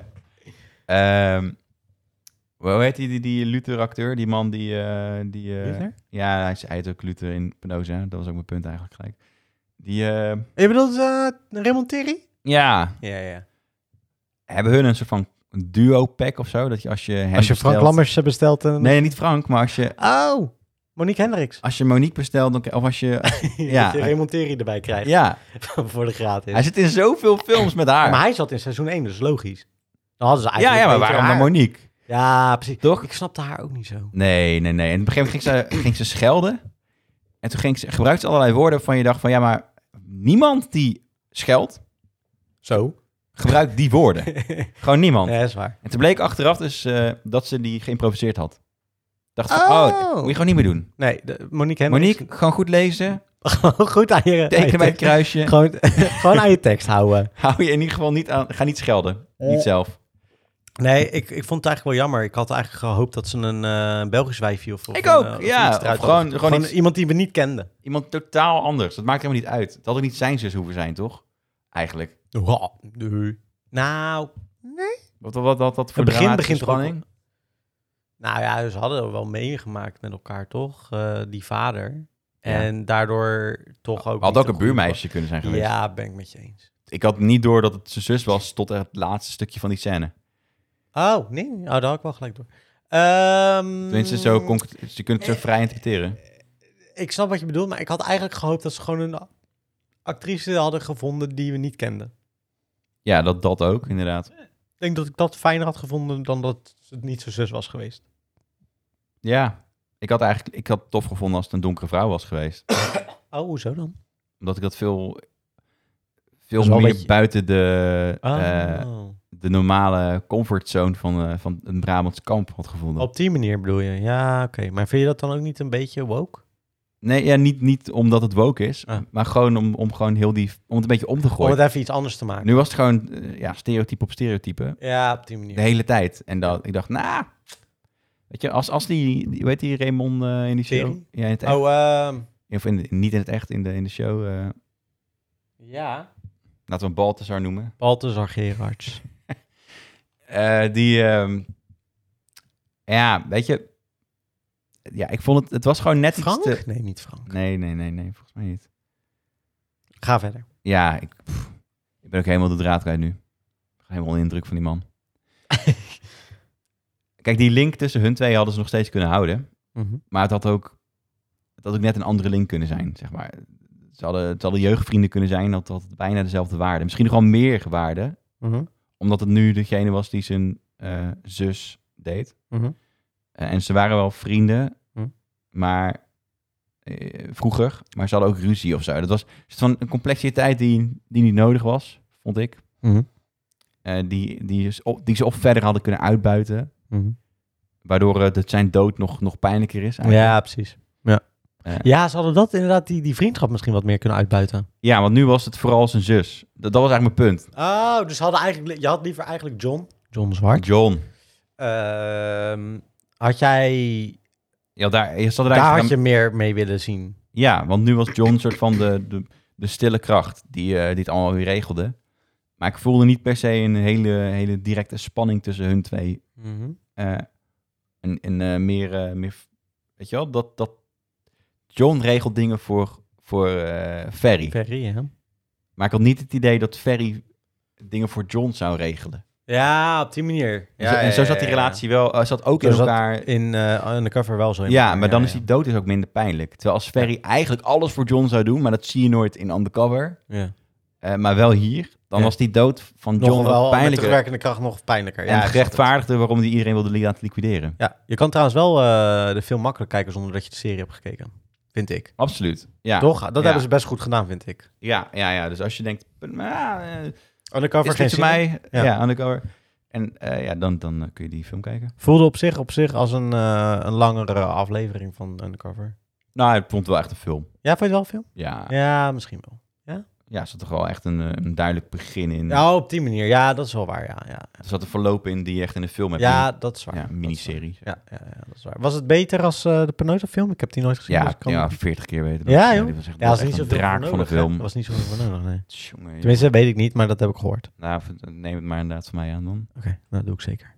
Ja. Ehm, hoe heet die, die, die Luther-acteur? Die man die... eh, die eh, Luther? Ja, hij, is- hij heet ook Luther in Penosa. Dat was ook mijn punt eigenlijk gelijk. Die... eh, Je bedoelt uh, Raymond Thierry? ja, Ja, ja. hebben hun een soort van duo-pack of zo? Dat je als je hem Als je Frank bestelt- Lammers bestelt... Uh, Nee, niet Frank, maar als je, Oh, Monique Hendricks. als je Monique bestelt, dan, of als je... Ja. Dat je Raymond Thierry erbij krijgt. Ja, Voor de gratis. hij zit in zoveel films met haar. Maar hij zat in seizoen één, dus logisch. Dan hadden ze ja, eigenlijk ja, maar een beetje waarom dan haar- Monique? Ja, precies. Toch? Ik snapte haar ook niet zo. Nee, nee, nee. En op een gegeven moment ging ze, ging ze schelden. En toen ging ze, gebruikte ze allerlei woorden waarvan je dacht van... Ja, maar niemand die scheldt, Zo? gebruikt die woorden. Gewoon niemand. Ja, dat is waar. En toen bleek achteraf dus eh, dat ze die geïmproviseerd had. Dacht van, oh, Oh. dat moet je gewoon niet meer doen. Nee, de, Monique Hendricks... Monique, gewoon goed lezen. Gewoon goed aan je... aan je Tekenen bij het tekst. kruisje. Gewoon, gewoon aan je tekst houden. Hou je in ieder geval niet aan... Ga niet schelden. Niet zelf. Nee, ik, ik vond het eigenlijk wel jammer. Ik had eigenlijk gehoopt dat ze een eh, Belgisch wijfje of, of Ik een, ook, eh, of ja. iets eruit Of gewoon- hadden. gewoon iets- iemand die we niet kenden. Iemand totaal anders. Dat maakt helemaal niet uit. Het had ook niet zijn zus hoeven zijn, toch? Eigenlijk. Ja, nee. Nou, Wat, wat, wat, wat, wat voor Het begin dramatische begint er ook spanning? nou ja, ze hadden wel meegemaakt met elkaar, toch? Eh, die vader. Ja. En daardoor toch ook... Had niet ook een een goede- buurmeisje kunnen zijn geweest. Ja, ben ik met je eens. Ik had niet door dat het zijn zus was tot het laatste stukje van die scène. Oh, nee. Oh, daar had ik wel gelijk door. Ehm, Tenminste, zo kon ik- je kunt het zo vrij interpreteren. Ik snap wat je bedoelt, maar ik had eigenlijk gehoopt dat ze gewoon een actrice hadden gevonden die we niet kenden. Ja, dat, dat ook, inderdaad. Ik denk dat ik dat fijner had gevonden dan dat het niet zijn zus was geweest. Ja, ik had eigenlijk ik had het tof gevonden als het een donkere vrouw was geweest. Oh, hoezo dan? Omdat ik dat veel, veel Dat is wel meer een beetje- buiten de, Oh. eh, de normale comfortzone van, eh, van een Brabants kamp had gevonden. Op die manier bedoel je? Ja, oké. Maar vind je dat dan ook niet een beetje woke? Nee, ja, niet, niet omdat het woke is, Ah. maar gewoon om, om gewoon heel die... Om het een beetje om te Om gooien. het even iets anders te maken. Nu was het gewoon uh, ja, stereotype op stereotype. Ja, op die manier. De hele tijd. En dat, ik dacht, nou... Weet je, als, als die, die... Hoe heet die Raymond uh, in die show? Serie? Ja, in het echt. Oh, ehm Of in, de- niet in het echt, in de, in de show. Uh, ja. laten we hem Balthazar noemen. Balthazar Gerards. Uh, die... Um, ja, weet je... Ja, ik vond het... Het was gewoon net Frank? iets te... Nee, niet Frank. Nee, nee, nee, nee. Volgens mij niet. Ga verder. Ja, ik, pff, ik ben ook helemaal de draad kwijt nu. Ik ga helemaal onder de indruk van die man. Kijk, die link tussen hun twee hadden ze nog steeds kunnen houden. Mm-hmm. Maar het had ook, het had ook net een andere link kunnen zijn, zeg maar. Ze hadden, het hadden jeugdvrienden kunnen zijn, dat had bijna dezelfde waarde. Misschien nog wel meer waarde, Mm-hmm. omdat het nu degene was die zijn uh, zus deed. Mm-hmm. Uh, en ze waren wel vrienden, Mm. maar uh, vroeger, maar ze hadden ook ruzie of zo. Dat was van een complexiteit die, die niet nodig was, vond ik. Mm-hmm. Uh, die, die, is op, die ze op verder hadden kunnen uitbuiten. Mm-hmm. Waardoor uh, dat zijn dood nog, nog pijnlijker is. Eigenlijk. Ja, precies. Ja. Uh, ja, ze hadden dat inderdaad, die, die vriendschap misschien wat meer kunnen uitbuiten. ja, want nu was het vooral zijn zus. Dat, dat was eigenlijk mijn punt. Oh, dus hadden eigenlijk, je had liever eigenlijk John. John Zwart. John. Ehm, had jij... Ja, daar, je zat er Daar eigenlijk had je meer mee willen zien. Ja, want nu was John een soort van de, de, de stille kracht die, uh, die het allemaal weer regelde. Maar ik voelde niet per se een hele, hele directe spanning tussen hun twee. Mm-hmm. Uh, en en uh, meer, uh, meer, weet je wel, dat, dat John regelt dingen voor, voor uh, Ferry. Ferry, hè? Maar ik had niet het idee dat Ferry dingen voor John zou regelen. Ja, op die manier. En Ja, zo, en zo ja, zat die ja, ja. relatie wel, uh, zat ook Zo in zat elkaar. In uh, Undercover wel zo. In Ja, elkaar. maar dan ja, is ja. die dood dus ook minder pijnlijk. Terwijl als Ferry eigenlijk alles voor John zou doen, maar dat zie je nooit in Undercover. Ja. Uh, maar wel hier, dan Ja. was die dood van Nog John wel wel met pijnlijker. terugwerkende kracht nog pijnlijker. En Ja, ik snap gerechtvaardigde waarom die iedereen wilde li- laten liquideren. het. Ja, je kan trouwens wel uh, de film makkelijk kijken zonder dat je de serie hebt gekeken. Vind ik. Absoluut. Ja. Toch? Dat ja. hebben ze best goed gedaan, vind ik. Ja, ja, ja. Dus als je denkt, nou, uh, Undercover is geen dit voor zin in? mij? Ja. Ja, Undercover. En uh, ja, dan, dan uh, kun je die film kijken. Voelde op zich, op zich als een, uh, een langere aflevering van Undercover. Nou, ik vond het wel echt een film. Ja, vond je het wel een film? Ja, Ja, misschien wel. ja er zat toch wel echt een, uh, een duidelijk begin in. Ja, op die manier. Ja, dat is wel waar. Ja, ja. Er zat een verloop in die je echt in de film hebt. Ja, dat is waar. Ja, Dat is miniserie. waar. Ja, ja, ja, dat is waar. Was het beter als uh, de Penosa film? Ik heb die nooit gezien. Ja, dus ik kan ja, het- veertig keer weten. Ja, joh. Die was echt, Ja, dat echt is niet een zoveel draak voor van een nodig, hè? film. Dat was niet zoveel voor nodig, nee. Tjonge, joh. Tenminste, weet ik niet, maar dat heb ik gehoord. Nou, neem het maar inderdaad van mij aan dan. Oké, okay, dat doe ik zeker.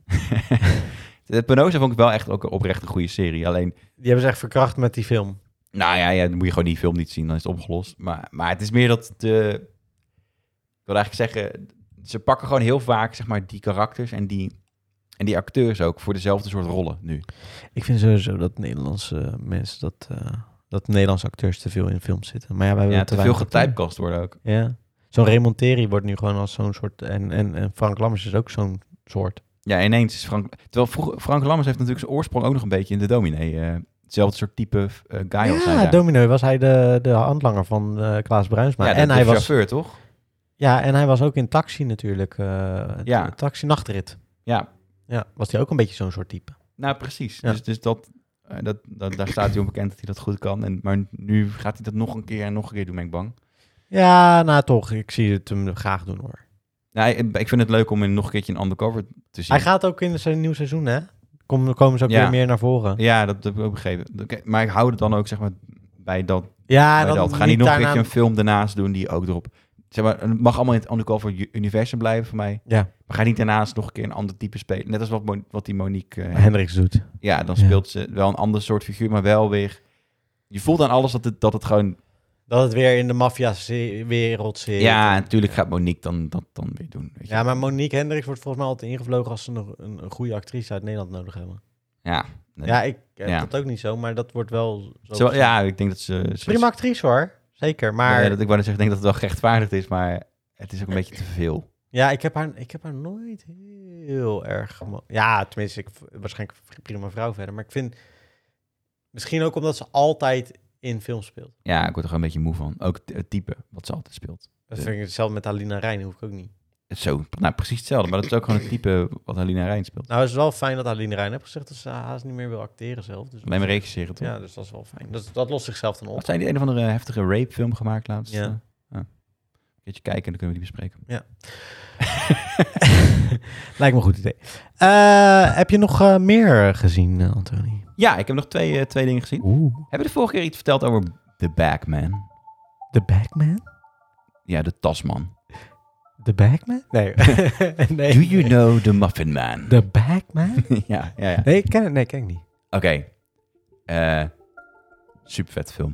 De Penosa vond ik wel echt ook oprecht een goede serie. Alleen, Die hebben ze echt verkracht met die film. nou ja, ja, dan moet je gewoon die film niet zien, dan is het opgelost. Maar, maar het is meer dat de... Ik wil eigenlijk zeggen, ze pakken gewoon heel vaak, zeg maar, die karakters en die, en die acteurs ook voor dezelfde soort rollen nu. Ik vind sowieso dat Nederlandse uh, mensen, dat, uh, dat Nederlandse acteurs te veel in films zitten. Maar ja, wij hebben Ja, te, te veel weinig acteurs. getypecast worden ook. Ja. Zo'n Raymond Terry wordt nu gewoon als zo'n soort... En, en, en Frank Lammers is ook zo'n soort. Ja, ineens is Frank... Terwijl vroeg, Frank Lammers heeft natuurlijk zijn oorsprong ook nog een beetje in de Dominee. Uh, hetzelfde soort type uh, guy als hij Ja, daar. Dominee was hij de, de handlanger van uh, Klaas Bruinsma. Ja, de, en de hij was chauffeur, toch? Ja, en hij was ook in Taxi natuurlijk. Uh, Ja. Taxi Nachtrit. Ja, Ja, was hij ook een beetje zo'n soort type. nou precies. Ja. Dus, dus dat, uh, dat, dat, daar staat hij onbekend dat hij dat goed kan. En, maar nu gaat hij dat nog een keer en nog een keer doen, ben ik bang. Ja, nou toch. Ik zie het hem graag doen hoor. Nou, ik, ik vind het leuk om in nog een keertje een undercover te zien. Hij gaat ook in zijn nieuw seizoen, hè? Kom, komen ze ook Ja. weer meer naar voren. Ja, dat, dat heb ik ook begrepen. Oké, maar ik hou het dan ook, zeg maar, bij dat. Ja, bij dan dat. Ga niet nog een daarna- keertje een film daarnaast doen die ook erop... Zeg maar, het mag allemaal in het undercover u- universum blijven voor mij. Ja, Maar ga niet daarnaast nog een keer een ander type spelen. Net als wat, Mo- wat die Monique... eh, Hendricks doet. ja, dan Ja. speelt ze wel een ander soort figuur, maar wel weer... Je voelt aan alles dat het, dat het gewoon... Dat het weer in de maffia-wereld zit. Ja, natuurlijk gaat Monique dan dat dan weer doen. Weet je. Ja, maar Monique Hendricks wordt volgens mij altijd ingevlogen als ze nog een, een goede actrice uit Nederland nodig hebben. Ja, nee. Ja, ik heb Ja. dat ook niet zo, maar dat wordt wel zo. Zo, ja, ik denk dat ze... ze Prima actrice hoor, zeker. Maar Ja, dat, ik wou net zeggen, ik denk dat het wel gerechtvaardigd is, maar het is ook een beetje te veel. ja, ik heb haar, ik heb haar nooit heel erg... gemo- Ja, tenminste, ik waarschijnlijk prima vrouw verder. Maar ik vind... Misschien ook omdat ze altijd in films speelt. Ja, ik word er gewoon een beetje moe van. Ook het, het type wat ze altijd speelt. Dat Ja. vind ik hetzelfde met Alina Rijn, hoef ik ook niet. Het is zo, nou, precies hetzelfde. Maar dat is ook gewoon het type wat Halina Reijn speelt. Nou, het is wel fijn dat Aline Rijn heeft gezegd dat ze haast niet meer wil acteren zelf. Dus Alleen maar regisseren, toch? Ja, dus dat is wel fijn. Dat, dat lost zichzelf dan op. Wat zijn die een of andere heftige rape film gemaakt laatst? Ja. Uh, uh. Een keertje kijken en dan kunnen we die bespreken. Ja. Lijkt me een goed idee. Uh, heb je nog uh, meer gezien, uh, Anthony? Ja, ik heb nog twee, uh, twee dingen gezien. Oeh. Hebben we de vorige keer iets verteld over The Bagman? The Bagman? Ja, de tasman. The Bagman? Nee. nee. Do you know the Muffin Man? The Bagman? ja, ja, ja. Nee, ik ken het, nee, ken ik niet. Oké. Okay. Uh, super vet film.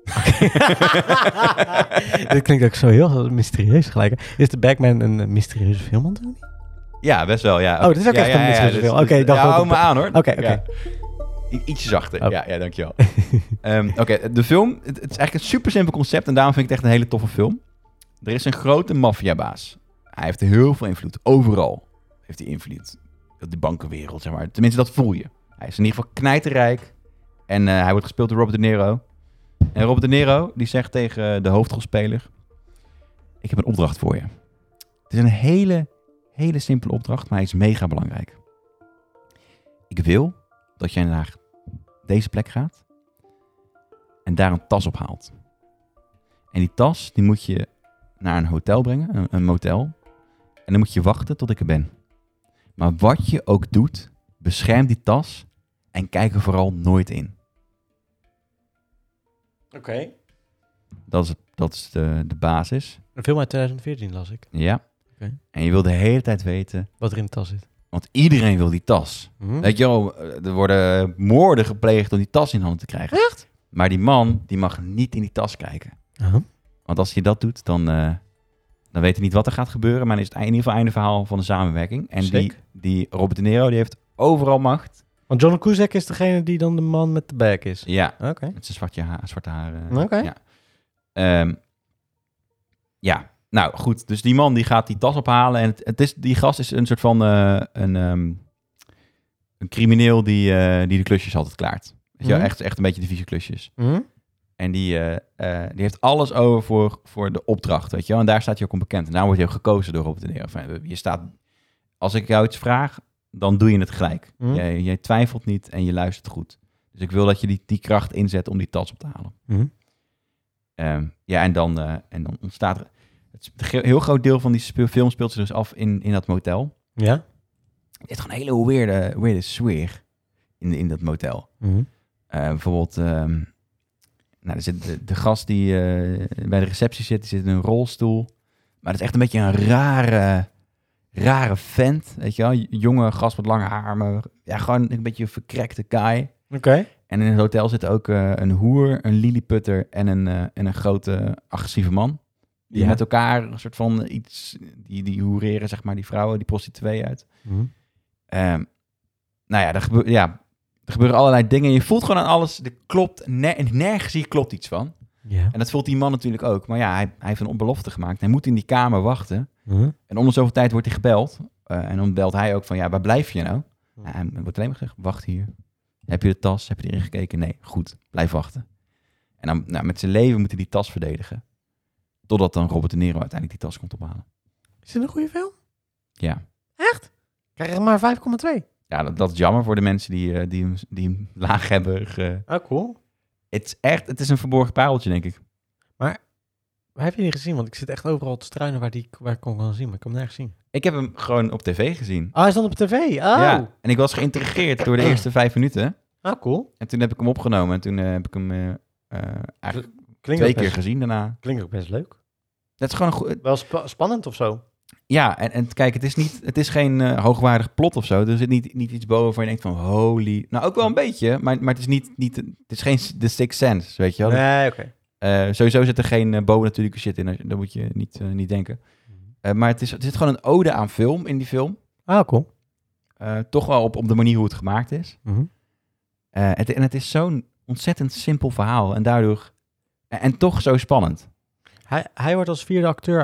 Dit klinkt ook zo heel mysterieus gelijk. Is The Bagman een mysterieuze film, Anthony? Ja, best wel, ja. Oh, dit is ook ja, echt ja, een mysterieuze ja, film. Dus, Oké, okay, dus, dacht ja, dat... hou me aan, hoor. Oké, okay, oké. Okay. Ja. Ietsje zachter. Oh. Ja, ja, dankjewel. um, Oké, okay, de film, het, het is eigenlijk een super simpel concept en daarom vind ik het echt een hele toffe film. Er is een grote maffiabaas. Hij heeft heel veel invloed. Overal heeft hij invloed. Op de bankenwereld, zeg maar. Tenminste, dat voel je. Hij is in ieder geval knijterrijk. En uh, hij wordt gespeeld door Robert De Niro. En Robert De Niro, die zegt tegen de hoofdrolspeler... Ik heb een opdracht voor je. Het is een hele, hele simpele opdracht, maar hij is mega belangrijk. Ik wil dat jij naar deze plek gaat en daar een tas ophaalt. En die tas, die moet je naar een hotel brengen, een, een motel. En dan moet je wachten tot ik er ben. Maar wat je ook doet, bescherm die tas en kijk er vooral nooit in. Oké. Okay. Dat is, dat is de, de basis. Een film uit twintig veertien las ik. Ja. Okay. En je wil de hele tijd weten... wat er in de tas zit. Want iedereen wil die tas. Mm-hmm. Weet je wel, er worden moorden gepleegd om die tas in handen te krijgen. Echt? Maar die man, die mag niet in die tas kijken. Uh-huh. Want als je dat doet, dan, uh, dan weet hij niet wat er gaat gebeuren. Maar dan is het in ieder geval einde verhaal van de samenwerking. En die, die Robert De Niro, die heeft overal macht. Want John Cusack is degene die dan de man met de bag is? Ja, okay. met zijn zwarte, ha- zwarte haren. Oké. Okay. Ja. Um, ja, nou goed. Dus die man die gaat die tas ophalen. En het, het is, die gast is een soort van uh, een, um, een crimineel die, uh, die de klusjes altijd klaart. Weet je, mm-hmm. echt, echt een beetje de vieze klusjes. Mm-hmm. En die, uh, uh, die heeft alles over voor, voor de opdracht, weet je wel. En daar staat hij ook om bekend. En daar wordt hij ook gekozen door Robert De Niro. Je staat, als ik jou iets vraag, dan doe je het gelijk. Mm-hmm. Jij, jij twijfelt niet en je luistert goed. Dus ik wil dat je die, die kracht inzet om die tas op te halen. Mm-hmm. Um, ja, en dan, uh, en dan ontstaat er... Een heel groot deel van die speel, film speelt zich dus af in, in dat motel. Ja. Het is gewoon een hele weirde, weirde sfeer in, in dat motel. Mm-hmm. Uh, bijvoorbeeld... Um, Nou, er zit de, de gast die uh, bij de receptie zit, die zit in een rolstoel. Maar dat is echt een beetje een rare, rare vent, weet je wel. Jonge gast met lange haar, maar ja, gewoon een beetje een verkrekte guy. Oké. Okay. En in het hotel zit ook uh, een hoer, een lilliputter en een, uh, en een grote agressieve man. Die ja. met elkaar een soort van iets, die, die hoereren, zeg maar, die vrouwen, die prostituee uit. Mm-hmm. Um, nou ja, er gebeurt, ja... Er gebeuren allerlei dingen. Je voelt gewoon aan alles. Er klopt, ner- nergens hier klopt iets van. Ja. En dat voelt die man natuurlijk ook. Maar ja, hij, hij heeft een belofte gemaakt. Hij moet in die kamer wachten. Uh-huh. En om de zoveel tijd wordt hij gebeld. Uh, en dan belt hij ook van, ja, waar blijf je nou? Uh-huh. Ja, en wordt alleen maar gezegd, wacht hier. Heb je de tas? Heb je erin gekeken? Nee, goed. Blijf wachten. En dan nou, met zijn leven moet hij die tas verdedigen. Totdat dan Robert De Niro uiteindelijk die tas komt ophalen. Is dit een goede film? Ja. Echt? Krijg je maar vijf komma twee? Ja, dat, dat is jammer voor de mensen die, uh, die, hem, die hem laag hebben. Ge... Ah, cool. Het is echt, het is een verborgen pareltje, denk ik. Maar, waar heb je die gezien? Want ik zit echt overal te struinen waar, die, waar ik hem kan zien, maar ik kan hem nergens zien. Ik heb hem gewoon op tv gezien. Oh, hij stond op tv? Oh. Ja, en ik was geïntrigeerd door de eerste vijf minuten. Ah, cool. En toen heb ik hem opgenomen en toen uh, heb ik hem uh, uh, eigenlijk Klinkt twee best, keer gezien daarna. Klinkt ook best leuk. Dat is gewoon een goed... Wel sp- spannend of zo? Ja, en, en kijk, het is, niet, het is geen uh, hoogwaardig plot of zo. Er zit niet, niet iets boven waar je denkt van holy... Nou, ook wel een beetje, maar, maar het is niet, niet... Het is geen The Sixth Sense, weet je wel? Nee, oké. Okay. Uh, sowieso zit er geen uh, bovennatuurlijke shit in. Dat moet je niet, uh, niet denken. Uh, maar het, is, het zit gewoon een ode aan film in die film. Ah, cool. Uh, toch wel op, op de manier hoe het gemaakt is. Mm-hmm. Uh, het, en het is zo'n ontzettend simpel verhaal. En daardoor... En, en toch zo spannend. Hij, hij wordt als vierde acteur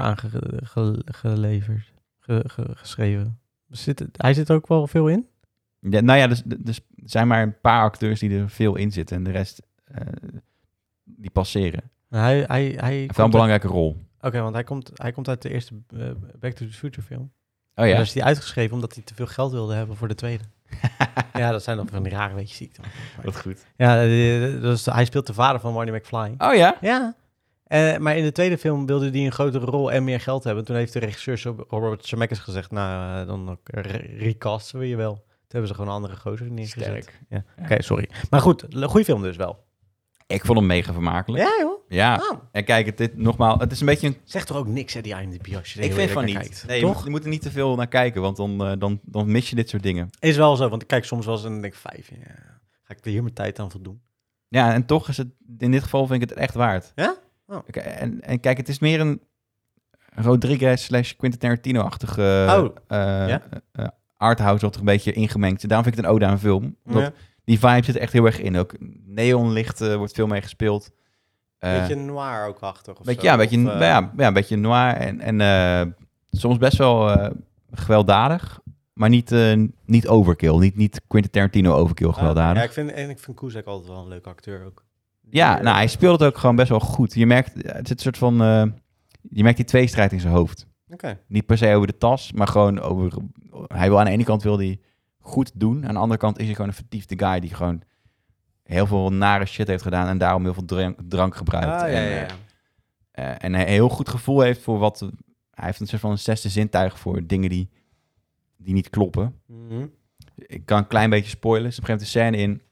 aangeleverd, ge, ge, geschreven. Zit, hij zit er ook wel veel in? Ja, nou ja, dus, dus er zijn maar een paar acteurs die er veel in zitten. En de rest, uh, die passeren. Hij, hij, hij heeft wel een belangrijke rol. Oké, want hij komt, hij komt uit de eerste uh, Back to the Future film. Oh En ja? dan is hij uitgeschreven omdat hij te veel geld wilde hebben voor de tweede. Ja, dat zijn dan van die rare weetjes ziekten. Wat goed. Ja, uh, dus hij speelt de vader van Marty McFly. Oh ja? Ja. Uh, maar in de tweede film wilde hij een grotere rol en meer geld hebben. Toen heeft de regisseur Robert Zemeckis gezegd, nou, uh, dan re- recasten we je wel. Toen hebben ze gewoon een andere gozer neergezet. Sterk. Ja. Ja. Oké, okay, sorry. Maar goed, goede film dus wel. Ik vond hem mega vermakelijk. Ja, joh. Ja. Ah. En kijk, het, dit, nogmaals, het is een beetje een... Zeg toch ook niks, hè, die I M D B, als je er Ik heel vind van eerlijk naar niet. kijkt. Nee, toch? je moet er niet te veel naar kijken, want dan, uh, dan, dan mis je dit soort dingen. Is wel zo, want ik kijk soms wel eens en dan denk ik, vijf, ja, ga ik er hier mijn tijd aan voldoen? Ja, en toch is het, in dit geval vind ik het echt waard. Ja? Oh. Oké, en, en kijk, het is meer een Rodriguez slash Quentin Tarantino-achtige Oh, uh, ja? uh, arthouse, wat er een beetje ingemengd. Daarom vind ik het een ode aan een film. Omdat Ja. die vibe zit echt heel erg in. Ook neonlicht uh, wordt veel mee gespeeld. Uh, Beetje noir ook achter of beetje, zo? ja, een beetje, of, uh, ja, ja, een beetje noir en, en uh, soms best wel uh, gewelddadig, maar niet, uh, niet overkill. Niet, niet Quentin Tarantino overkill gewelddadig. Ja, ik vind, en ik vind Cusack altijd wel een leuke acteur ook. Ja, Die, nou, hij uh, speelt het ook gewoon best wel goed. Je merkt, het zit een soort van, uh, je merkt die tweestrijd in zijn hoofd. Oké. Okay. Niet per se over de tas, maar gewoon over, hij wil aan de ene kant wil hij goed doen, aan de andere kant is hij gewoon een vertiefde guy die gewoon heel veel nare shit heeft gedaan en daarom heel veel drank, drank gebruikt. Ah, ja, en, ja, ja. Uh, en hij een heel goed gevoel heeft voor wat, hij heeft een soort van een zesde zintuig voor dingen die, die niet kloppen. Mm-hmm. Ik kan een klein beetje spoilen. Er is op een gegeven moment een scène in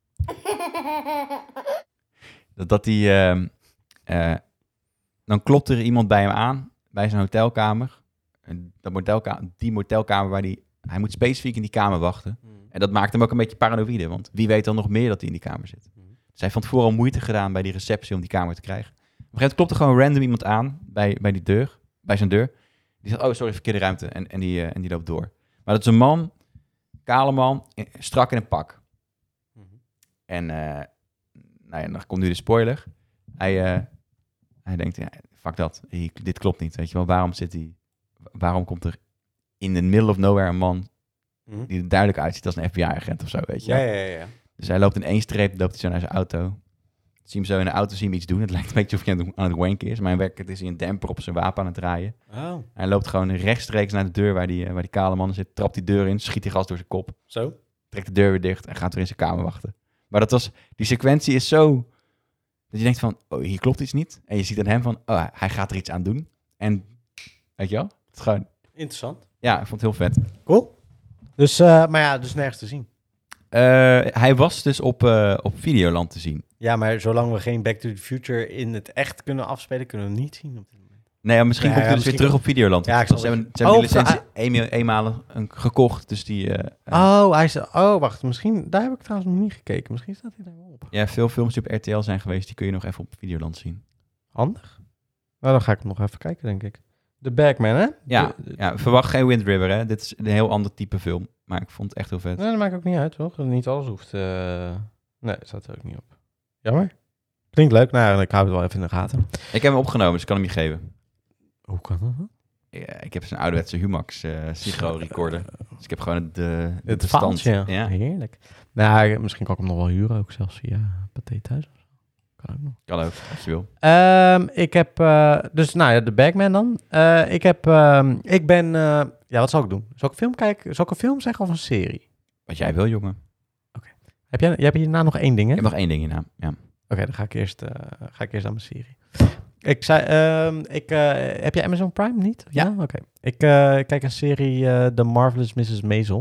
dat, dat hij... Uh, uh, dan klopt er iemand bij hem aan, bij zijn hotelkamer. En dat motelkamer, die motelkamer waar hij... Hij moet specifiek in die kamer wachten. Mm-hmm. En dat maakt hem ook een beetje paranoïde, want wie weet dan nog meer dat hij in die kamer zit. Mm-hmm. Dus hij heeft van tevoren al moeite gedaan bij die receptie om die kamer te krijgen. Op een gegeven moment klopt er gewoon random iemand aan bij, bij die deur, bij zijn deur. Die zegt, oh sorry, verkeerde ruimte. En, en, die, uh, en die loopt door. Maar dat is een man, kale man, strak in een pak. Mm-hmm. En uh, nou ja, dan komt nu de spoiler. Hij, uh, hij denkt, ja, fuck dat, hij, dit klopt niet. Weet je wel, waarom zit hij, waarom komt er in the middle of nowhere een man Mm-hmm. die er duidelijk uitziet als een F B I-agent of zo, weet je. Ja, ja, ja, ja. Dus hij loopt in één streep, loopt hij zo naar zijn auto. Zie hem zo in de auto, zie hem iets doen. Het lijkt een beetje of hij aan het, aan het wanken is. Maar in werkelijkheid is hij een demper op zijn wapen aan het draaien. Oh, Hij loopt gewoon rechtstreeks naar de deur waar die, waar die kale man zit. Trapt die deur in, schiet die gas door zijn kop. zo? Trekt de deur weer dicht en gaat weer in zijn kamer wachten. Maar dat was, die sequentie is zo... Dat je denkt van, oh, hier klopt iets niet. En je ziet aan hem van, oh, hij gaat er iets aan doen. En, weet je wel? Het is gewoon... Interessant. Ja, ik vond het heel vet. Cool. Dus, uh, maar ja, dus nergens te zien. Uh, hij was dus op, uh, op Videoland te zien. Ja, maar zolang we geen Back to the Future in het echt kunnen afspelen, kunnen we hem niet zien op dit moment. Nee, maar misschien Ja, komt hij ja, dus weer misschien terug op Videoland. Ja, ik ze snap hebben, het. ze hebben Oh, die licentie ah. eenmaal, eenmalig een, gekocht, dus die... Uh, uh, Oh, hij is... Oh, wacht. Misschien... Daar heb ik trouwens nog niet gekeken. Misschien staat hij daar wel op. Ja, veel films die op R T L zijn geweest, die kun je nog even op Videoland zien. Handig. Nou, dan ga ik nog even kijken, denk ik. The Bagman, hè? Ja, De, de, ja, verwacht geen Wind River, hè. Dit is een heel ander type film, maar ik vond het echt heel vet. Nee, dat maakt ook niet uit, toch? Niet alles hoeft... Uh... Nee, staat er ook niet op. Jammer. Klinkt leuk. Nou, ik hou het wel even in de gaten. Ik heb hem opgenomen, dus ik kan hem je geven. Hoe kan dat? Ja, ik heb zijn ouderwetse Humax uh, Sigro recorder. Dus ik heb gewoon het, de, de Het bestand. faaltje, Ja, heerlijk. Nou, misschien kan ik hem nog wel huren, ook zelfs via Pathé Thuis. Kan ook nog. kan ook, als je wil. Um, ik heb, uh, dus nou ja, de Bagman dan. Uh, ik heb, um, ik ben, uh, ja, wat zal ik doen? Zal ik een film kijken? Zal ik een film zeggen of een serie? Wat jij wil, jongen. Heb jij, jij hebt hierna nog één ding, hè? Ik heb nog één ding in naam. Ja. Oké, okay, dan ga ik eerst, uh, ga ik eerst aan mijn serie. Ik zei, um, ik, uh, heb je Amazon Prime niet? Ja. ja? Oké. Okay. Ik uh, kijk een serie, uh, The Marvelous missus Maisel.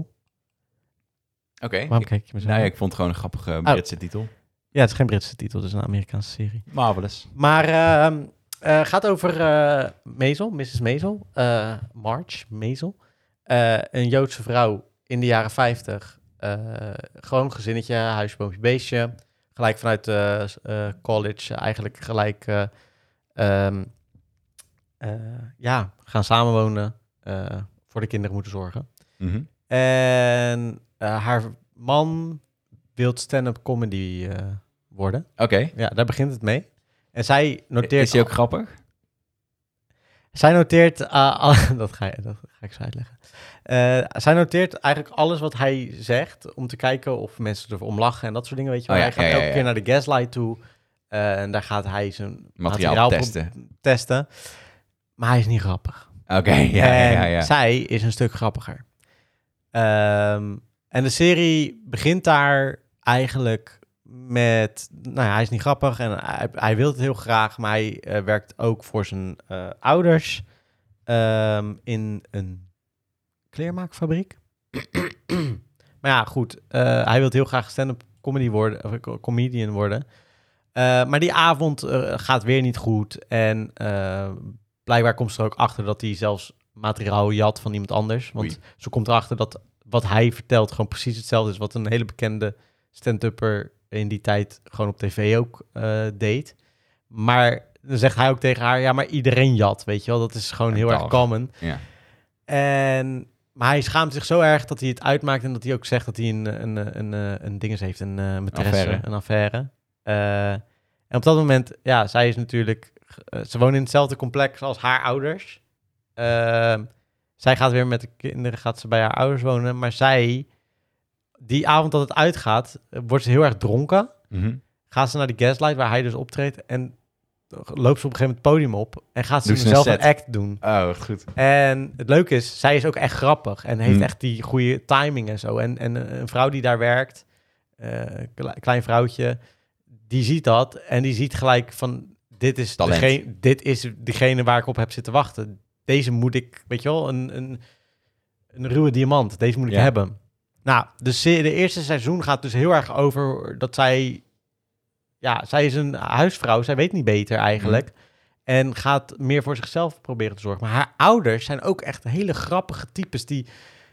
Oké. Okay. Waarom kijk je me zo? Nou ja, ik vond het gewoon een grappige Britse oh. titel. Ja, het is geen Britse titel, het is een Amerikaanse serie. Marvelous. Maar uh, uh, gaat over uh, Maisel, missus Maisel, uh, Marge Maisel. Uh, een Joodse vrouw in de jaren vijftig. Uh, gewoon gezinnetje, huisje, boompje, beestje. Gelijk vanuit uh, uh, college, eigenlijk gelijk uh, um, uh, ja, gaan samenwonen, uh, voor de kinderen moeten zorgen. Mm-hmm. En uh, haar man wil stand-up comedy uh, worden. Oké. Okay. Ja, daar begint het mee. En zij noteert... Is hij ook al... grappig? Zij noteert... Uh, al... dat, ga je, dat ga ik zo uitleggen. Uh, zij noteert eigenlijk alles wat hij zegt... om te kijken of mensen erom lachen en dat soort dingen, weet je wel. Oh, ja, hij gaat ja, ja, elke ja. keer naar de Gaslight toe... Uh, en daar gaat hij zijn materiaal, materiaal testen. testen. maar hij is niet grappig. Oké, ja, ja, ja, ja. En zij is een stuk grappiger. Um, en de serie begint daar eigenlijk met... Nou ja, hij is niet grappig en hij, hij wil het heel graag... maar hij uh, werkt ook voor zijn uh, ouders... Um, in een kleermaakfabriek. Maar ja, goed. Uh, hij wil heel graag stand-up comedy worden, of comedian worden. Uh, maar die avond uh, gaat weer niet goed. En uh, blijkbaar komt ze er ook achter dat hij zelfs materiaal jat van iemand anders. Want Oei. Ze komt erachter dat wat hij vertelt gewoon precies hetzelfde is... wat een hele bekende stand-upper in die tijd gewoon op tv ook uh, deed. Maar dan zegt hij ook tegen haar... ja, maar iedereen jat, weet je wel. Dat is gewoon en heel dag. erg common. Ja. En... Maar hij schaamt zich zo erg dat hij het uitmaakt... en dat hij ook zegt dat hij een, een, een, een, een dinges heeft, een uh, maîtresse, affaire. een affaire. Uh, en op dat moment, ja, zij is natuurlijk... Uh, ze wonen in hetzelfde complex als haar ouders. Uh, zij gaat weer met de kinderen, gaat ze bij haar ouders wonen. Maar zij, die avond dat het uitgaat, wordt ze heel erg dronken. Mm-hmm. Gaat ze naar de Gaslight, waar hij dus optreedt... en loopt ze op een gegeven moment het podium op... en gaat ze zelf een, een act doen. Oh, goed. En het leuke is, zij is ook echt grappig... en heeft mm. echt die goede timing en zo. En, en een vrouw die daar werkt, uh, klein vrouwtje... die ziet dat en die ziet gelijk van... dit is, degene, dit is degene waar ik op heb zitten wachten. Deze moet ik, weet je wel, een, een, een ruwe diamant. Deze moet ik ja. hebben. Nou, de, de eerste seizoen gaat dus heel erg over dat zij... Ja, zij is een huisvrouw. Zij weet niet beter eigenlijk. Mm. En gaat meer voor zichzelf proberen te zorgen. Maar haar ouders zijn ook echt hele grappige types... die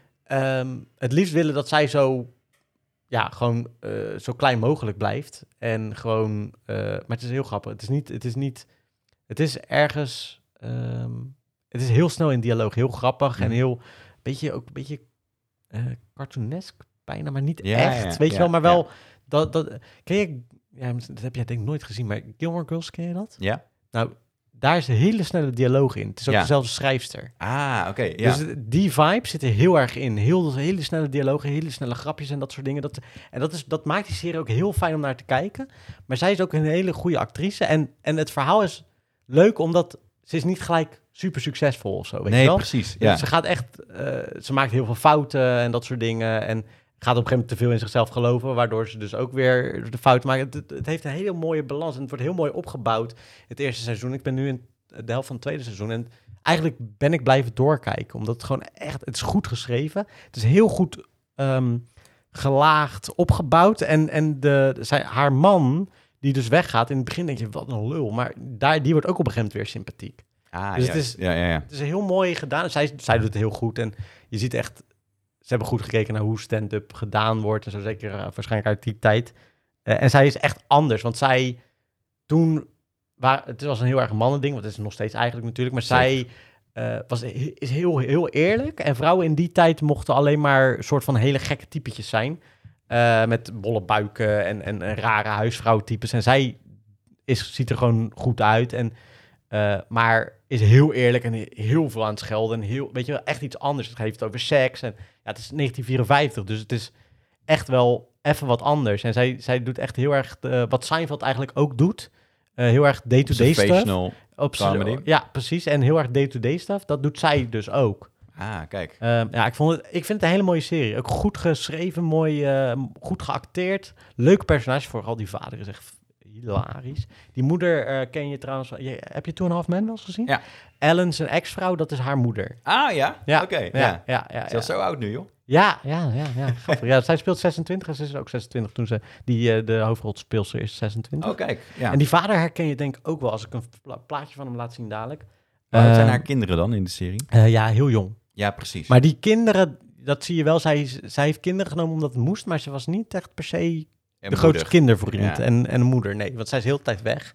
um, het liefst willen dat zij zo... ja, gewoon uh, zo klein mogelijk blijft. En gewoon... Uh, maar het is heel grappig. Het is niet... Het is, niet, het is ergens... Um, het is heel snel in dialoog. Heel grappig mm. en heel... Beetje, ook een beetje uh, cartoonesk bijna, maar niet ja, echt. Ja, weet ja, je wel, maar wel... Ja. Dat, dat, ken je... Ja, dat heb jij denk ik nooit gezien, maar Gilmore Girls, ken je dat? Ja. Nou, daar is een hele snelle dialoog in. Het is ook ja. dezelfde schrijfster. Ah, oké. Okay, ja. Dus die vibe zit er heel erg in. Heel, hele snelle dialogen, hele snelle grapjes en dat soort dingen. Dat, en dat, is, dat maakt die serie ook heel fijn om naar te kijken. Maar zij is ook een hele goede actrice. En, en het verhaal is leuk, omdat ze is niet gelijk super succesvol of zo. Weet nee, je wel? precies. Ja. Ze gaat echt... Uh, ze maakt heel veel fouten en dat soort dingen. En gaat op een gegeven moment te veel in zichzelf geloven, waardoor ze dus ook weer de fout maken. Het, het, het heeft een hele mooie balans en het wordt heel mooi opgebouwd. Het eerste seizoen. Ik ben nu in de helft van het tweede seizoen en eigenlijk ben ik blijven doorkijken, omdat het gewoon echt, het is goed geschreven. Het is heel goed um, gelaagd, opgebouwd en, en de, zij, haar man, die dus weggaat, in het begin denk je, wat een lul, maar daar, die wordt ook op een gegeven moment weer sympathiek. Ah, dus ja. het is, ja, ja, ja. het is heel mooi gedaan. Zij, zij doet het heel goed en je ziet echt, ze hebben goed gekeken naar hoe stand-up gedaan wordt en zo, zeker uh, waarschijnlijk uit die tijd. Uh, en zij is echt anders, want zij toen, waar, het was een heel erg mannending, want het is nog steeds eigenlijk natuurlijk, maar zij uh, was, is heel, heel eerlijk. En vrouwen in die tijd mochten alleen maar een soort van hele gekke typetjes zijn. Uh, met bolle buiken en, en, en rare huisvrouwtypes. En zij is, ziet er gewoon goed uit. En, uh, maar is heel eerlijk en heel veel aan het schelden. En heel, weet je wel, echt iets anders. Het heeft over seks. En ja, het is negentien vierenvijftig, dus het is echt wel even wat anders. En zij, zij doet echt heel erg uh, wat Seinfeld eigenlijk ook doet. Uh, heel erg day-to-day stuff. Op comedy. Ja, precies. En heel erg day-to-day stuff. Dat doet zij dus ook. Ah, kijk. Uh, ja, ik, vond het, ik vind het een hele mooie serie. Ook goed geschreven, mooi, uh, goed geacteerd. Leuk personage, vooral die vader is echt hilarisch. Die moeder uh, ken je trouwens... Je, heb je Two and a Half Men wel eens gezien? Ja. Ellen, zijn ex-vrouw, dat is haar moeder. Ah, ja? Ja. Oké, okay, ja. ja. ja, ja, Ze is ja. zo oud nu, joh. Ja, ja, ja. ja. ja zij speelt zesentwintig en ze is ook zesentwintig toen ze... Die, uh, de hoofdrolspeelster is zesentwintig. Oh, kijk. Ja. En die vader herken je denk ik ook wel als ik een pla- plaatje van hem laat zien dadelijk. Wat uh, zijn haar uh, kinderen dan in de serie? Uh, ja, heel jong. Ja, precies. Maar die kinderen, dat zie je wel. Zij, zij heeft kinderen genomen omdat het moest, maar ze was niet echt per se de moeder. grootste kindervriend. Ja. En, en een moeder, nee. Want zij is de hele tijd weg.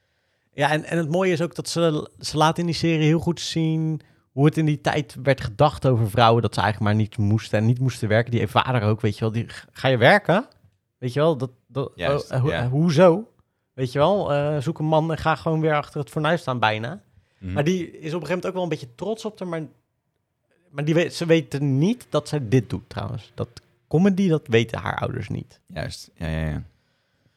Ja, en, en het mooie is ook dat ze, ze laat in die serie heel goed zien hoe het in die tijd werd gedacht over vrouwen, dat ze eigenlijk maar niet moesten en niet moesten werken. Die vader ook, weet je wel. Die, ga je werken? Weet je wel, dat, dat, Juist, uh, ho- ja. hoezo? Weet je wel, uh, zoek een man en ga gewoon weer achter het fornuis staan bijna. Mm-hmm. Maar die is op een gegeven moment ook wel een beetje trots op haar, maar... Maar die weet, ze weten niet dat zij dit doet, trouwens. Dat comedy, dat weten haar ouders niet. Juist, ja, ja, ja. Het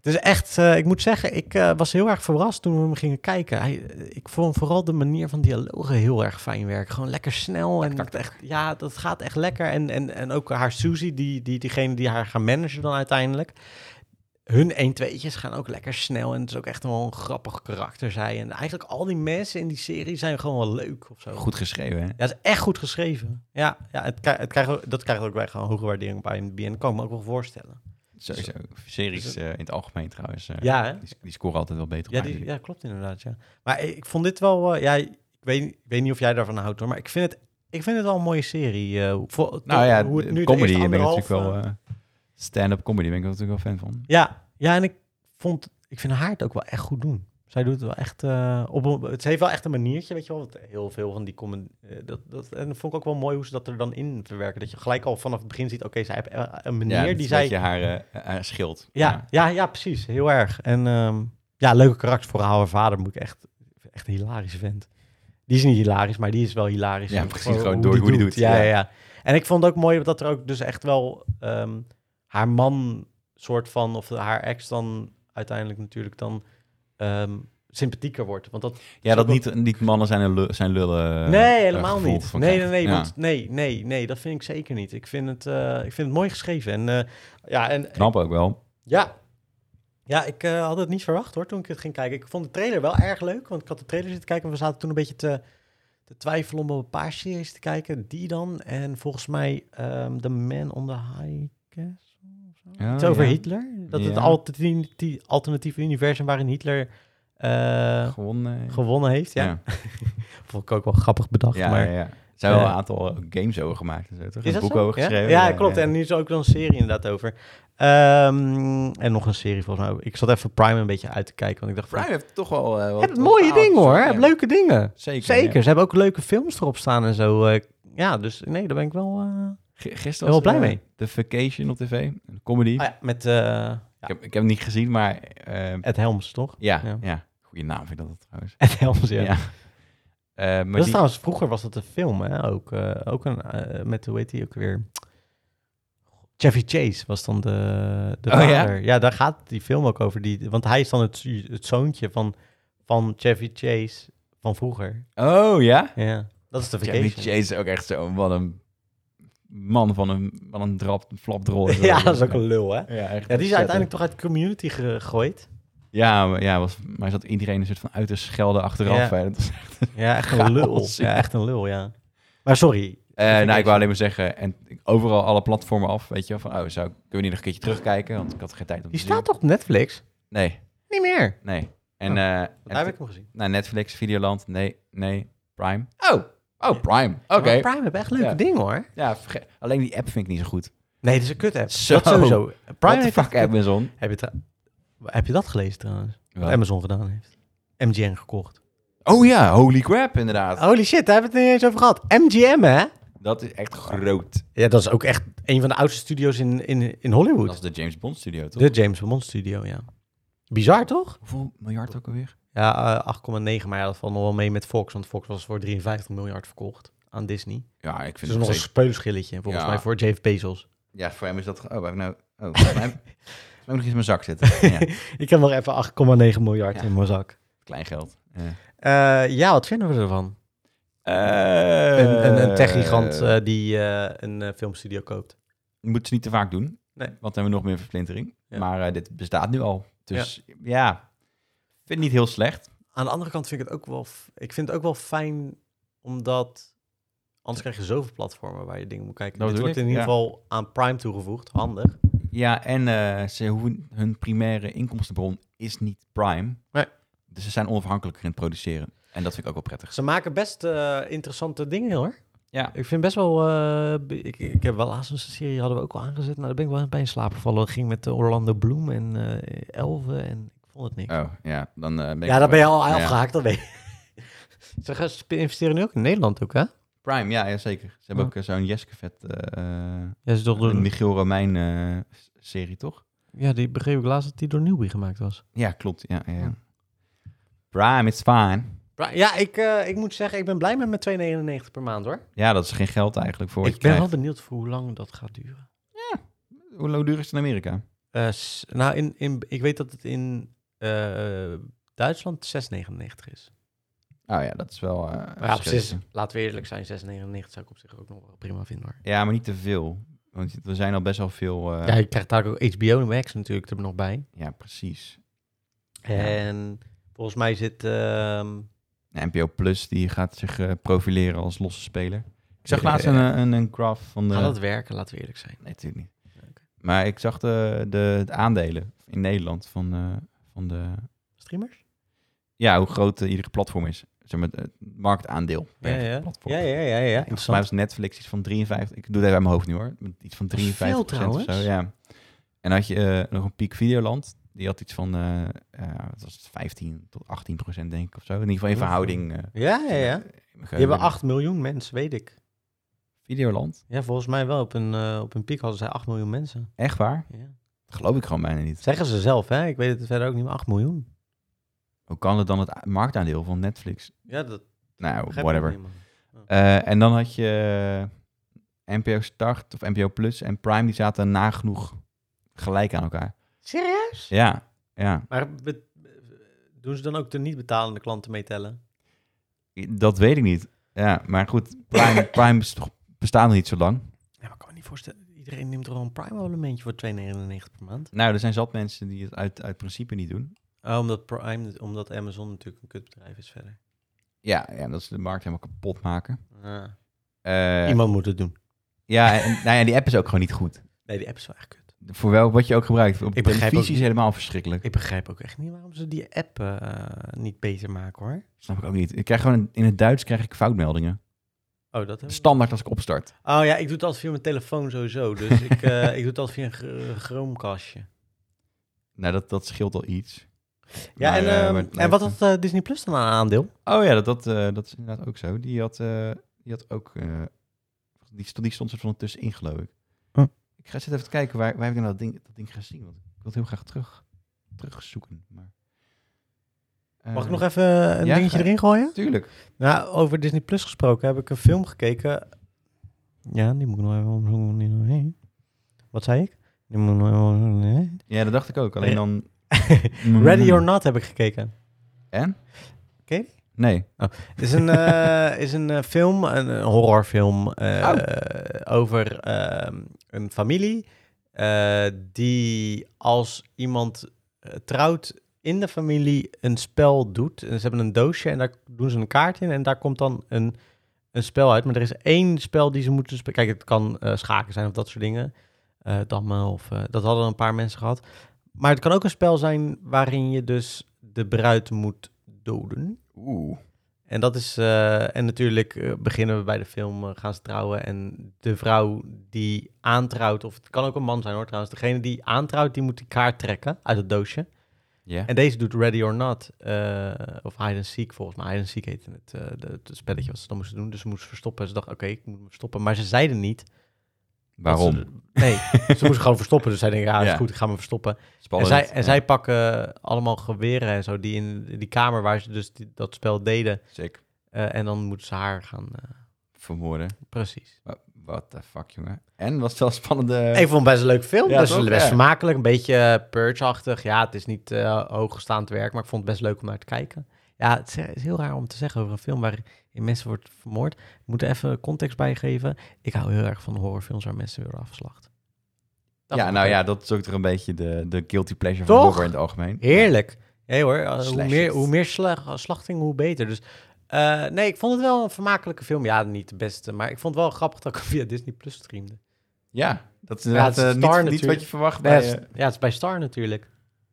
Dus echt, uh, ik moet zeggen, ik uh, was heel erg verrast toen we hem gingen kijken. Hij, ik vond vooral de manier van dialogen heel erg fijn werken. Gewoon lekker snel. En dat echt, ja, dat gaat echt lekker. En, en, en ook haar Suzy, die, die, diegene die haar gaan managen dan uiteindelijk. Hun een-tweetjes gaan ook lekker snel. En het is ook echt wel een grappig karakter, zij. En eigenlijk al die mensen in die serie zijn gewoon wel leuk of zo. Goed geschreven, hè? Ja, het is echt goed geschreven. Ja, ja het, het krijgt, dat krijgt ook bij gewoon hoge waardering op I M D B. En dat kan ik me ook wel voorstellen. Sowieso. Series uh, in het algemeen trouwens. Uh, ja, hè? Die, die scoren altijd wel beter ja, op. Die, ja, klopt inderdaad, ja. Maar ik, ik vond dit wel... Uh, ja, ik weet, ik weet niet of jij daarvan houdt, hoor. Maar ik vind het, ik vind het wel een mooie serie. Uh, voor, nou ja, hoe het nu comedy ben ik anderhalf, natuurlijk wel... Uh, stand-up comedy ben ik natuurlijk wel fan van. Ja, ja, en ik vond... Ik vind haar het ook wel echt goed doen. Zij doet het wel echt... Uh, op een, het heeft wel echt een maniertje, weet je wel. Heel veel van die comedy... Uh, dat, dat, en dat vond ik ook wel mooi hoe ze dat er dan in verwerken. Dat je gelijk al vanaf het begin ziet... Oké, okay, zij heeft een manier ja, die zij... Ja, haar, uh, haar schild. Ja, ja. Ja, ja, precies. Heel erg. En um, ja, leuke karakter voor haar vader moet ik echt... Echt een hilarische vent. Die is niet hilarisch, maar die is wel hilarisch. Ja, precies. Gewoon hoe door die hoe die doet. doet. Ja, ja. ja, ja. En ik vond het ook mooi dat er ook dus echt wel... Um, haar man soort van... Of haar ex dan uiteindelijk natuurlijk dan... Um, sympathieker wordt. Want dat ja, dat niet, niet mannen zijn, lul, zijn lullen. Nee, helemaal uh, niet. Nee, nee, nee, ja. want, nee, nee, nee, dat vind ik zeker niet. Ik vind het, uh, ik vind het mooi geschreven. En, uh, ja, en, knap ook wel. Ja, ja ik uh, had het niet verwacht hoor, toen ik het ging kijken. Ik vond de trailer wel erg leuk, want ik had de trailer zitten kijken en we zaten toen een beetje te, te twijfelen om op een paar series te kijken. Die dan en volgens mij um, The Man on the High Castle. Oh, Iets over ja. Hitler. Dat ja. het alternatieve, alternatieve universum waarin Hitler... Uh, gewonnen. gewonnen heeft, ja. ja. Vond ik ook wel grappig bedacht. Ja, maar, ja, ja. Er zijn wel uh, een aantal games over gemaakt. En zo, toch? Is een dat boek zo? over ja? geschreven. Ja, ja, klopt. Ja. En nu is er ook nog een serie inderdaad over. Um, en nog een serie volgens mij. Ik zat even Prime een beetje uit te kijken. Want ik dacht, Prime van, heeft toch wel... Uh, wat, mooie dingen hoor. Ja. Leuke dingen. Zeker. Zeker. Ja. Ze hebben ook leuke films erop staan en zo. Uh, ja, dus nee, daar ben ik wel, uh, Gisteren wel blij uh, mee. The Vacation op tv. Een comedy. Ah, ja, met... Uh, ja. ik, heb, ik heb hem niet gezien, maar... Uh, Ed Helms, toch? Ja, ja. ja. Goeie naam vind ik dat trouwens. Ed Helms, ja. ja. Uh, maar dat die... is trouwens, vroeger was dat een film, hè? Ook, uh, ook een, uh, met, hoe heet die ook weer? Chevy Chase was dan de, de oh, vader. Ja? ja, daar gaat die film ook over. Die, want hij is dan het, het zoontje van, van Chevy Chase van vroeger. Oh, ja? Ja, dat is de Vacation. Chevy Chase is ook echt zo, wat een man van een, van een drap, een flapdrol. Ja, dat is ook een lul, hè? Ja, echt ja die is uiteindelijk toch uit de Community gegooid. Ja, maar, ja was, maar zat iedereen een soort van uit de schelden achteraf. Ja, dat was echt een ja echt een lul. Ja, echt een lul, ja. Maar sorry. Uh, nou, ik wou alleen maar zeggen, en overal alle platformen af, weet je, van, oh, zou, kunnen we niet nog een keertje terugkijken? Want ik had geen tijd om Die te staat zien. toch op Netflix? Nee. Niet meer? Nee. En, oh, uh, daar en heb ik hem gezien. Nou, Netflix, Videoland, nee, nee, Prime. Oh, oh, Prime, oké. Okay. Ja, Prime heeft echt leuke ja. dingen, hoor. Ja, verge- alleen die app vind ik niet zo goed. Nee, dat is een kut-app. Zo. Dat sowieso. Prime What the fuck, Amazon? Heb je, tra- heb je dat gelezen trouwens? Wat, Wat Amazon gedaan heeft. M G M gekocht. Oh ja, holy crap, inderdaad. Holy shit, daar hebben we het niet eens over gehad. M G M, hè? Dat is echt groot. Ja, dat is ook echt een van de oudste studio's in, in, in Hollywood. Dat is de James Bond studio, toch? De James Bond studio, ja. Bizar, toch? Hoeveel miljard ook alweer? Ja, uh, acht komma negen, maar ja, dat valt nog wel mee met Fox. Want Fox was voor drieënvijftig miljard verkocht aan Disney. Ja, ik vind dus het nog een speulschilletje, volgens ja. mij, voor Jeff Bezos. Ja, voor hem is dat... Oh, waar ik nou... Oh, volgens mij heb ik nog iets in mijn zak zitten. Ja. Ik heb nog even acht komma negen miljard ja. in mijn zak. Klein geld. Ja, uh, ja wat vinden we ervan? Uh, een, een, een tech-gigant uh, die uh, een uh, filmstudio koopt. Je moet ze niet te vaak doen, nee. want dan hebben we nog meer versplintering. Ja. Maar uh, dit bestaat nu al. Dus ja, ja ik vind het niet heel slecht. Aan de andere kant vind ik het ook wel... F- ik vind het ook wel fijn, omdat... Anders krijg je zoveel platformen waar je dingen moet kijken. Dat Dit wordt ik. in ieder ja. geval aan Prime toegevoegd. Handig. Ja, en uh, ze hoeven, hun primaire inkomstenbron is niet Prime. Nee. Dus ze zijn onafhankelijker in het produceren. En dat vind ik ook wel prettig. Ze maken best uh, interessante dingen, hoor. Ja. Ik vind best wel... Uh, ik, ik heb wel laatst een serie, hadden we ook al aangezet. Nou, daar ben ik wel bij in slaap gevallen. Dat ging met Orlando Bloom en uh, Elven en ik vond het niks. Oh, ja. Dan uh, ben ik ja, daar ben je al ja. afgehaakt, dat weet je. Ze gaan investeren nu ook in Nederland ook, hè? Prime, ja, ja zeker. Ze hebben oh. ook uh, zo'n Jeske-vet... Uh, ja, is toch door... Een Michiel Romein uh, serie, toch? Ja, die begreep ik laatst dat die door Newbie gemaakt was. Ja, klopt. Ja, ja. Oh. Prime, it's fine. Ja, ik, uh, ik moet zeggen, ik ben blij met mijn twee negenennegentig per maand, hoor. Ja, dat is geen geld eigenlijk voor Ik wat ben je wel benieuwd voor hoe lang dat gaat duren. Ja, hoe lang duur is het in Amerika? Uh, s- nou, in, in, ik weet dat het in uh, Duitsland zes negenennegentig is. Oh ja, dat is wel... Uh, Maar ja, op zich, laten we eerlijk zijn, zes negenennegentig zou ik op zich ook nog wel prima vinden hoor. Ja, maar niet te veel. Want er zijn al best wel veel... Uh... Ja, je krijgt daar ook H B O Max natuurlijk er nog bij. Ja, precies. En ja. volgens mij zit... Uh... N P O Plus, die gaat zich uh, profileren als losse speler. Ik zag laatst een, een, een graph van de... Gaat dat werken? Laten we eerlijk zijn. Nee, natuurlijk niet. Okay. Maar ik zag de, de, de aandelen in Nederland van, uh, van de... Streamers? Ja, hoe groot uh, iedere platform is. Zeg maar, het marktaandeel per ja, ja. platform. Ja, ja, ja. ja. Volgens mij was Netflix iets van drieënvijftig... Ik doe het even uit mijn hoofd nu hoor. Iets van drieënvijftig procent of zo. Ja. En had je uh, nog een Peak Videoland... Die had iets van, uh, uh, wat was het, vijftien tot achttien procent denk ik of zo. In ieder geval in verhouding. Uh, ja, ja, ja. Je hebben acht miljoen mensen, weet ik. Videoland? Ja, volgens mij wel. Op een, uh, op een piek hadden zij acht miljoen mensen. Echt waar? Ja. Dat geloof ik gewoon bijna niet. Zeggen ze zelf, hè? Ik weet het verder ook niet, maar acht miljoen. Hoe kan het dan het marktaandeel van Netflix? Ja, dat... Nou, whatever. Niet, oh. uh, en dan had je N P O Start of N P O Plus en Prime, die zaten nagenoeg gelijk aan elkaar. Serieus? Ja, ja. Maar be- doen ze dan ook de niet betalende klanten meetellen? Dat weet ik niet. Ja, maar goed, Prime, Prime bestaat nog niet zo lang. Ja, maar ik kan me niet voorstellen. Iedereen neemt er al een Prime-abonnementje voor twee negenennegentig per maand. Nou, er zijn zat mensen die het uit, uit principe niet doen. Oh, omdat Prime, omdat Amazon natuurlijk een kutbedrijf is verder. Ja, ja, dat ze de markt helemaal kapot maken. Ah. Uh, Iemand moet het doen. Ja, en nou ja, die app is ook gewoon niet goed. Nee, die app is wel echt kut. Voor welk wat je ook gebruikt. Op ik televisie ook, is helemaal verschrikkelijk. Ik begrijp ook echt niet waarom ze die app uh, niet beter maken, hoor. Snap ik ook niet. Ik krijg gewoon in het Duits krijg ik foutmeldingen. Oh, dat standaard als ik opstart. Oh ja, ik doe het altijd via mijn telefoon sowieso. Dus ik, uh, ik doe het altijd via een gr- Chromecastje. Nou, dat, dat scheelt al iets. Ja, maar, en, uh, en wat had uh, Disney Plus dan aan aandeel? Oh ja, dat, dat, uh, dat is inderdaad ook zo. Die had, uh, die had ook... Uh, die, stond, die stond er van tussenin, geloof ik. Huh? Ik ga zitten even kijken, waar, waar heb ik nou dat ding, dat ding gezien? Want ik wil het heel graag terug, terugzoeken. Maar, uh, Mag ik nog even een ja, dingetje erin gooien? Tuurlijk. Nou, over Disney Plus gesproken heb ik een film gekeken. Ja, die moet ik nog even omzoeken. Wat zei ik? Die moet ik nog even... Ja, dat dacht ik ook. Alleen dan... Ready or Not heb ik gekeken. En? Oké. Okay. Nee. Oh. Het is een, uh, is een uh, film, een, een horrorfilm uh, oh. over uh, een familie uh, die als iemand uh, trouwt in de familie een spel doet. En ze hebben een doosje en daar doen ze een kaart in en daar komt dan een, een spel uit. Maar er is één spel die ze moeten spelen. Kijk, het kan uh, schaken zijn of dat soort dingen. Uh, dammen of... Uh, dat hadden een paar mensen gehad. Maar het kan ook een spel zijn waarin je dus de bruid moet doden. Oeh. En dat is... Uh, en natuurlijk uh, beginnen we bij de film, uh, gaan ze trouwen. En de vrouw die aantrouwt, of het kan ook een man zijn hoor trouwens. Degene die aantrouwt, die moet die kaart trekken uit het doosje. Yeah. En deze doet Ready or Not. Uh, of Hide and Seek volgens mij. Hide and Seek heette het, uh, de, het spelletje wat ze dan moesten doen. Dus ze moesten verstoppen. Ze dachten, oké, okay, ik moet me verstoppen. Maar ze zeiden niet... Waarom? Ze, nee, ze moesten gewoon verstoppen. Dus zij denken, ja, is ja. goed, ik ga me verstoppen. Spannend, en zij, en ja. zij pakken allemaal geweren en zo, die in die kamer waar ze dus die, dat spel deden. Sick. Uh, en dan moeten ze haar gaan... Uh, vermoorden. Precies. What the fuck, jongen. En was het wel spannende... Ik vond het best een leuk film. Ja, best, toch? best ja. vermakelijk. Een beetje uh, Purge-achtig. Ja, het is niet uh, hoogstaand werk, maar ik vond het best leuk om naar te kijken. Ja, het is heel raar om te zeggen over een film waarin mensen wordt vermoord. Ik moet er even context bij geven. Ik hou heel erg van horrorfilms waar mensen worden afgeslacht. Dat ja, nou leuk. Ja, dat is ook toch een beetje de, de guilty pleasure Toch? van horror in het algemeen. Heerlijk. Hé hoor, uh, hoe meer, hoe meer slag, slachting, hoe beter. Dus uh, nee, ik vond het wel een vermakelijke film. Ja, niet de beste, maar ik vond het wel grappig dat ik via Disney Plus streamde. Ja, dat is inderdaad ja, uh, niet, niet wat je verwacht. Ja, bij, uh... ja, het is bij Star natuurlijk.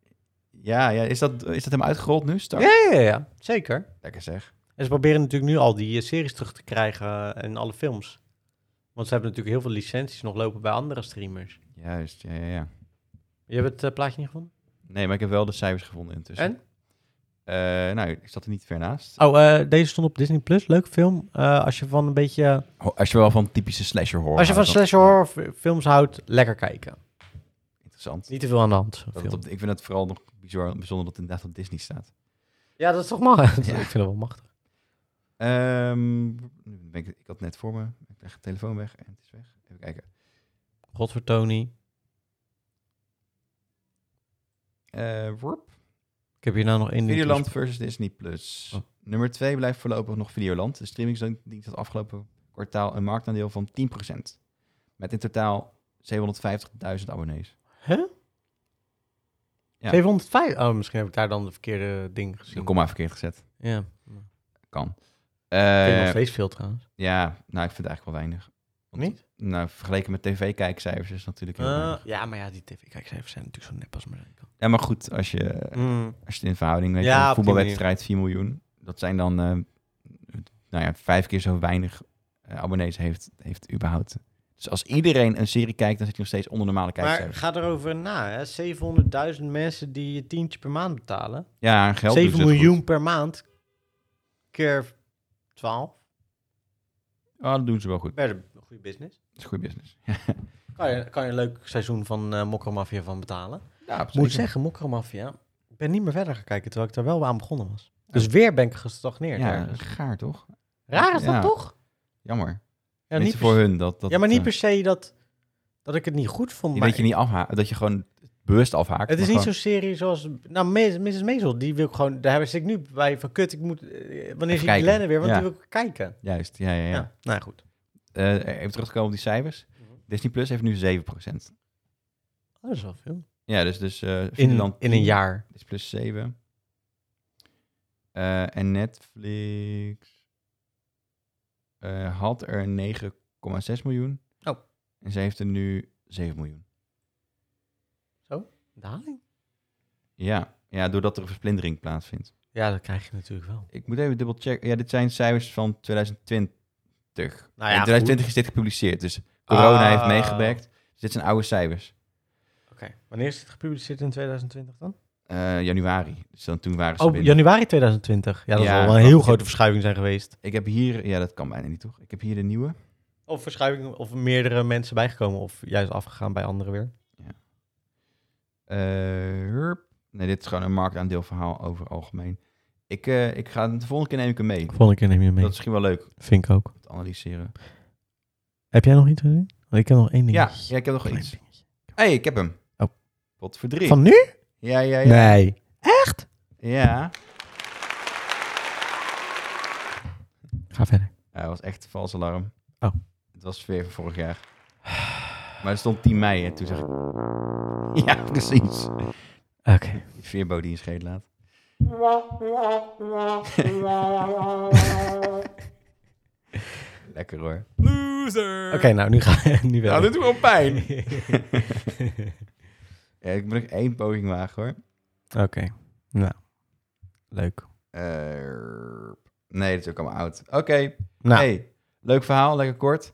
Ja, ja. Is, dat, is dat hem uitgerold nu, Star? Ja, ja, ja, zeker. Lekker zeg. En ze proberen natuurlijk nu al die uh, series terug te krijgen en alle films. Want ze hebben natuurlijk heel veel licenties nog lopen bij andere streamers. Juist, ja, ja, ja. Je hebt het uh, plaatje niet gevonden? Nee, maar ik heb wel de cijfers gevonden intussen. En? Uh, nou, ik zat er niet ver naast. Oh, uh, deze stond op Disney Plus. Leuke film. Uh, als je van een beetje... Oh, als je wel van typische slasher horror Als je van slasher horror films houdt, lekker kijken. Interessant. Niet te veel aan de hand. Dat op, ik vind het vooral nog bizar, bijzonder dat het inderdaad op Disney staat. Ja, dat is toch machtig? Ja. Ik vind het wel machtig. Um, ben ik, ik had het net voor me. Ik leg de telefoon weg en het is weg. Even kijken. God voor Tony. Uh, worp. Ik heb hier nou nog één ding. Videoland versus Disney+. Plus. Oh. Nummer twee blijft voorlopig nog Videoland. De streamingsdienst had afgelopen kwartaal een marktaandeel van tien procent. Met in totaal zevenhonderdvijftigduizend abonnees. Huh? Ja. zevenhonderdvijf? Oh, misschien heb ik daar dan de verkeerde ding gezien. Ik kom maar verkeerd gezet. Ja. Kan. Ik vind Uh, nog steeds veel trouwens. ja, nou, ik vind het eigenlijk wel weinig. Want, Niet? Nou, vergeleken met tv-kijkcijfers is het natuurlijk heel Uh, weinig. ja, maar ja, die tv-kijkcijfers zijn natuurlijk zo nep als maar zijn kan. Ja, maar goed, als je, Mm. als je het in verhouding weet, Ja, een op die voetbalwedstrijd vier miljoen, dat zijn dan uh, nou ja, vijf keer zo weinig uh, abonnees heeft, heeft überhaupt. Dus als iedereen een serie kijkt, dan zit je nog steeds onder normale Maar kijkcijfers. ga erover na, hè. zevenhonderdduizend mensen die je tientje per maand betalen. Ja, aan geld doen ze zeven het miljoen goed. per maand. Keer twaalf. Oh, dat doen ze wel goed. Bij de goede business. Dat is goed business. Kan je, kan je een leuk seizoen van uh, Mokromafia van betalen. Ja, Ik moet zeggen, Mokromafia, ik ben niet meer verder gaan kijken, terwijl ik daar wel aan begonnen was. Dus weer ben ik gestagneerd. Ja, ergens. gaar toch? Raar is Ja. dat toch? Jammer. Ja, niet niet voor per, hun. Dat, dat, ja, maar niet uh, per se dat, dat ik het niet goed vond. je Maar dat je niet afhaakt, dat je gewoon bewust afhaakt. het is maar niet gewoon- zo'n serie zoals... Nou, Miss- missus Maisel, die wil ik gewoon... Daar zit ik nu bij van, kut, ik moet... eh, wanneer zie ik kijken. Glenn weer? Want Ja. die wil ik kijken. Juist, ja, ja, ja. Ja, nou goed. Uh, even terug te komen op die cijfers. Disney Plus heeft nu zeven procent. Oh, dat is wel veel. Ja, dus, dus uh, In, Videoland in een tien, jaar. Disney Plus zeven. Uh, en Netflix uh, had er negen komma zes miljoen. Oh. En ze heeft er nu zeven miljoen. Daling? Ja, ja, doordat er een versplintering plaatsvindt. Ja, dat krijg je natuurlijk wel. Ik moet even dubbel checken. Ja, dit zijn cijfers van twintig twintig. Nou In ja, twintig twintig is dit gepubliceerd, dus corona Ah. heeft meegewerkt. Dus dit zijn oude cijfers. Oké. Wanneer is dit gepubliceerd in twintig twintig dan? Uh, januari. Dus dan toen waren ze Oh, binnen. januari twintig twintig. Ja, dat Ja, zal wel een dat- heel grote verschuiving zijn geweest. Ik heb hier... Ja, dat kan bijna niet, toch? Ik heb hier de nieuwe. Of verschuiving, of meerdere mensen bijgekomen, of juist afgegaan bij anderen weer. Uh, hurp. Nee, dit is gewoon een marktaandeelverhaal over algemeen. Ik, uh, ik ga de volgende keer neem ik hem mee. Volgende keer neem je mee. Dat is misschien wel leuk Vind ik ook. om te analyseren. Heb jij nog iets gezien? Want ik heb nog één ding. Ja, ja, ik heb nog iets. Hé, hey, ik heb hem. Oh. Pot voor drie. Van nu? Ja, ja, ja. Nee. Echt? Ja. Ga verder. Ja, het was echt een vals alarm. Oh. Het was weer van vorig jaar. Maar er stond tien mei en toen zag ik... Ja, precies. Oké. Die veerboot die een scheet laat. Lekker hoor. Loser. Oké, nou, nu ga nu Nou, verder. dit doet wel pijn. Ja, ik moet nog één poging wagen hoor. Oké. Nou. Leuk. Uh, nee, dat is ook allemaal oud. Oké. Okay. Nou. Hey, leuk verhaal, lekker kort.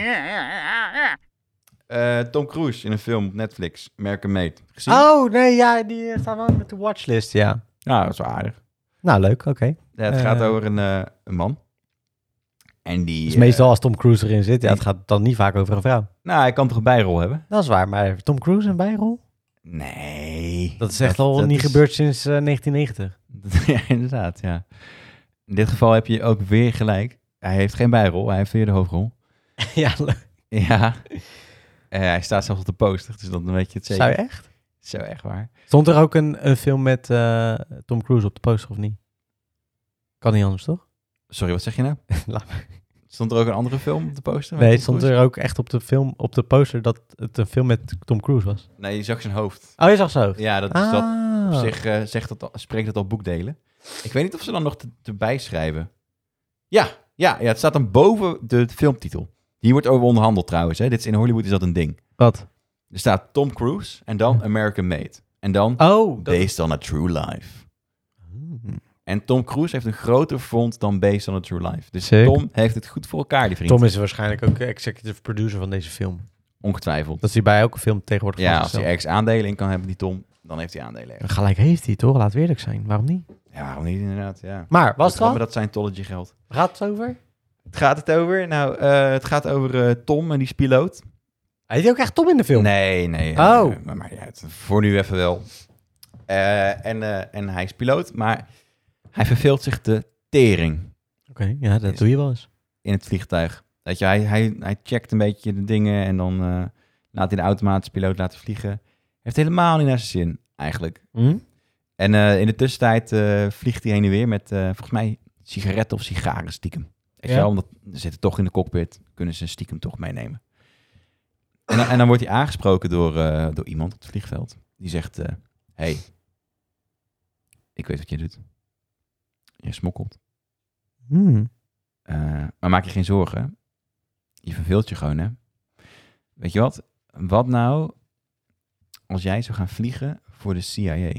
Uh, Tom Cruise in een film op Netflix, American Made. Gezien? Oh, nee, ja, die eh, staat wel met de watchlist, ja. Nou, dat is wel aardig. Nou, leuk, oké. Ja, het Eh. gaat over een, uh, een man. En die... Dus uh, meestal als Tom Cruise erin zit, ja, die- het gaat dan niet vaak over een vrouw. Nou, hij kan toch een bijrol hebben? Dat is waar, maar heeft Tom Cruise een bijrol? Nee. Dat is echt al dat niet is- gebeurd sinds uh, negentien negentig. Ja, inderdaad, ja. In dit geval heb je ook weer gelijk. Hij heeft geen bijrol, hij heeft weer de hoofdrol. Ja, leuk. Ja. Uh, hij staat zelfs op de poster, dus dan weet je het zeker. Zou je echt? Zo echt waar. Stond er ook een, een film met uh, Tom Cruise op de poster of niet? Kan niet anders, toch? Sorry, wat zeg je nou? Laat Stond er ook een andere film op de poster? Nee, het stond er ook echt op de film, op de poster dat het een film met Tom Cruise was. Nee, je zag zijn hoofd. Oh, je zag zo. Ja, dat, is dat Ah. op zich uh, zegt dat, al- spreekt dat al boekdelen. Ik weet niet of ze dan nog te, erbij schrijven. Ja, ja, ja, het staat dan boven de filmtitel. Hier wordt over onderhandeld trouwens. Hè. Dit is, in Hollywood is dat een ding. Wat? Er staat Tom Cruise en dan American Made. En dan Oh. Dat... Based on a True Life. Hmm. En Tom Cruise heeft een groter front dan Based on a True Life. Dus Sick. Tom heeft het goed voor elkaar, die vriend. Tom is waarschijnlijk ook executive producer van deze film. Ongetwijfeld. Dat is hij bij elke film tegenwoordig Ja, van als hij zichzelf. ergens aandelen in kan hebben, die Tom, dan heeft hij aandelen ergens. Gelijk heeft hij, toch? Laat eerlijk zijn. Waarom niet? Ja, waarom niet inderdaad, ja. Maar, was het Wat al? dat Scientology geld. Gaat het over? Het gaat het over? Nou, uh, het gaat over uh, Tom en die is piloot. Hij is ook echt Tom in de film. Nee, nee. Oh. Uh, maar maar ja, het, voor nu even wel. Uh, en, uh, en hij is piloot, maar hij verveelt zich de tering. Oké, okay, ja, dat Is- doe je wel eens. In het vliegtuig. Weet je, hij, hij, hij checkt een beetje de dingen en dan uh, laat hij de automatische piloot laten vliegen. Heeft helemaal niet naar zijn zin. eigenlijk. Hm? En uh, in de tussentijd uh, vliegt hij heen en weer met, uh, volgens mij, sigaretten of sigaren stiekem. Weet je Ja. wel, omdat ze zitten toch in de cockpit, kunnen ze stiekem toch meenemen. En, dan- en dan wordt hij aangesproken door, uh, door iemand op het vliegveld. Die zegt, uh, hey, ik weet wat je doet. Je smokkelt. Hm. Uh, maar maak je geen zorgen. Je verveelt je gewoon, hè. Weet je wat? Wat nou als jij zou gaan vliegen voor de C I A?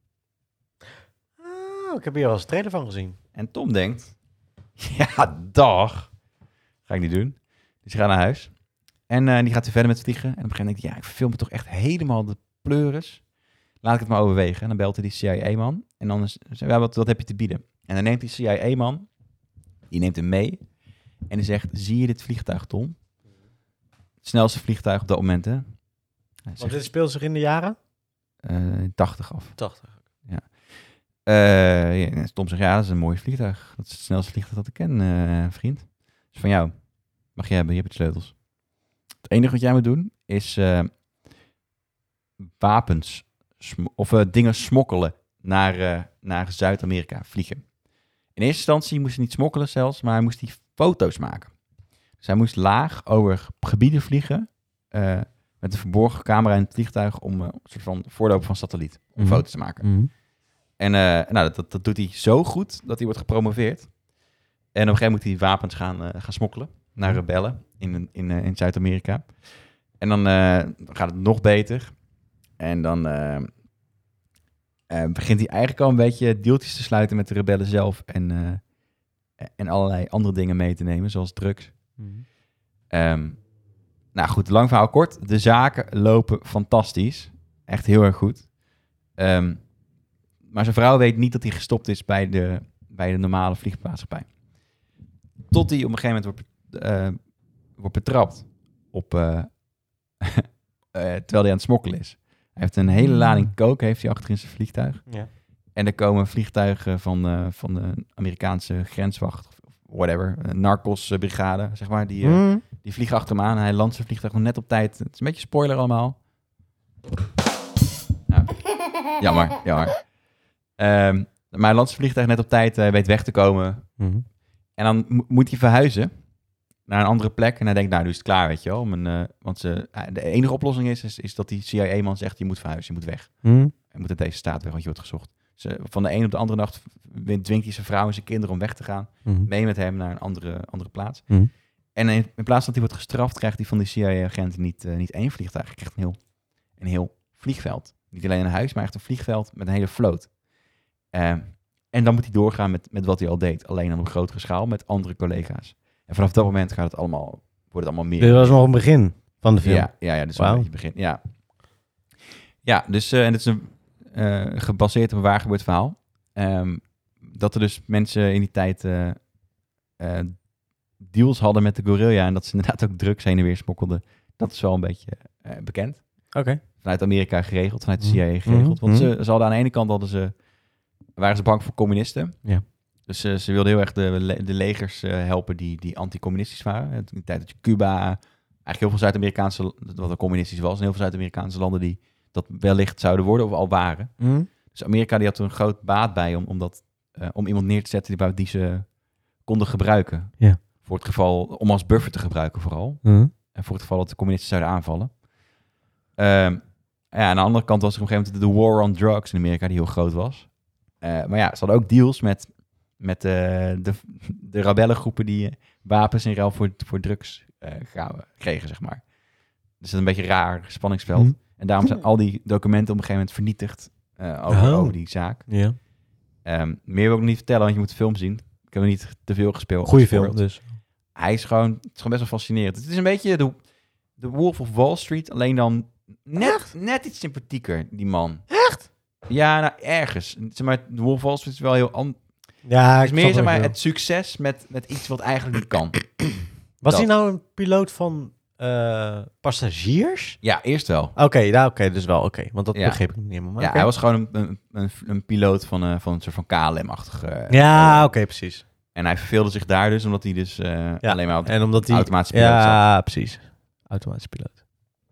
Oh, ik heb hier al eens een trailer van gezien. En Tom denkt, ja, dag. Ga ik niet doen. Dus hij gaat naar huis. En uh, die gaat weer verder met vliegen. En op een gegeven moment denkt hij, ja, ik verveel me toch echt helemaal de pleuris. Laat ik het maar overwegen. En dan belt hij die C I A-man. En dan is, ja, wat, wat heb je te bieden? En dan neemt die C I A-man, die neemt hem mee. En die zegt, zie je dit vliegtuig, Tom? Het snelste vliegtuig op dat moment, hè? Hij Want zegt, dit speelt zich in de jaren? uh, tachtig af. tachtig. Uh, ja, Tom zegt, ja, dat is een mooi vliegtuig. Dat is het snelste vliegtuig dat ik ken, uh, vriend. Dus van jou. Mag je hebben, je hebt de sleutels. Het enige wat jij moet doen, is uh, wapens sm- of uh, dingen smokkelen naar, uh, naar Zuid-Amerika, vliegen. In eerste instantie moest hij niet smokkelen zelfs, maar hij moest die foto's maken. Dus hij moest laag over gebieden vliegen, uh, met een verborgen camera in het vliegtuig om uh, een soort van voorloper van satelliet, om Mhm. foto's te maken. Mm. En uh, nou, dat, dat, dat doet hij zo goed dat hij wordt gepromoveerd. En op een gegeven moment moet hij wapens gaan, uh, gaan smokkelen naar rebellen in, in, uh, in Zuid-Amerika. En dan uh, gaat het nog beter. En dan uh, uh, begint hij eigenlijk al een beetje deeltjes te sluiten met de rebellen zelf. En, uh, en allerlei andere dingen mee te nemen, zoals drugs. Mm. Um, nou goed, lang verhaal kort. De zaken lopen fantastisch. Echt heel erg goed. Um, maar zijn vrouw weet niet dat hij gestopt is bij de, bij de normale vliegmaatschappij. Tot hij op een gegeven moment wordt, uh, wordt betrapt op, uh, uh, terwijl hij aan het smokkelen is. Hij heeft een hele lading coke heeft hij achter in zijn vliegtuig. Ja. En er komen vliegtuigen van, uh, van de Amerikaanse grenswacht, of whatever, een narcosbrigade, zeg maar, die, uh, Mm. die vliegen achter hem aan. En hij landt zijn vliegtuig nog net op tijd. Het is een beetje spoiler allemaal. Ja. Jammer, jammer. Um, maar hij landt zijn vliegtuig net op tijd, uh, weet weg te komen. Mm. En dan mo- moet hij verhuizen naar een andere plek. En hij denkt, nou, nu is het klaar, weet je wel. Om een, uh, want ze, uh, de enige oplossing is, is, is dat die C I A-man zegt, je moet verhuizen, je moet weg. Mm. Hij moet uit deze staat weg, want je wordt gezocht. Dus, uh, van de een op de andere nacht dwingt hij zijn vrouw en zijn kinderen om weg te gaan. Mm. Mee met hem naar een andere, andere plaats. Mm. En in, in plaats dat hij wordt gestraft, krijgt hij van die C I A-agent niet, uh, niet één vliegtuig. Hij krijgt een heel, een heel vliegveld. Niet alleen een huis, maar echt een vliegveld met een hele vloot. Uh, en dan moet hij doorgaan met, met wat hij al deed. Alleen op een grotere schaal met andere collega's. En vanaf dat moment gaat het allemaal, wordt het allemaal meer. Dit was nog een begin van de film. Ja, ja, ja, dus Wauw. een beetje begin. Ja, ja dus uh, en het is een, uh, gebaseerd op een waar gebeurd verhaal. Um, dat er dus mensen in die tijd uh, uh, deals hadden met de guerrilla en dat ze inderdaad ook drugs heen en weer smokkelden. Dat is wel een beetje uh, bekend. Oké. Okay. Vanuit Amerika geregeld, vanuit de C I A geregeld. Want ze, ze hadden aan de ene kant hadden ze, waren ze bang voor communisten. Ja. Dus uh, ze wilden heel erg de, le- de legers uh, helpen die, die anti-communistisch waren. In de tijd dat je Cuba, eigenlijk heel veel Zuid-Amerikaanse, wat er communistisch was, en heel veel Zuid-Amerikaanse landen die dat wellicht zouden worden of al waren. Mm. Dus Amerika die had er een groot baat bij om, om, dat, uh, om iemand neer te zetten die, die ze konden gebruiken. Ja. Voor het geval, om als buffer te gebruiken vooral. Mm. En voor het geval dat de communisten zouden aanvallen. Um, ja, aan de andere kant was er op een gegeven moment de war on drugs in Amerika, die heel groot was. Uh, maar ja, ze hadden ook deals met, met uh, de, de rebellengroepen die uh, wapens in ruil voor, voor drugs uh, gaven, kregen, zeg maar. Dus dat is een beetje een raar spanningsveld. Mm. En daarom zijn al die documenten op een gegeven moment vernietigd uh, over, Oh. over die zaak. Ja. Um, meer wil ik nog niet vertellen, want je moet de film zien. Ik heb er niet te veel gespeeld. Goeie film gespoord. dus. Hij is gewoon, het is gewoon best wel fascinerend. Het is een beetje de, de Wolf of Wall Street, alleen dan net, net iets sympathieker, die man. Echt? Ja, nou, ergens. Zeg maar, de Wolf of Wall Street is wel heel anders. Ja, Het ik is meer snap zeg wat maar, je het succes met, met iets wat eigenlijk niet kan. Was dat. hij nou een piloot van uh, passagiers? Ja, eerst wel. Oké, okay, nou, oké, okay, dus wel oké. Okay, want dat Ja. begreep ik niet helemaal. Maar Ja, okay. hij was gewoon een, een, een, een piloot van, uh, van een soort van K L M-achtige... Uh, Ja, oké, okay, precies. En hij verveelde zich daar dus, omdat hij dus uh, ja. alleen maar en omdat hij automatische piloot ja, zat. precies. Automatische piloot.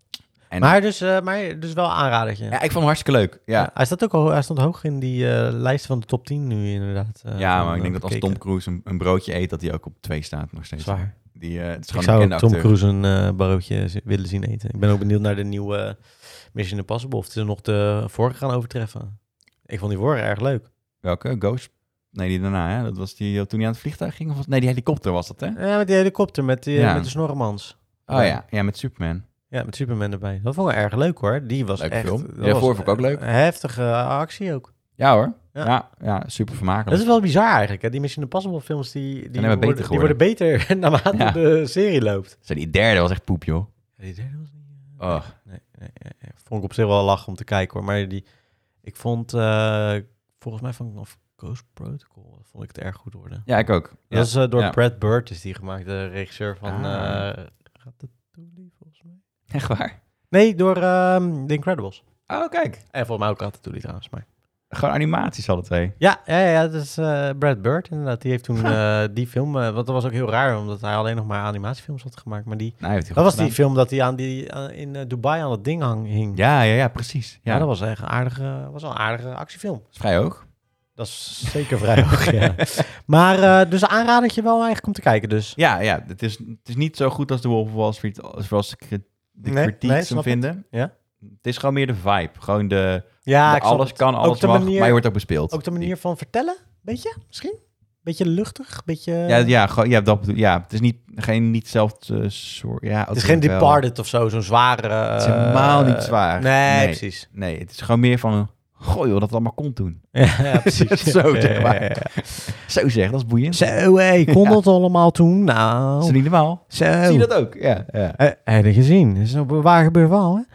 En, Maar dus, uh, maar dus wel aanradertje. ja, ik vond hem hartstikke leuk. Ja, Ja, hij, staat ook al, hij stond hoog in die uh, lijst van de top tien nu inderdaad. Uh, ja van, maar ik denk uh, dat als Tom Cruise een, een broodje eet, dat hij ook op twee staat nog steeds. Zwaar. Die, uh, het is Ik gewoon zou een ook bekende Tom acteur. Cruise een uh, broodje zi- willen zien eten. Ik ben ook benieuwd naar de nieuwe Mission Impossible. Of ze nog de vorige gaan overtreffen. Ik vond die vorige erg leuk. Welke? Ghost? Nee, die daarna, hè? Dat was die toen hij aan het vliegtuig ging? Of was... Nee, die helikopter was dat, hè? Ja, met die helikopter, met, die, Ja. met de snorremans. Oh ja, ja, met Superman. Ja, met Superman erbij. Dat vond ik erg leuk hoor. Die was Leuke echt... film. dat Die daarvoor was vond ik ook leuk. een Heftige actie ook. Ja hoor. Ja. Ja, ja, super vermakelijk. Dat is wel bizar eigenlijk. Hè? Die Mission Impossible films, die, die, helemaal worden, beter die worden beter naarmate Ja. de serie loopt. Zo, die derde was echt poep, joh. Ja, die derde was niet... uh, Oh. Nee, nee, nee, nee. Vond ik op zich wel lachen om te kijken hoor. Maar die... Ik vond... uh, volgens mij vond ik nog Ghost Protocol. Vond ik het erg goed worden. Ja, ik ook. Ja. Dat is uh, door Ja. Brad Bird is die gemaakt. De regisseur van... Ah. Uh, Ratatouille volgens mij. Echt waar? Nee, door um, The Incredibles. Oh, kijk. En volgens mij ook Ratatouille trouwens. Maar... Gewoon animaties alle twee. Ja, ja, ja, dat is uh, Brad Bird inderdaad. Die heeft toen uh, die film... Uh, want dat was ook heel raar, omdat hij alleen nog maar animatiefilms had gemaakt. Maar die... Nou, heeft hij Dat was goed die film dat hij aan die, aan, in uh, Dubai aan het ding hang, hing. gedaan. Ja, ja, ja, precies. Ja, Ja, dat was echt een aardige, was wel een aardige actiefilm. is vrij hoog. Dat is zeker vrij hoog, ja. Maar uh, dus aanradertje wel eigenlijk om te kijken dus. Ja, ja het, is, het is niet zo goed als The Wolf of Wall Street, zoals de, cri- de Nee, critiques nee, hem snap vinden. Ja? Het is gewoon meer de vibe. Gewoon de, Ja, de ik snap alles het. kan, alles Ook de mag, manier- maar je wordt ook bespeeld. Ook de manier van vertellen, beetje misschien? Beetje luchtig, beetje... Ja, ja, gewoon, ja, dat bedoel, ja, het is niet, geen, niet hetzelfde soort... Ja, Het is geen wel. Departed of zo, zo'n zware... Uh, Het is helemaal niet zwaar. Nee, Nee. precies. Nee, het is gewoon meer van... Goh joh, dat het allemaal kon doen. Ja, ja, precies. Zo, zeg maar. Ja, ja, ja. Zo zeg, dat is boeiend. Zo, hé, kon Ja. dat allemaal toen? Nou... Dat is niet normaal. Zo. Zie je dat ook? Ja, ja. Uh, heb je gezien? Dat is een waar gebeurd verhaal, hè?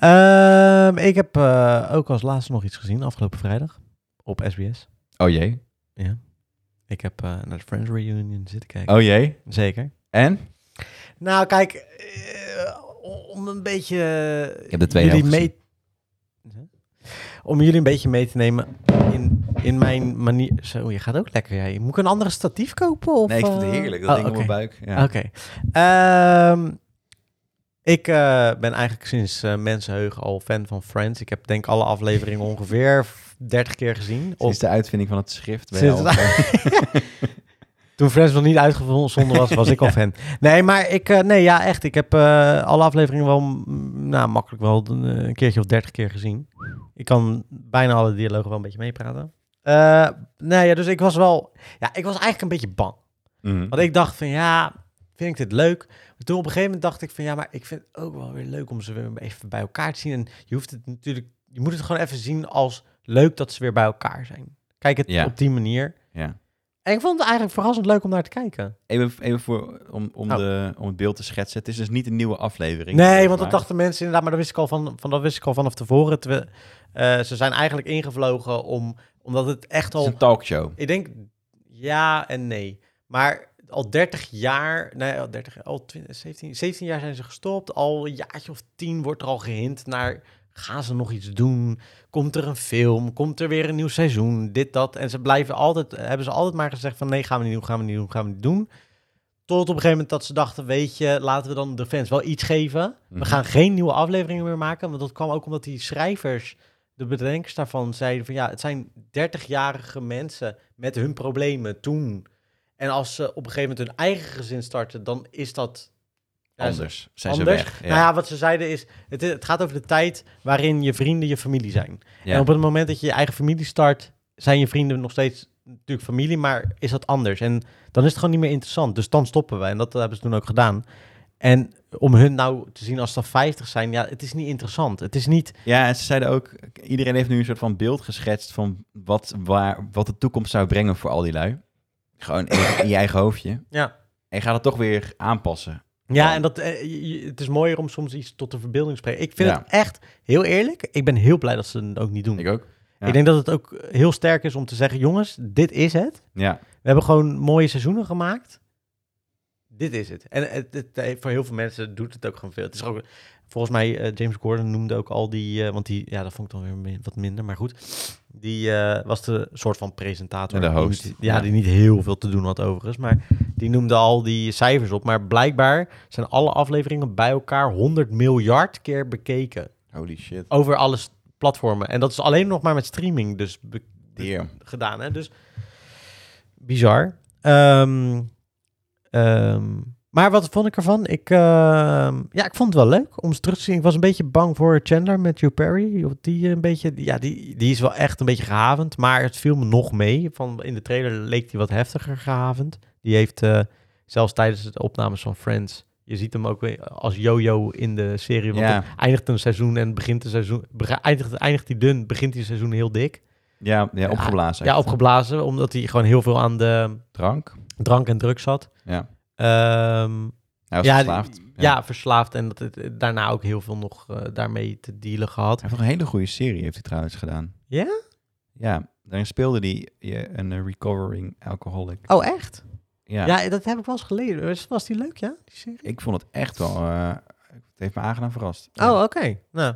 Ehm, ik heb uh, ook als laatste nog iets gezien, afgelopen vrijdag. Op S B S. Oh jee. Ja. Ik heb uh, naar de Friends Reunion zitten kijken. Oh jee. Zeker. En? Nou, kijk, uh, om een beetje... Ik heb de twee jullie helft mee... Om jullie een beetje mee te nemen in, in mijn manier... Zo, je gaat ook lekker, jij. Moet ik een andere statief kopen? Of, Nee, ik vind het uh? heerlijk. Dat Oh, ding op oké. mijn buik. Ja. Oké. Ehm, ik uh, ben eigenlijk sinds uh, mensenheugen al fan van Friends. Ik heb denk alle afleveringen ongeveer dertig keer gezien. Sinds de uitvinding van het schrift. ben je Sinds al- Toen Friends nog niet uitgezonden was, was ik al fan. Nee, maar ik... Uh, nee, ja, echt. Ik heb uh, alle afleveringen wel... mm, Nou, makkelijk wel een, een keertje of dertig keer gezien. Ik kan bijna alle dialogen wel een beetje meepraten. Uh, nee, ja, dus ik was wel... Ja, ik was eigenlijk een beetje bang. Mhm. Want ik dacht van, ja, vind ik dit leuk? Maar toen op een gegeven moment dacht ik van, ja, maar ik vind het ook wel weer leuk om ze weer even bij elkaar te zien. En je hoeft het natuurlijk, je moet het gewoon even zien als leuk dat ze weer bij elkaar zijn. Kijk het Ja. op die manier. Ja. En ik vond het eigenlijk verrassend leuk om naar te kijken. Even, even voor, om, om, Oh. de, om het beeld te schetsen. Het is dus niet een nieuwe aflevering. Nee, want Maar- dat dachten mensen inderdaad, maar dat wist ik al, van, van, dat wist ik al vanaf tevoren. Terwijl, uh, ze zijn eigenlijk ingevlogen om, omdat het echt Het is al... een talkshow. Ik denk ja en nee. Maar al dertig jaar, nee, al dertig, al twintig, zeventien, zeventien jaar zijn ze gestopt. Al een jaartje of tien wordt er al gehint naar, gaan ze nog iets doen? Komt er een film? Komt er weer een nieuw seizoen? Dit, dat. En ze blijven altijd, hebben ze altijd maar gezegd van, nee, gaan we niet doen, gaan we niet doen, gaan we niet doen. Tot op een gegeven moment dat ze dachten, weet je, laten we dan de fans wel iets geven. We Mhm. gaan geen nieuwe afleveringen meer maken. Want dat kwam ook omdat die schrijvers, de bedenkers daarvan, zeiden van, ja, het zijn dertigjarige mensen met hun problemen toen. En als ze op een gegeven moment hun eigen gezin starten, dan is dat ja, Anders zijn anders. ze weg. Ja. Nou ja, wat ze zeiden is, het, het gaat over de tijd waarin je vrienden je familie zijn. Ja. En op het moment dat je je eigen familie start, zijn je vrienden nog steeds natuurlijk familie, maar is dat anders. En dan is het gewoon niet meer interessant. Dus dan stoppen we. En dat hebben ze toen ook gedaan. En om hun nou te zien als ze vijftig zijn, ja, het is niet interessant. Het is niet... Ja, en ze zeiden ook, iedereen heeft nu een soort van beeld geschetst van wat, waar, wat de toekomst zou brengen voor al die lui. Gewoon in, in je eigen hoofdje. Ja. En je gaat het toch weer aanpassen. Ja, en dat, eh, je- je- het is mooier om soms iets tot de verbeelding te spreken. Ik vind Ja. het echt, heel eerlijk, ik ben heel blij dat ze het ook niet doen. Ik ook. Ja. Ik denk dat het ook heel sterk is om te zeggen, jongens, dit is het. Ja, We hebben gewoon mooie seizoenen gemaakt. Dit is het. En het, het, het- voor heel veel mensen doet het ook gewoon veel. Het is ook, volgens mij, uh, James Gordon noemde ook al die... Uh, want die, ja, dat vond ik dan weer min, wat minder, maar goed. Die uh, was de soort van presentator. Ja, de host. Die, ja, ja, die niet heel veel te doen had overigens. Maar die noemde al die cijfers op. Maar blijkbaar zijn alle afleveringen bij elkaar honderd miljard keer bekeken. Holy shit. Over alle platformen. En dat is alleen nog maar met streaming dus be- Dear. gedaan. Hè? Dus bizar. Um, um, maar wat vond ik ervan? Ik, uh, ja, ik vond het wel leuk om ze terug te zien. Ik was een beetje bang voor Chandler met Hugh Perry. Die, een beetje, ja, die, die is wel echt een beetje gehavend. Maar het viel me nog mee. Van, in de trailer leek hij wat heftiger gehavend. Die heeft uh, zelfs tijdens de opnames van Friends... Je ziet hem ook weer als yo-yo in de serie. Want Ja. het eindigt een seizoen en begint een seizoen... Bega- eindigt, eindigt hij dun, begint hij een seizoen heel dik. Ja, ja, opgeblazen. Ja, echt. opgeblazen. Omdat hij gewoon heel veel aan de Drank. drank en drugs zat. Ja. Um, Hij was ja, verslaafd. Ja. Ja. ja, verslaafd. En dat het, daarna ook heel veel nog uh, daarmee te dealen gehad. Hij heeft nog een hele goede serie, heeft hij trouwens gedaan. Ja? Ja, daarin speelde hij uh, een uh, recovering alcoholic. Oh, echt? Ja. Ja, dat heb ik wel eens gelezen. Was, was die leuk, ja? Die serie? Ik vond het echt wel... Uh, het heeft me aangenaam verrast. Oh, oké. Okay. Nou,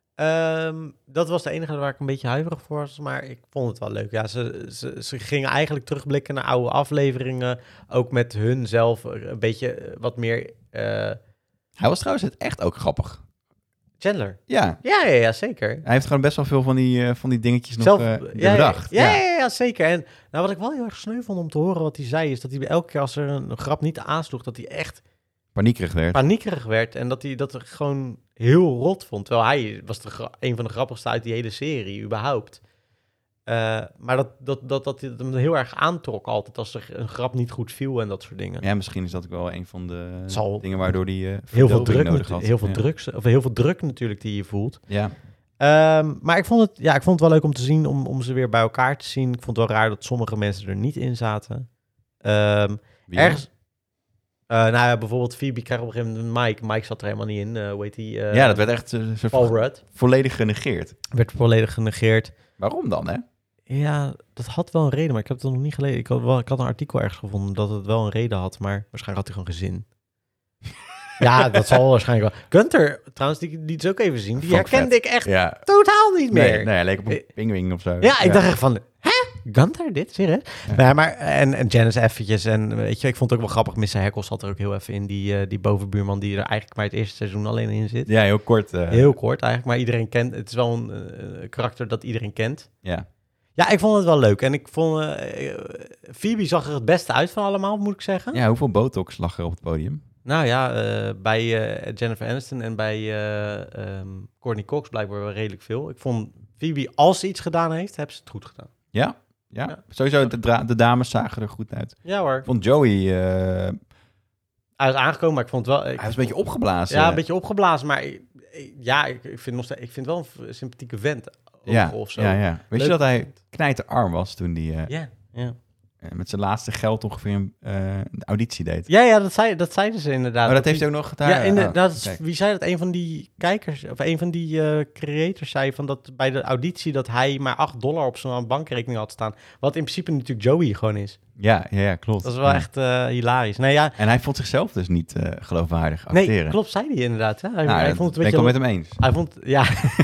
um, dat was de enige waar ik een beetje huiverig voor was, maar ik vond het wel leuk. Ja, ze, ze, ze gingen eigenlijk terugblikken naar oude afleveringen, ook met hun zelf een beetje wat meer... Uh... Hij was trouwens het echt ook grappig. Chandler? Ja. Ja, ja, ja, zeker. Hij heeft gewoon best wel veel van die, uh, van die dingetjes zelf, nog uh, ja, bedacht. Ja ja, ja, ja, ja, zeker. En nou, wat ik wel heel erg sneu vond om te horen wat hij zei, is dat hij elke keer als er een grap niet aansloeg, dat hij echt... paniekerig werd. Paniekerig werd en dat hij dat er gewoon heel rot vond. Terwijl hij was de gra- een van de grappigste uit die hele serie, überhaupt. Uh, maar dat, dat, dat, dat hij hem heel erg aantrok altijd als er een grap niet goed viel en dat soort dingen. Ja, misschien is dat ook wel een van de Zal dingen waardoor hij uh, heel veel druk nodig had. Heel veel, ja. drugs, of heel veel druk natuurlijk die je voelt. Ja. Um, maar ik vond, het, ja, ik vond het wel leuk om te zien, om, om ze weer bij elkaar te zien. Ik vond het wel raar dat sommige mensen er niet in zaten. Um, ergens... Uh, nou ja, bijvoorbeeld Phoebe kreeg op een gegeven moment Mike. Mike zat er helemaal niet in. Uh, hoe heet die? Uh, ja, dat werd echt uh, Paul Rudd. volledig genegeerd. Werd volledig genegeerd. Waarom dan, hè? Ja, dat had wel een reden, maar ik heb het nog niet gelezen. Ik had, wel, ik had een artikel ergens gevonden dat het wel een reden had, maar waarschijnlijk had hij gewoon gezin. Ja, dat zal waarschijnlijk wel. Gunther, trouwens, die, die is ook even zien. Die Vond herkende vet. ik echt ja. totaal niet meer. Nee, nee, hij leek op een pingwing of zo. Ja, ik ja. dacht echt van, hè? Gunther, dit? Serieus? Ja. Nou, maar, en, en Janice eventjes. En weet je, ik vond het ook wel grappig. Missa Heckles zat er ook heel even in. Die, uh, die bovenbuurman die er eigenlijk maar het eerste seizoen alleen in zit. Ja, heel kort. Uh... Heel kort eigenlijk. Maar iedereen kent. Het is wel een uh, karakter dat iedereen kent. Ja. Ja, ik vond het wel leuk. En ik vond... Uh, Phoebe zag er het beste uit van allemaal, moet ik zeggen. Ja, hoeveel botox lag er op het podium? Nou ja, uh, bij uh, Jennifer Aniston en bij uh, um, Courtney Cox blijkbaar wel redelijk veel. Ik vond Phoebe, als ze iets gedaan heeft, hebben ze het goed gedaan. Ja? Ja, ja. Sowieso, de, dra- de dames zagen er goed uit. Ja hoor. Ik vond Joey... Uh... Hij is aangekomen, maar ik vond het wel... Ik, hij was een beetje opgeblazen. Ja, een beetje opgeblazen, maar ik, ja, ik, ik, vind nog steeds, ik vind wel een sympathieke vent. Ja, of zo. ja, ja. Weet Leuk. je dat hij knijterarm was toen hij uh, ja, ja. uh, met zijn laatste geld ongeveer een uh, auditie deed? Ja, ja, dat, zei, dat zeiden ze inderdaad. Maar dat, dat heeft hij ook nog gedaan? Ja, in de, oh, dat is, okay. Wie zei dat? Een van die kijkers, of een van die uh, creators zei van dat bij de auditie dat hij maar acht dollar op zijn bankrekening had staan. Wat in principe natuurlijk Joey gewoon is. Ja, ja, ja, klopt. Dat is wel ja. echt uh, hilarisch. Nee, ja. En hij vond zichzelf dus niet uh, geloofwaardig acteren. Nee, klopt, zei hij inderdaad. Hè? Hij, nou, hij vond het een ben beetje... ik wel met hem eens. Hij vond, ja,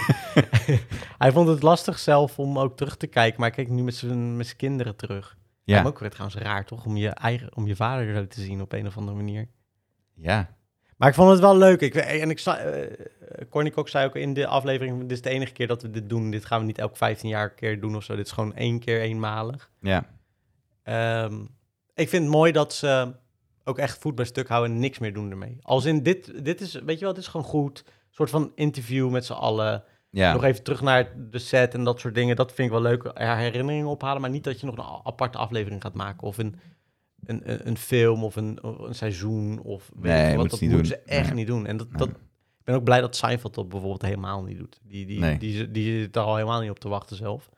hij vond het lastig zelf om ook terug te kijken, maar hij keek nu met zijn, met zijn kinderen terug. Ja. Maar ook weer trouwens raar, toch? Om je, eigen, om je vader zo te zien op een of andere manier. Ja. Maar ik vond het wel leuk. Ik, en ik uh, Courtney Cox zei ook in de aflevering, dit is de enige keer dat we dit doen. Dit gaan we niet elke vijftien jaar een keer doen of zo. Dit is gewoon één keer eenmalig. Ja. Um, ik vind het mooi dat ze ook echt voet bij stuk houden en niks meer doen ermee. Als in, dit, dit is, weet je wel, dit is gewoon goed. Een soort van interview met z'n allen. Ja. Nog even terug naar de set en dat soort dingen. Dat vind ik wel leuk. Herinneringen ophalen, maar niet dat je nog een aparte aflevering gaat maken. Of een, een, een, een film of een, een seizoen. Of weet nee, je wat. Dat moeten doen. ze echt nee. niet doen. En dat, nee. dat, ik ben ook blij dat Seinfeld dat bijvoorbeeld helemaal niet doet. Die, die, nee. die, die, die zit er al helemaal niet op te wachten zelf.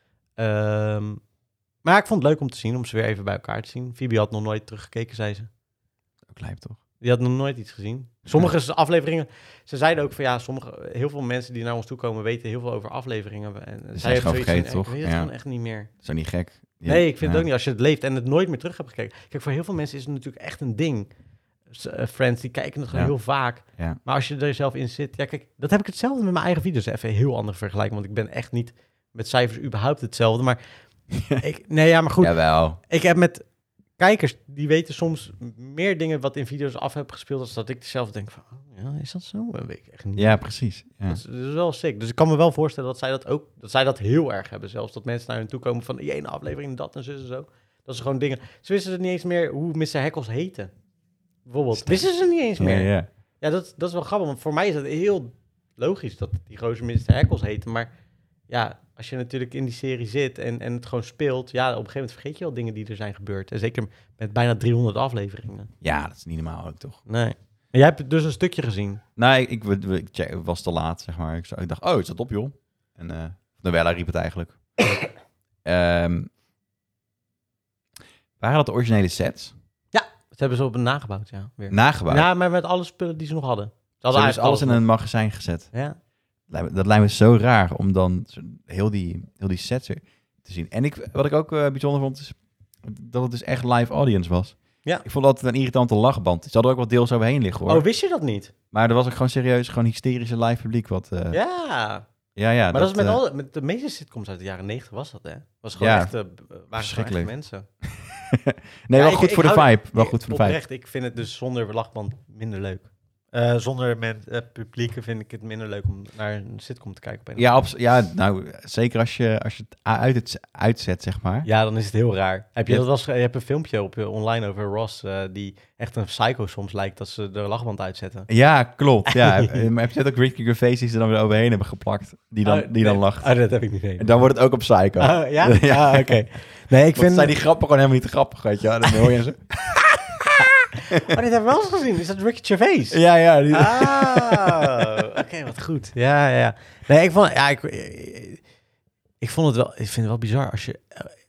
Um, maar ja, ik vond het leuk om te zien, om ze weer even bij elkaar te zien. Phoebe had nog nooit teruggekeken, zei ze. Ook lijp, toch? Die had nog nooit iets gezien. Sommige ja. afleveringen... Ze zeiden ook van ja, sommige, heel veel mensen die naar ons toe komen weten heel veel over afleveringen. En dus zij hebben zoiets vergeten, van, toch? ik weet het ja. gewoon echt niet meer. Dat is niet gek. Ja. Nee, ik vind ja. het ook niet. Als je het leeft en het nooit meer terug hebt gekeken. Kijk, voor heel veel mensen is het natuurlijk echt een ding. uh, friends, die kijken het gewoon Ja. heel vaak. Ja. Maar als je er zelf in zit... Ja, kijk, dat heb ik hetzelfde met mijn eigen video's. Even een heel andere vergelijking, want ik ben echt niet met cijfers überhaupt hetzelfde. Maar ik, nee, ja, maar goed. Jawel. Ik heb met kijkers, die weten soms meer dingen wat in video's af heb gespeeld, als dat ik zelf denk van, oh, ja, is dat zo? Dat weet ik echt niet. Ja, precies. Ja. Dat, is, dat is wel sick. Dus ik kan me wel voorstellen dat zij dat ook, dat zij dat heel erg hebben zelfs. Dat mensen naar hun toe komen van, die ene aflevering, dat en zo en zo. Dat is gewoon dingen. Ze wisten het niet eens meer hoe mister Heckles heette. Bijvoorbeeld. Wisten ze niet eens Ja, meer. Ja, ja. ja dat, dat is wel grappig, want voor mij is het heel logisch dat die gozer mister Heckles heette. Maar ja, als je natuurlijk in die serie zit en, en het gewoon speelt, ja, op een gegeven moment vergeet je wel dingen die er zijn gebeurd. En zeker met bijna driehonderd afleveringen. Ja, dat is niet normaal ook, toch? Nee. En jij hebt dus een stukje gezien. Nee, ik, ik, ik check- was te laat, zeg maar. Ik, zou- ik dacht, oh, het staat op, joh. En uh, Novella riep het eigenlijk. um, waren dat de originele sets? Dat hebben ze op een nagebouwd, ja. Weer. Nagebouwd? Ja, maar met alle spullen die ze nog hadden. Ze Ze hadden hebben dus alles in nog. een magazijn gezet. Ja. Lijkt me- Dat lijkt me zo raar om dan zo heel die, heel die sets weer te zien. En ik, wat ik ook uh, bijzonder vond, is dat het dus echt live audience was. Ja. Ik vond dat een irritante lachband. Ze hadden ook wat deels overheen liggen, hoor. Oh, wist je dat niet? Maar er was ook gewoon serieus, gewoon hysterische live publiek. Wat, uh, ja. Ja. ja, ja. Maar dat, is met, uh, al, met de meeste sitcoms uit de jaren negentig was dat, hè? Was gewoon Ja. echt, uh, waren gewoon echt Verschrikkelijk. mensen. nee, Ja, wel ik- goed ik voor de hou- vibe. Wel ik- goed voor de vibe. Oprecht, ik vind het dus zonder lachband minder leuk. Uh, zonder men, uh, publiek vind ik het minder leuk om naar een sitcom te kijken. Op een Ja, abs- ja, nou, zeker als je, als je het uit het uitzet, zeg maar. Ja, dan is het heel raar. Heb je Ja. dat wel eens, je hebt een filmpje op je online over Ross, uh, die echt een psycho soms lijkt dat ze de lachband uitzetten. Ja, klopt. Ja. Eh, maar heb je net ook Ricky Gervais die ze dan weer overheen hebben geplakt? Die dan, Oh, die dan nee. lacht. Oh, dat heb ik niet gezien. En dan wordt het ook op Psycho. Oh, ja? Ja. Ah, oké. Nee, ik Want vind... zijn die grappen gewoon helemaal niet te grappig, weet je wel. Dan hoor je ze. Oh, dit heb ik wel eens gezien. Is dat Ricky Gervais? Ja, ja. Die... Ah, oké, wat goed. Ja, ja, ja. Nee, ik vond, ja, ik, ik vond het wel, ik vind het wel bizar als je,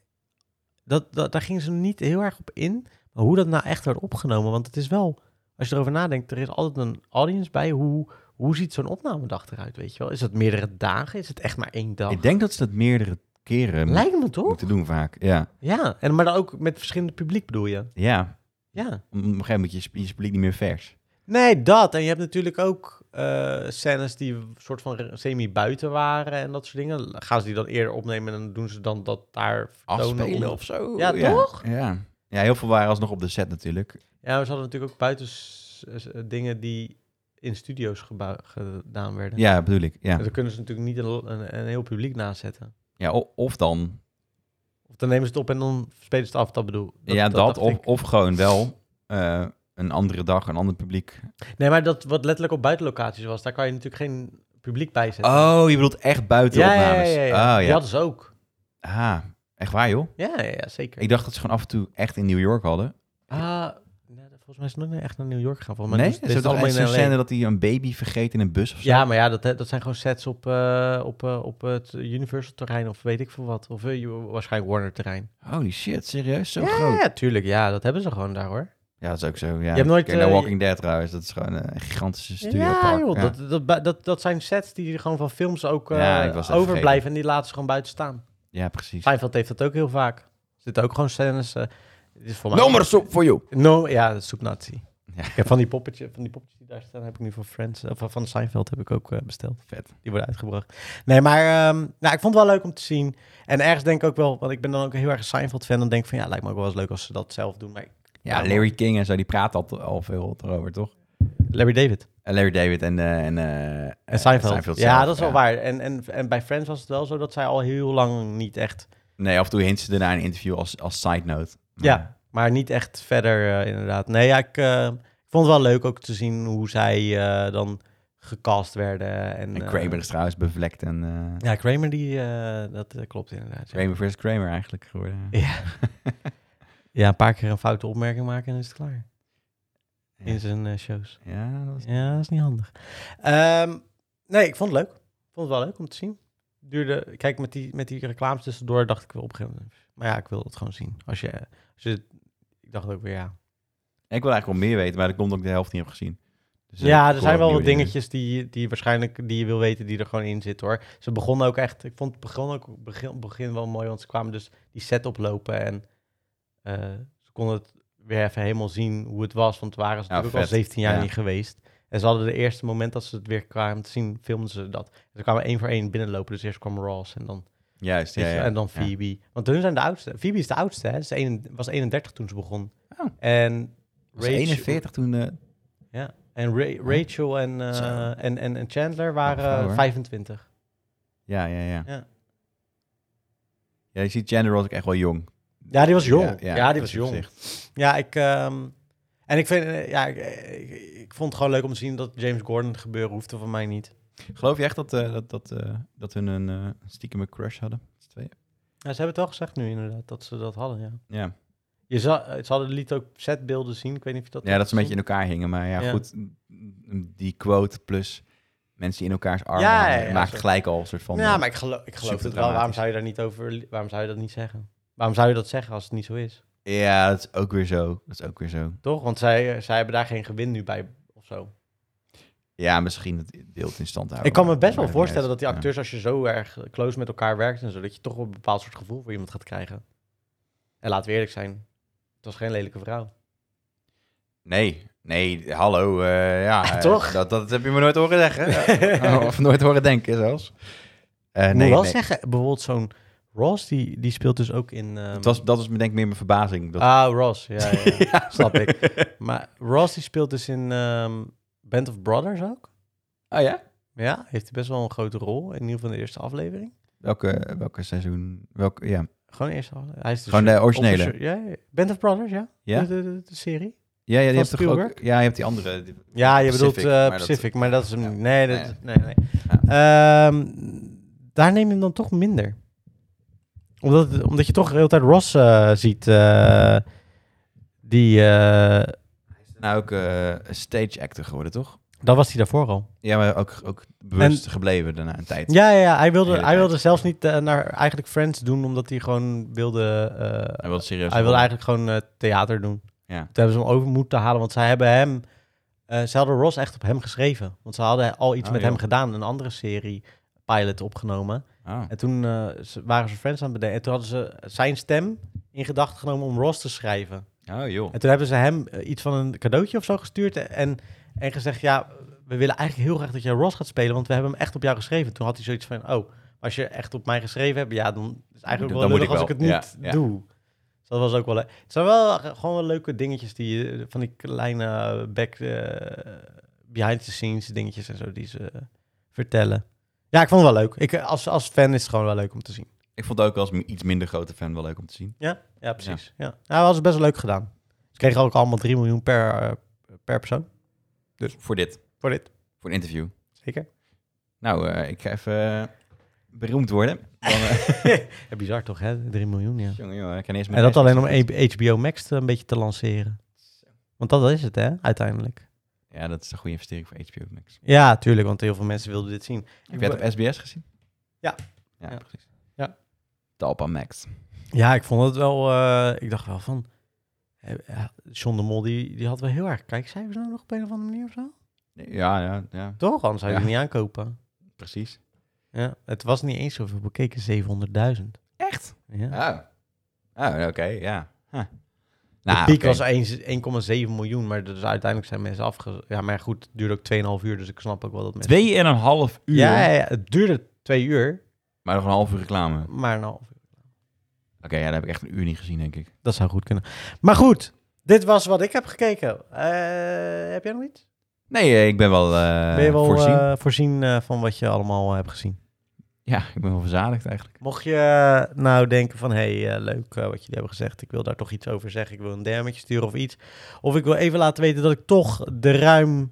dat, dat, daar gingen ze niet heel erg op in, maar hoe dat nou echt werd opgenomen, want het is wel, als je erover nadenkt, er is altijd een audience bij, hoe, hoe ziet zo'n opnamedag eruit, weet je wel? Is het meerdere dagen? Is het echt maar één dag? Ik denk dat ze dat meerdere keren Lijkt me toch? moeten doen vaak. Ja. Ja, en maar dan ook met verschillende publiek bedoel je? Ja. Ja. Op een gegeven moment is je, je publiek niet meer vers. Nee, dat. En je hebt natuurlijk ook uh, scènes die een soort van semi-buiten waren en dat soort dingen. Gaan ze die dan eerder opnemen en dan doen ze dan dat daar vertonen Afspelen om- of zo. Ja, toch? Ja. Ja, heel veel waren alsnog op de set natuurlijk. Ja, maar ze hadden natuurlijk ook buiten s- s- dingen die in studio's gebou- gedaan werden. Ja, bedoel ik. Ja, En daar kunnen ze natuurlijk niet een, een, een heel publiek naast zetten. ja o- of dan... Of dan nemen ze het op en dan spelen ze het af, dat bedoel ja, dat. dacht of, ik. of gewoon wel uh, een andere dag, een ander publiek. Nee, maar dat wat letterlijk op buitenlocaties was, daar kan je natuurlijk geen publiek bij zetten. Oh, je bedoelt echt buiten ja, ja, ja, opnames. ja, ja. Oh, Die ja. hadden ze ook. Ah, echt waar, joh? Ja, ja, ja, zeker. Ik dacht dat ze gewoon af en toe echt in New York hadden. Ah, nee, volgens mij is het nooit echt naar New York gegaan. Volgens mij Nee? is- Is is het het allemaal allemaal zo'n in L A. scène dat hij een baby vergeet in een bus of zo? Ja, maar ja, dat, dat zijn gewoon sets op, uh, op, uh, op het Universal-terrein of weet ik veel wat. Of uh, waarschijnlijk Warner-terrein. Holy shit, serieus? Zo ja, groot? ja, tuurlijk. Ja, dat hebben ze gewoon daar, hoor. Ja, dat is ook zo. Ja. hebt nooit, Kijk naar uh, Walking Dead trouwens. Dat is gewoon een gigantische studiopark. Ja, joh. Ja. Dat, dat, dat, dat, dat zijn sets die gewoon van films ook uh, Ja, ik was even overblijven en die laten ze gewoon buiten staan. Ja, precies. Seinfeld heeft dat ook heel vaak. Er zitten ook gewoon scènes... Uh, dit is voor mij No more soup for you. No, ja, dat is soepnazi. Ja. Ik heb van die poppetjes, van die poppetjes die daar staan, heb ik nu van Friends, of van- van Seinfeld heb ik ook uh, besteld. Vet. Die worden uitgebracht. Nee, maar um, nou, ik vond het wel leuk om te zien. En ergens denk ik ook wel, want ik ben dan ook heel erg een Seinfeld-fan, dan denk ik van ja, lijkt me ook wel eens leuk als ze dat zelf doen. Maar ik- Ja, Larry King en zo, die praten al, al veel erover, toch? Larry David. En Larry David en, uh, en, uh, En Seinfeld. ja, zelf, dat is wel waar. En, en, en bij Friends was het wel zo dat zij al heel lang niet echt... Nee, af en toe hint ze ernaar in een interview als, als side note. Maar, Ja, maar niet echt verder uh, inderdaad. Nee, ja, ik, uh, ik vond het wel leuk ook te zien hoe zij uh, dan gecast werden. En, En uh, Kramer is trouwens bevlekt en... Uh, Ja, Kramer, die, uh, dat uh, klopt inderdaad. Ja. Kramer versus Kramer eigenlijk geworden. Ja. Ja, een paar keer een foute opmerking maken en is het klaar. Ja. In zijn uh, shows. Ja, dat is... Ja, dat is niet handig. Um, nee, ik vond het leuk. Ik vond het wel leuk om te zien. Duurde, kijk, met die, met die reclames tussendoor dacht ik wel op een gegeven moment. Maar ja, ik wil het gewoon zien. Als je, als je, ik dacht ook weer, ja. Ik wil eigenlijk wel meer weten, maar dat komt ook de helft niet heb gezien. Dus, uh, Ja, ik er hoor zijn wel ook wat nieuwe dingetjes die, die waarschijnlijk die je wil weten die er gewoon in zitten hoor. Ze begonnen ook echt, ik vond het begon ook begin, begin wel mooi, want ze kwamen dus die set oplopen en uh, ze konden het weer even helemaal zien hoe het was. Want waren ze Ja, natuurlijk ook al vet. zeventien jaar Ja. niet geweest. En ze hadden de eerste moment dat ze het weer kwamen te zien, filmden ze dat. En ze kwamen één voor één binnenlopen. Dus eerst kwam Ross en dan, Juist, ja, weet je, ja. en dan Ja. Phoebe. Want hun zijn de oudste. Phoebe is de oudste, hè? Ze is een- was eenendertig toen ze begon. Oh. En Was eenenveertig toen... eh, Ja, en Ra- Rachel en, eh, Zo. en, en, en Chandler waren vrouw, hoor. vijfentwintig. ja, ja, ja. Ja. Ja, je ziet Chandler was ook echt wel jong. Ja, die was jong. Ja, Ja, ja, die dat was jong. opzicht. Ja, ik... ehm, en ik vind... eh, ja, ik, ik, ik vond het gewoon leuk om te zien dat James Gordon het gebeuren hoefde van mij niet. Geloof je echt dat, uh, dat, dat, uh, dat hun een uh, stiekeme crush hadden? Z'n tweeën? Ja, ze hebben het wel gezegd nu inderdaad, dat ze dat hadden, ja. Ja. Je za- ze hadden liet ook setbeelden zien, ik weet niet of je dat... Ja, dat ze een beetje in elkaar hingen. Maar ja, Ja. goed, die quote plus mensen die in elkaars armen Ja, ja, hangen, ja, maakt zo. gelijk al een soort van... Ja, uh, maar ik, gelo- ik geloof super het wel. Waarom dramatisch. zou je daar niet over... Waarom zou je dat niet zeggen? Waarom zou je dat zeggen als het niet zo is? Ja, dat is ook weer zo. Dat is ook weer zo. Toch? Want zij, zij hebben daar geen gewin nu bij of zo. Ja, misschien het beeld in stand houden. Ik kan me best wel Maar- voorstellen dat die ja. acteurs, als je zo erg close met elkaar werkt en zo, dat je toch wel een bepaald soort gevoel voor iemand gaat krijgen. En laten we eerlijk zijn, het was geen lelijke vrouw. Nee, nee, hallo. uh, ja, uh, Toch? Dat, dat heb je me nooit horen zeggen. Of nooit horen denken zelfs. Uh, Ik moet nee, wel nee. zeggen, bijvoorbeeld zo'n Ross, die, die speelt dus ook in... ehm, Het was, dat was denk ik meer mijn verbazing. Dat... Ah, Ross, ja, ja, ja. Ja. Snap ik. Maar Ross, die speelt dus in ehm, Band of Brothers ook. Oh ja? Ja, heeft hij best wel een grote rol, in ieder geval in de eerste aflevering. Welke, welke seizoen? Welke, ja. Gewoon de eerste aflevering. Hij is dus Gewoon de originele? op de- Ja, ja. Band of Brothers, ja. Ja? De, de, de, de serie. Ja, ja, die Van hebt toch ook, Spielberg? ja, je hebt die andere. die- Ja, je Pacific, bedoelt uh, maar dat- Pacific, maar dat is hem ja. niet. Nee, dat, Nee. nee, nee. Ehm, daar neem je hem dan toch minder. Omdat, het- omdat je toch de hele tijd Ross uh, ziet. Uh, die, uh, Hij is nou ook uh, een stage actor geworden, toch? dat was hij daarvoor al. Ja, maar ook, ook bewust gebleven daarna een tijd. Ja, ja, ja. Hij wilde, De hele hij wilde tijd. zelfs niet uh, naar eigenlijk Friends doen, omdat hij gewoon wilde... Uh, Hij wilde serieus. hij wilde eigenlijk gewoon uh, theater doen. Ja. Toen hebben ze hem over moeten halen, want zij hebben hem... Uh, ze hadden Ross echt op hem geschreven. Want ze hadden al iets Oh, met joh. hem gedaan, een andere serie pilot opgenomen. Ah. En toen uh, ze, waren ze Friends aan het bedenken. En toen hadden ze zijn stem in gedachten genomen om Ross te schrijven. Oh, joh. En toen hebben ze hem uh, iets van een cadeautje of zo gestuurd. En, en gezegd, ja, we willen eigenlijk heel graag dat jij Ross gaat spelen, want we hebben hem echt op jou geschreven. Toen had hij zoiets van, oh, als je echt op mij geschreven hebt, ja, dan is het eigenlijk Dan wel moet lullig ik als ik wel. het niet Ja, ja. doe. Dus dat was ook wel leuk. Het zijn wel gewoon wel leuke dingetjes die je, van die kleine back, uh, behind the scenes dingetjes en zo, die ze uh, vertellen. Ja, ik vond het wel leuk. Ik, als, als fan is het gewoon wel leuk om te zien. Ik vond het ook als iets minder grote fan wel leuk om te zien. Ja, ja precies. Ja. Ja, dat was best wel leuk gedaan. Ze kregen ook allemaal drie miljoen per, uh, per persoon. Dus voor dit. Voor dit. Voor een interview. Zeker. Nou, uh, ik ga even uh, beroemd worden. Dan, uh, Ja, bizar toch, hè? drie miljoen, ja. jongen, jongen, ik kan eerst En dat alleen om H B O Max te, een beetje te lanceren. Want dat is het, hè, uiteindelijk. Ja, dat is een goede investering voor H B O Max. Ja, tuurlijk, want heel veel mensen wilden dit zien. Heb je het op S B S gezien? Ja. Ja, Ja. precies. Ja. Talpa Max. Ja, ik vond het wel... Uh, ik dacht wel van... Uh, ja, John de Mol, die, die had wel heel erg kijkcijfers nou nog op een of andere manier of zo. Ja, ja, ja. Toch? Anders zou je Ja. die niet aankopen. Precies. Ja, het was niet eens zoveel bekeken, zevenhonderdduizend. Echt? Ja. Oh, oh oké, ja. Huh. De Nou, piek oké. was één komma zeven miljoen, maar dus uiteindelijk zijn mensen afge... Ja, maar goed, het duurde ook tweeënhalf uur, dus ik snap ook wel dat mensen... Twee en een half uur. Ja, ja, ja, het duurde twee uur, Maar nog een half uur reclame. Oké, maar een half uur. ja, dat heb ik echt een uur niet gezien, denk ik. Dat zou goed kunnen. Maar goed, dit was wat ik heb gekeken. Uh, heb jij nog iets? Nee, eh, ik ben wel, uh, ben je wel voorzien. uh, voorzien uh, van wat je allemaal uh, hebt gezien? Ja, ik ben wel verzadigd eigenlijk. Mocht je uh, nou denken van, hé, hey, uh, leuk uh, wat jullie hebben gezegd. Ik wil daar toch iets over zeggen. Ik wil een D M'tje sturen of iets. Of ik wil even laten weten dat ik toch de ruim...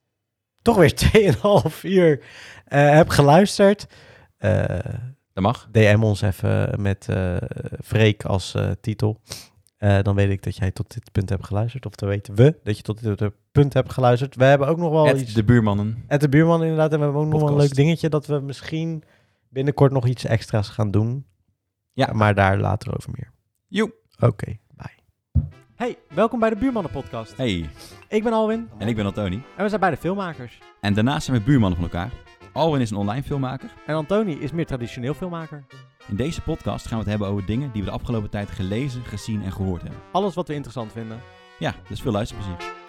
toch weer tweeënhalf uur uh, heb geluisterd. Uh, Dat mag. D M ons even met uh, Freek als uh, titel. Uh, dan weet ik dat jij tot dit punt hebt geluisterd. Of dan weten we dat je tot dit punt hebt geluisterd. We hebben ook nog wel Ed iets... de buurmannen. Ed de buurman inderdaad. En we hebben ook nog wel een Podcast. leuk dingetje... dat we misschien binnenkort nog iets extra's gaan doen. Ja. Maar daar later over meer. Joe. Oké, okay, bye. Hey, welkom bij de Buurmannen podcast. Hey, Ik ben Alwin en ik ben Antoni. en we zijn beide filmmakers. En daarnaast zijn we buurmannen van elkaar. Alwin is een online filmmaker. En Antoni is meer traditioneel filmmaker. In deze podcast gaan we het hebben over dingen die we de afgelopen tijd gelezen, gezien en gehoord hebben. Alles wat we interessant vinden. Ja, dus veel luisterplezier.